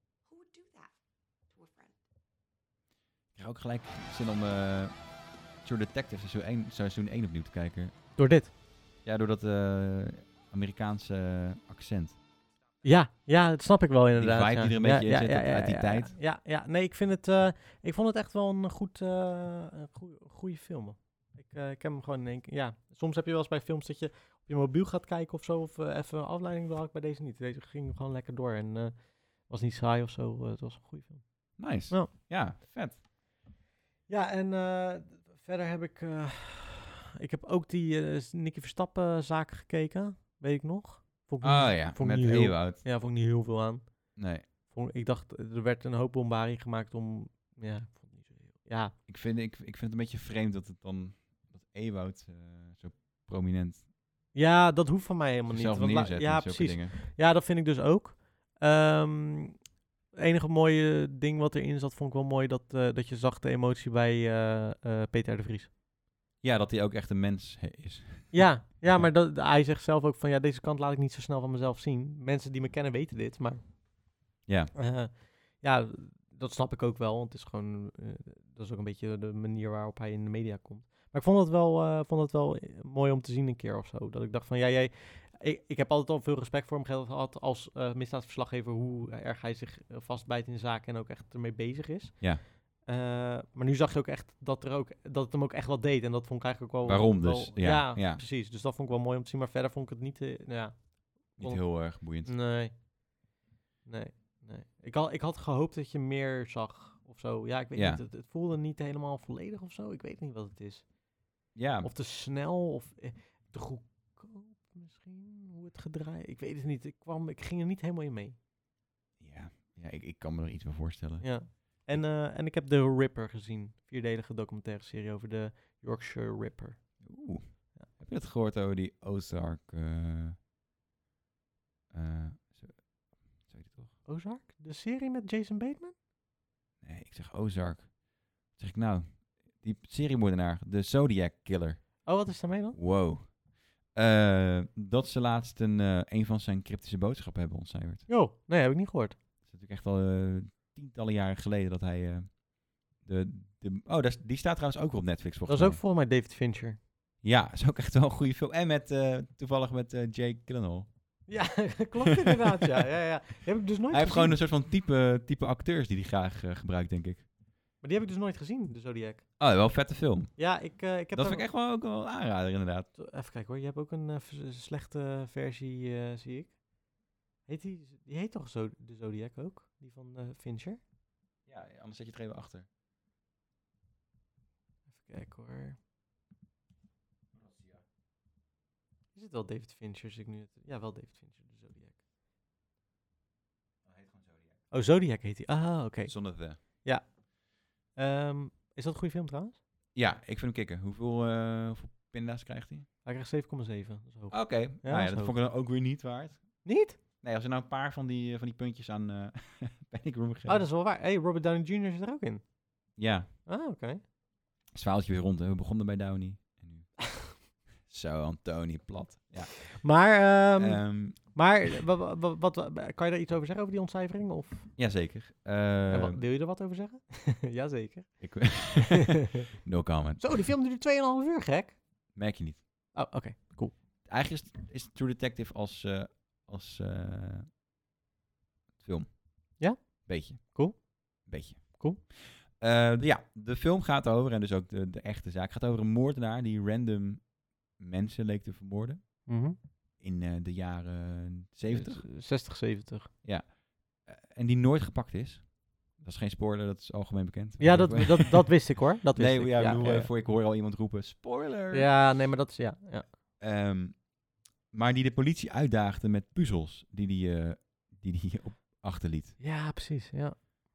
Ik krijg ook gelijk zin om True Detective seizoen 1 opnieuw te kijken. Door dit? Ja, door dat Amerikaanse accent. Ja, dat snap ik wel inderdaad. Die vibe die er een beetje in zit uit die tijd. Ja, nee, ik vond het echt wel een goede film. Ik heb hem gewoon in één keer... Ja, soms heb je wel eens bij films dat je op je mobiel gaat kijken of zo, of even een afleiding, dat had ik bij deze niet. Deze ging gewoon lekker door en was niet saai of zo. Het was een goede film. Nice. Ja, vet. Ja, en verder heb ik heb ook die Nicky Verstappen zaken gekeken, weet ik nog. Met Ewout. Ja, vond ik niet heel veel aan. Nee. Ik dacht, er werd een hoop bombarie gemaakt om... Ja, ik vond het niet zo heel... Ja. Ik vind het een beetje vreemd dat Ewout zo prominent... Ja, dat hoeft van mij helemaal niet. Zelf neerzetten ja, precies. Dingen. Ja, dat vind ik dus ook. Het enige mooie ding wat erin zat, vond ik wel mooi dat je zag de emotie bij Peter R. de Vries. Ja, dat hij ook echt een mens is. Ja, maar hij zegt zelf ook van... Ja, deze kant laat ik niet zo snel van mezelf zien. Mensen die me kennen weten dit, maar... Ja. Ja, dat snap ik ook wel. Want het is gewoon... dat is ook een beetje de manier waarop hij in de media komt. Maar ik vond het wel mooi om te zien een keer of zo. Dat ik dacht van... Ja, ik heb altijd al veel respect voor hem gehad als misdaadverslaggever. Hoe erg hij zich vastbijt in zaken en ook echt ermee bezig is. Ja. Maar nu zag je ook echt dat het hem ook echt wel deed. En dat vond ik eigenlijk ook wel... Waarom dus? Ja, precies. Dus dat vond ik wel mooi om te zien. Maar verder vond ik het niet... niet heel erg boeiend. Nee. Ik had gehoopt dat je meer zag of zo. Ja, ik weet niet. Het voelde niet helemaal volledig of zo. Ik weet niet wat het is. Ja. Of te snel of te goedkoop misschien. Hoe het gedraaid... Ik weet het niet. Ik ging er niet helemaal in mee. Ja, ik kan me er iets bij voorstellen. Ja. En ik heb The Ripper gezien. 4-delige documentaire serie over de Yorkshire Ripper. Oeh. Ja. Heb je dat gehoord over die Ozark? Zeg je toch? Ozark? De serie met Jason Bateman? Nee, ik zeg Ozark. Wat zeg ik nou? Die seriemoordenaar, de Zodiac Killer. Oh, wat is daarmee dan? Wow. Dat ze laatst een van zijn cryptische boodschappen hebben ontcijferd. Oh, nee, heb ik niet gehoord. Dat is natuurlijk echt al tientallen jaren geleden dat hij... die staat trouwens ook wel op Netflix volgens mij. Dat is ook volgens mij David Fincher. Ja, dat is ook echt wel een goede film. En toevallig met Jake Gyllenhaal. Ja, klopt inderdaad, ja. Heb ik dus nooit hij heeft gezien. gewoon een soort van type acteurs die hij graag gebruikt, denk ik. Maar die heb ik dus nooit gezien, de Zodiac. Oh, wel een vette film. Ja, ik heb dat vind ik echt wel ook wel een aanrader, inderdaad. Even kijken hoor, je hebt ook een slechte versie, zie ik. Die heet toch zo de Zodiac ook? Die van Fincher? Ja, anders zet je het er even achter. Even kijken hoor. Is het wel David Fincher? Ja, wel David Fincher, de Zodiac. Hij heet gewoon Zodiac. Oh, Zodiac heet hij. Ah, oké. Zonder the. Ja. Is dat een goede film trouwens? Ja, ik vind hem kicken. Hoeveel pinda's krijgt hij? Hij krijgt 7,7. Dat is hoog. Oké. Dat vond ik dan ook weer niet waard. Niet? Nee, als er nou een paar van die puntjes aan Panic Room geven. Oh, dat is wel waar. Hey, Robert Downey Jr. zit er ook in. Ja. Ah, oké. Het verhaaltje weer rond. Hè. We begonnen bij Downey. En nu... Zo, Anthony, plat. Ja. Maar wat kan je daar iets over zeggen over die ontcijfering? Of? Jazeker. Wil je er wat over zeggen? Jazeker. No comment. Zo, die film duurde 2,5 uur, gek. Merk je niet. Oh, oké. Cool. Eigenlijk is True Detective als film. Ja? Beetje. Cool. Beetje. Cool. De film gaat over, en dus ook de echte zaak, gaat over een moordenaar die random mensen leek te vermoorden. Mm-hmm. In de jaren 70. 60, 70. Ja. En die nooit gepakt is. Dat is geen spoiler, dat is algemeen bekend. Ja, dat wist ik hoor. Dat wist nee, ik. Ja, ik bedoel, voor ik hoor al iemand roepen, spoiler! Ja, nee, maar dat is, ja. Maar die de politie uitdaagde met puzzels die op achterliet. Ja, precies, ja.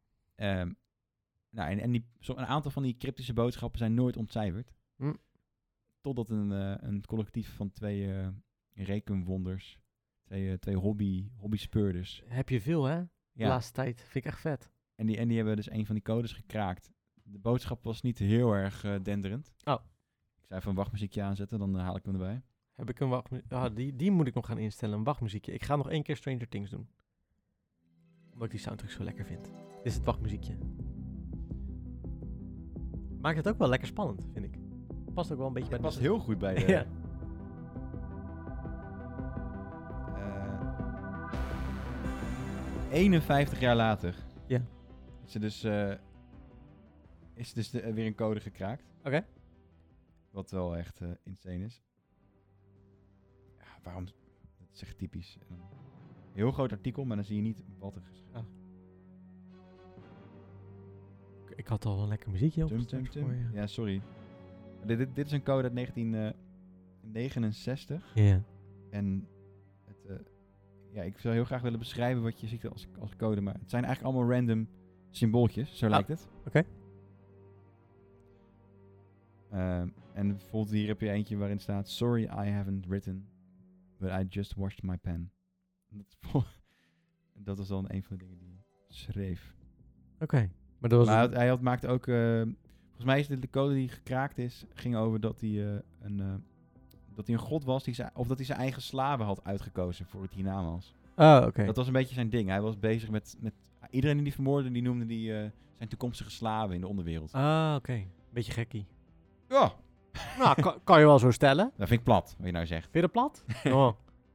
Nou, en een aantal van die cryptische boodschappen zijn nooit ontcijferd. Totdat een collectief van 2 rekenwonders, twee hobby-speurders. Heb je veel, hè? De laatste tijd. Vind ik echt vet. En die hebben dus een van die codes gekraakt. De boodschap was niet heel erg denderend. Oh. Ik zei even een wachtmuziekje aanzetten, dan haal ik hem erbij. Heb ik een wachtmuziekje? Die moet ik nog gaan instellen, een wachtmuziekje. Ik ga nog 1 keer Stranger Things doen. Omdat ik die soundtrack zo lekker vind. Dit is het wachtmuziekje. Maakt het ook wel lekker spannend, vind ik. Past ook wel een beetje bij... Het past heel goed bij de... Ja. 51 jaar later. Ja. Is dus weer een code gekraakt. Oké. Wat wel echt insane is. Ja, waarom? Dat is echt typisch. Een heel groot artikel, maar dan zie je niet wat er geschreven is. Ik had al een lekker muziekje op. Ja, sorry. Dit is een code uit 1969. Ja. En ik zou heel graag willen beschrijven wat je ziet als code, maar het zijn eigenlijk allemaal random symbooltjes, zo lijkt het. Oké. En bijvoorbeeld hier heb je eentje waarin staat: Sorry, I haven't written, but I just washed my pen. Dat was dan een van de dingen die hij schreef. Oké. Maar hij maakte ook... volgens mij is de code die gekraakt is, ging over dat hij een god was, of dat hij zijn eigen slaven had uitgekozen voor het hiernamaals. Oh, oké. Dat was een beetje zijn ding. Hij was bezig met iedereen die vermoordde, die noemde die zijn toekomstige slaven in de onderwereld. Ah, oké. Beetje gekkie. Ja. Nou, kan je wel zo stellen. Dat vind ik plat, wat je nou zegt. Vind je dat plat? Oh.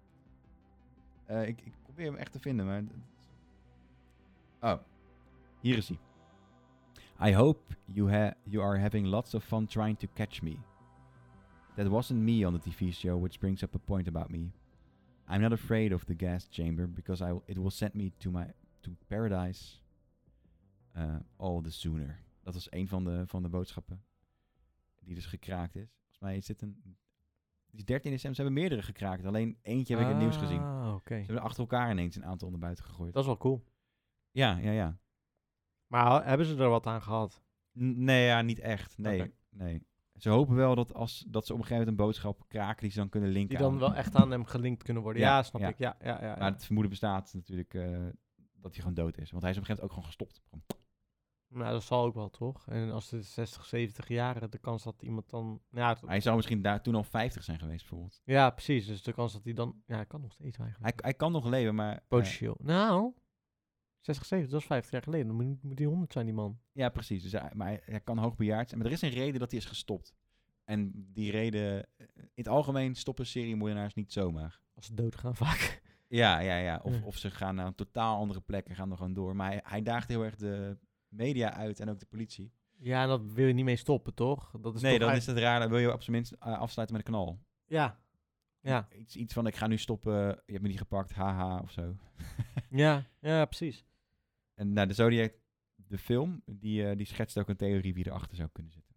Ik probeer hem echt te vinden, maar... Oh, hier is hij. I hope you are having lots of fun trying to catch me. That wasn't me on the TV show, which brings up a point about me. I'm not afraid of the gas chamber because it will send me to paradise all the sooner. Dat was een van de boodschappen die dus gekraakt is. Volgens mij is dit die is 13 december. Ze hebben meerdere gekraakt. Alleen eentje heb ik in het nieuws gezien. Okay. Ze hebben achter elkaar ineens een aantal naar buiten gegooid. Dat is wel cool. Ja. Maar hebben ze er wat aan gehad? Nee, niet echt. Nee. Ze hopen wel dat ze op een gegeven moment een boodschap kraken die ze dan kunnen linken. Die dan wel echt aan hem gelinkt kunnen worden. Ja, snap ik. Ja. Maar het vermoeden bestaat natuurlijk dat hij gewoon dood is. Want hij is op een gegeven moment ook gewoon gestopt. Nou, dat zal ook wel, toch? En als het 60, 70 jaren, de kans dat iemand dan... Ja, hij zou misschien daar toen al 50 zijn geweest, bijvoorbeeld. Ja, precies. Dus de kans dat hij dan... Ja, hij kan nog steeds eigenlijk. Hij kan nog leven, maar... Potentieel. Nou, 60, 70, dat is 50 jaar geleden. Dan moet hij 100 zijn, die man. Ja, precies. Dus maar hij kan hoogbejaard zijn. Maar er is een reden dat hij is gestopt. En die reden... In het algemeen stoppen seriemoordenaars niet zomaar. Als ze doodgaan vaak. Ja. Of ze gaan naar een totaal andere plek en gaan er gewoon door. Maar hij daagt heel erg de media uit en ook de politie. Ja, en dat wil je niet mee stoppen, toch? Dat is dan is het raar. Dan wil je op zijn minst afsluiten met een knal. Ja. Iets van, ik ga nu stoppen, je hebt me niet gepakt, haha, of zo. ja, precies. En de Zodiac, de film, die schetst ook een theorie wie erachter zou kunnen zitten.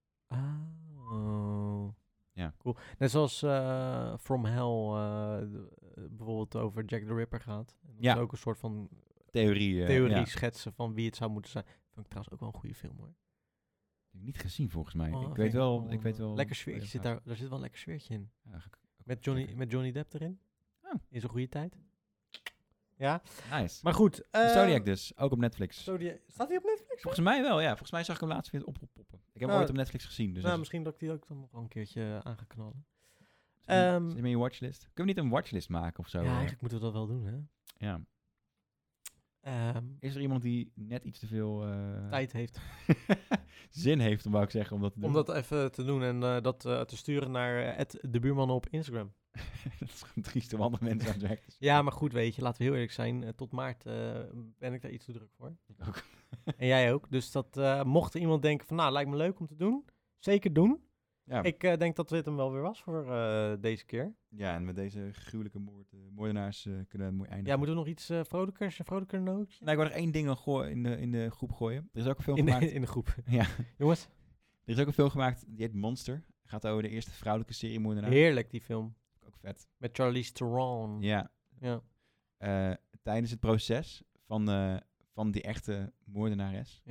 Oh. Ja. Cool. Net zoals From Hell bijvoorbeeld over Jack the Ripper gaat. Dat is ook een soort van theorie schetsen van wie het zou moeten zijn. Vond ik trouwens ook wel een goede film, hoor. Ik heb niet gezien, volgens mij. Oh, ik weet wel. Lekker sfeertje zit daar zit wel een lekker sfeertje in. Ja, met Johnny Depp erin. Oh. In zo'n goede tijd. Ja. Nice. Maar goed. Zodiac dus, ook op Netflix. Staat hij op Netflix? Volgens mij wel, ja. Volgens mij zag ik hem laatst weer oppoppen. Ik heb hem ooit op Netflix gezien. Dus misschien dat ik die ook dan nog een keertje aan ga knallen. Zit je met je watchlist? Kunnen we niet een watchlist maken of zo? Ja, eigenlijk moeten we dat wel doen, hè? Ja. Is er iemand die net iets te veel... tijd heeft. Zin heeft, wou ik zeggen, om dat te doen? Om dat even te doen en dat te sturen naar de buurman op Instagram. Dat is gewoon triest om andere mensen aan het werk te sturen. Ja, maar goed, weet je, laten we heel eerlijk zijn. Tot maart ben ik daar iets te druk voor. Ik ook. En jij ook. Dus mocht er iemand denken van, nou, lijkt me leuk om te doen. Zeker doen. Ja. Ik denk dat dit hem wel weer was voor deze keer. Ja, en met deze gruwelijke moordenaars kunnen we mooi eindigen. Ja, moeten we nog iets vrolijker nootje? Nou, ik wil nog 1 ding nog in de groep gooien. Er is ook een film gemaakt. In de groep. Ja. Jongens. Er is ook een film gemaakt, die heet Monster. Gaat over de eerste vrouwelijke seriemoordenaar. Heerlijk, die film. Ook vet. Met Charlize Theron. Ja. Tijdens het proces van die echte moordenares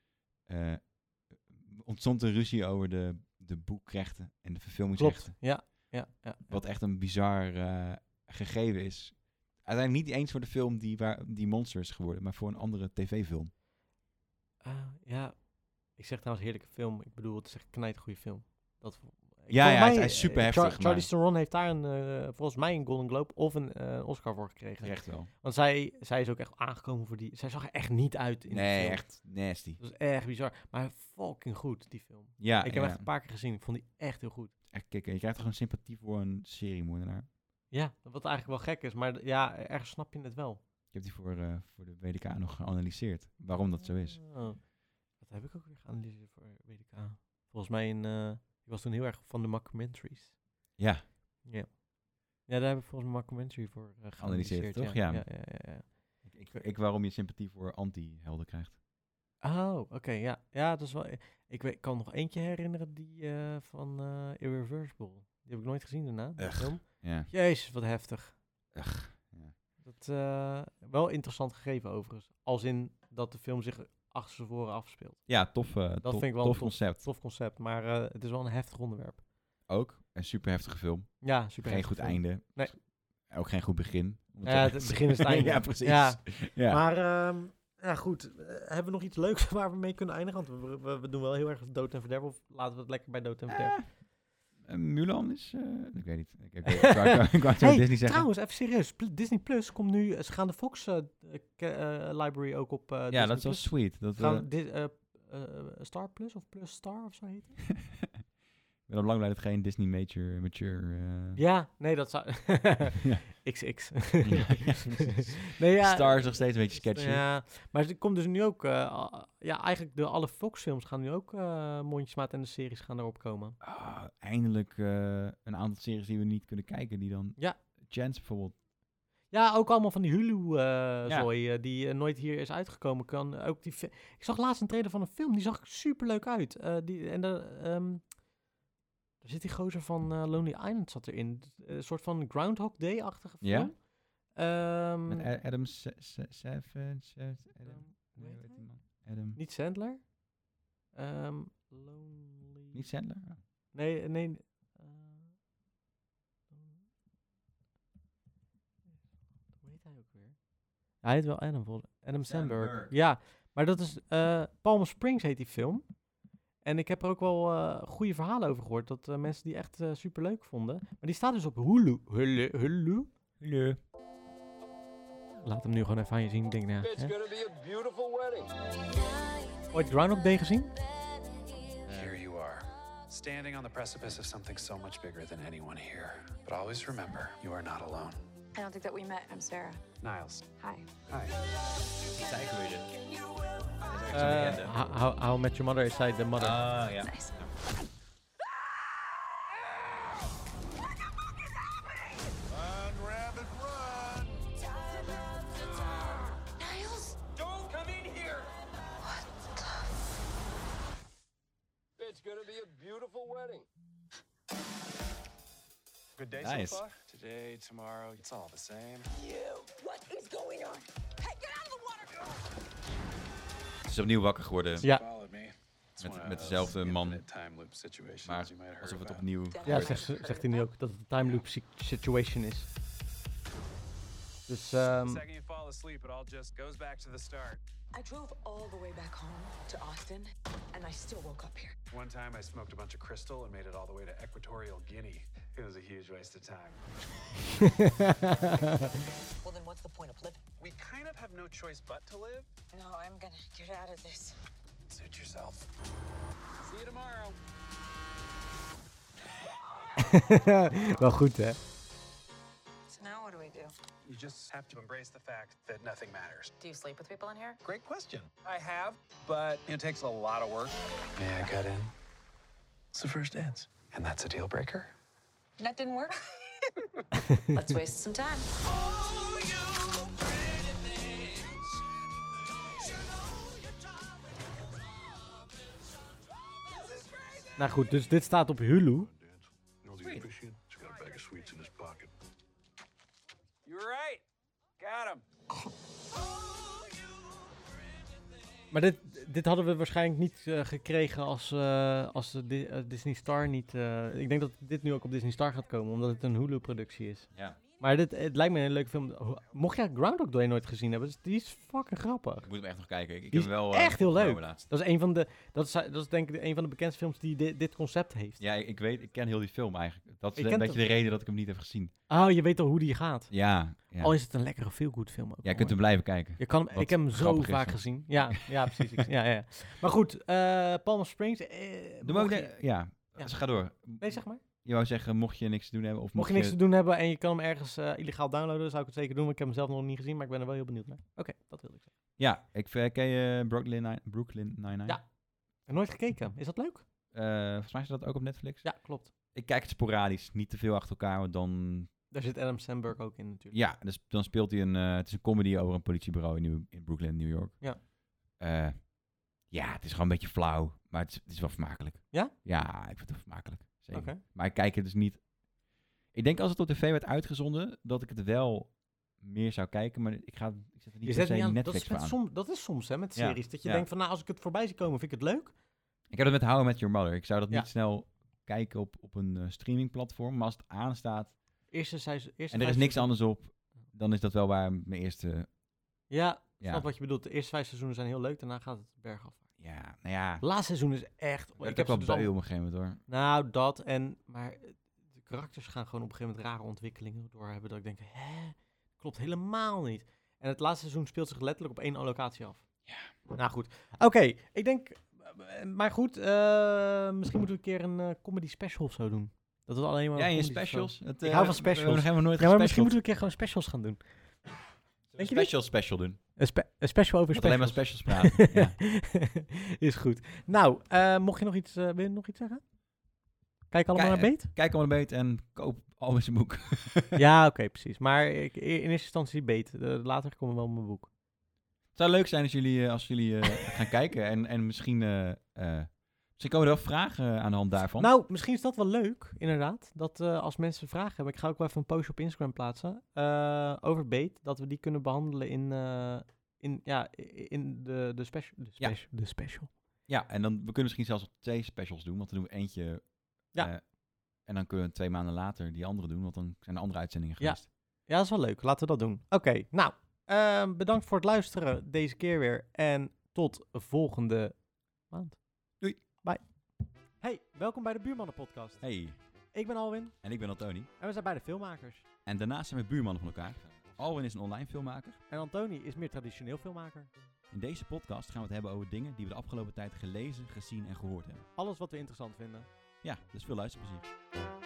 ontstond een ruzie over de boekrechten en de verfilmingsrechten. Klopt, ja. Wat echt een bizar gegeven is. Uiteindelijk niet eens voor de film die Monster is geworden, maar voor een andere tv-film. Ja, ik zeg trouwens heerlijke film. Ik bedoel, het is echt een knijtgoede film. Hij is super heftig. Charlize Theron heeft daar volgens mij een Golden Globe of een Oscar voor gekregen. Echt wel. Want zij is ook echt aangekomen voor die... Zij zag er echt niet uit in die film. Echt nasty. Dat is echt bizar. Maar fucking goed, die film. Ja, ik heb hem echt een paar keer gezien. Ik vond die echt heel goed. Echt kicken. Je krijgt toch een sympathie voor een seriemoordenaar? Ja, wat eigenlijk wel gek is. Maar ja, ergens snap je het wel. Ik heb die voor de WDK nog geanalyseerd. Waarom dat zo is. Wat heb ik ook weer geanalyseerd voor WDK? Volgens mij ik was toen heel erg van de mockumentaries. Ja. Ja, daar heb ik volgens mij een mockumentary voor geanalyseerd. Toch? Ja. Ik waarom je sympathie voor anti-helden krijgt. Oh, oké, ja. Ja, dat is wel... Ik kan nog eentje herinneren, die van Irreversible. Die heb ik nooit gezien daarna, de film. Ja. Jezus, wat heftig. Ja. Dat wel interessant gegeven overigens. Als in dat de film zich achter voren afspeelt. Ja, tof. Dat vind ik wel tof concept. Tof concept, maar het is wel een heftig onderwerp. Ook een super heftige film. Ja, super. Geen goed einde. Nee. Ook geen goed begin. Ja, het begin is het einde. Ja, precies. Ja. Maar ja, goed. Hebben we nog iets leuks waar we mee kunnen eindigen? Want we doen wel heel erg Dood en Verderf. Of laten we het lekker bij Dood en Verderf. Mulan is... ik weet niet. Ik wou Disney zeggen. Trouwens, even serieus. Disney Plus komt nu... Ze gaan de Fox library ook op ja, Disney dat is wel Plus. sweet. Star Plus of Plus Star of zo heet het? Ik ben al lang blij dat geen Disney mature... Ja, nee, dat zou... XX. Nee, ja, Star is nog steeds een beetje sketchy. Ja, maar er komt dus nu ook... eigenlijk alle Fox-films gaan nu ook... Mondjesmaat en de series gaan erop komen. Eindelijk een aantal series die we niet kunnen kijken, die dan... Ja. Chance bijvoorbeeld. Ja, ook allemaal van die Hulu-zooi die nooit hier is uitgekomen. Ook ik zag laatst een trailer van een film, die zag super leuk uit. Er zit die gozer van Lonely Island zat erin. Een soort van Groundhog Day-achtige film. Ja? Met Adam Adam. Niet Sandler? Lonely... Niet Sandler? Oh. Nee. Hoe heet hij ook weer? Hij heet wel Adam Sandberg. Ja, maar dat is... Palm Springs heet die film. En ik heb er ook wel goede verhalen over gehoord. Dat mensen die echt super leuk vonden. Maar die staat dus op Hulu. Hulu. Laat hem nu gewoon even aan je zien. Ik denk, nou, It's gonna be a beautiful wedding. Ooit Groundhog Day gezien? Here you are, standing on the precipice of something so much bigger than anyone here. But always remember, you are not alone. I don't think that we met. I'm Sarah. Niles. Hi. Hi. How I Met Your Mother is the mother. Ja. Nice. Niles? Don't come in here! What the... It's gonna be a beautiful wedding. Good day Nice. so far? Today, tomorrow, it's all the same. You! What is going on? Hey, get out of the water! Ze is opnieuw wakker geworden. Ja. Met dezelfde man. Maar alsof het opnieuw... Ja, zegt hij nu ook dat het een time loop situation is. Dus... The second you fall asleep, it all just goes back to the start. I drove all the way back home to Austin, and I still woke up here. One time I smoked a bunch of crystal and made it all the way to Equatorial Guinea. It was a huge waste of time. Well, then what's the point of living? We kind of have no choice but to live. No, I'm gonna get out of this. Suit yourself. See you tomorrow. Wel goed, hè? So now what do we do? You just have to embrace the fact that nothing matters. Do you sleep with people in here? Great question. I have, but it takes a lot of work. May I cut in? It's the first dance. And that's a deal breaker? That didn't work? Let's waste some time. Nou goed, dus dit staat op Hulu. You're right. Got him. Maar dit hadden we waarschijnlijk niet gekregen als Disney Star niet... ik denk dat dit nu ook op Disney Star gaat komen, omdat het een Hulu-productie is. Ja. Maar het lijkt me een leuke film. Mocht jij Groundhog Day nooit gezien hebben, die is fucking grappig. Ik moet hem echt nog kijken. Ik Die heb is hem wel echt heel leuk. laatst. Dat is denk ik een van de bekendste films die dit concept heeft. Ja, ik ken heel die film eigenlijk. Dat is Ik een ken beetje de reden dat ik hem niet heb gezien. Oh, je weet al hoe die gaat. Ja. Al is het een lekkere feel-good film ook. Ja, je kunt hem blijven kijken. Ik heb hem zo vaak gezien. Ja, precies. ja. Maar goed, Palm Springs. Dus ga door. Nee, zeg maar. Je wou zeggen, mocht je niks te doen hebben... Of mocht je niks te doen hebben en je kan hem ergens illegaal downloaden, zou ik het zeker doen. Want ik heb hem zelf nog niet gezien, maar ik ben er wel heel benieuwd naar. Oké, dat wilde ik zeggen. Ja, ken je Brooklyn Nine-Nine? Ja. En nooit gekeken. Is dat leuk? Volgens mij is dat ook op Netflix. Ja, klopt. Ik kijk het sporadisch, niet te veel achter elkaar, want dan... Daar zit Adam Sandberg ook in natuurlijk. Ja, dus dan speelt hij het is een comedy over een politiebureau in Brooklyn, New York. Ja. Ja, het is gewoon een beetje flauw, maar het is wel vermakelijk. Ja? Ja, ik vind het wel vermakelijk. Zeker. Okay. Maar ik kijk het dus niet... Ik denk als het op tv werd uitgezonden, dat ik het wel meer zou kijken, maar ik zet er niet per se Netflix voor aan. Dat is soms hè, met series, dat je denkt van, nou, als ik het voorbij zie komen, vind ik het leuk. Ik heb dat met How I Met Your Mother. Ik zou dat niet snel kijken op een streamingplatform, maar als het aanstaat en er is niks anders op, dan is dat wel waar mijn eerste... Ja, snap wat je bedoelt. De eerste 5 seizoenen zijn heel leuk, daarna gaat het bergaf. Ja, nou ja. Het laatste seizoen is echt... Ik heb wel beu op een gegeven moment, hoor. Nou, maar de karakters gaan gewoon op een gegeven moment rare ontwikkelingen door hebben, dat ik denk, klopt helemaal niet. En het laatste seizoen speelt zich letterlijk op 1 locatie af. Ja. Nou goed. Oké, ik denk... Maar goed, misschien moeten we een keer een comedy special of zo doen. Dat we alleen maar... Ja, je specials. Ik hou van specials. We hebben nog helemaal nooit maar misschien moeten we een keer gewoon specials gaan doen. Een special doen. Een special over specials. Alleen maar specials praten. Ja. Is goed. Nou, mocht je nog iets... wil je nog iets zeggen? Kijk allemaal naar Beet? Kijk allemaal naar Beet en koop al zijn boek. Ja, oké, precies. Maar in eerste instantie Beet. Later komen we wel mijn boek. Het zou leuk zijn als jullie gaan kijken en misschien komen er wel vragen aan de hand daarvan. Nou, misschien is dat wel leuk, inderdaad. Dat als mensen vragen hebben, ik ga ook wel even een postje op Instagram plaatsen over Beet, dat we die kunnen behandelen in de special. Ja, en dan we kunnen misschien zelfs 2 specials doen, want dan doen we eentje. Ja. En dan kunnen we 2 maanden later die andere doen, want dan zijn er andere uitzendingen geweest. Ja, dat is wel leuk. Laten we dat doen. Oké, nou, bedankt voor het luisteren deze keer weer en tot volgende maand. Doei. Bye. Hey, welkom bij de Buurmannen podcast. Hey. Ik ben Alwin. En ik ben Antoni. En we zijn beide filmmakers. En daarnaast zijn we buurmannen van elkaar. Alwin is een online filmmaker. En Antoni is meer traditioneel filmmaker. In deze podcast gaan we het hebben over dingen die we de afgelopen tijd gelezen, gezien en gehoord hebben. Alles wat we interessant vinden. Ja, dus veel luisterplezier.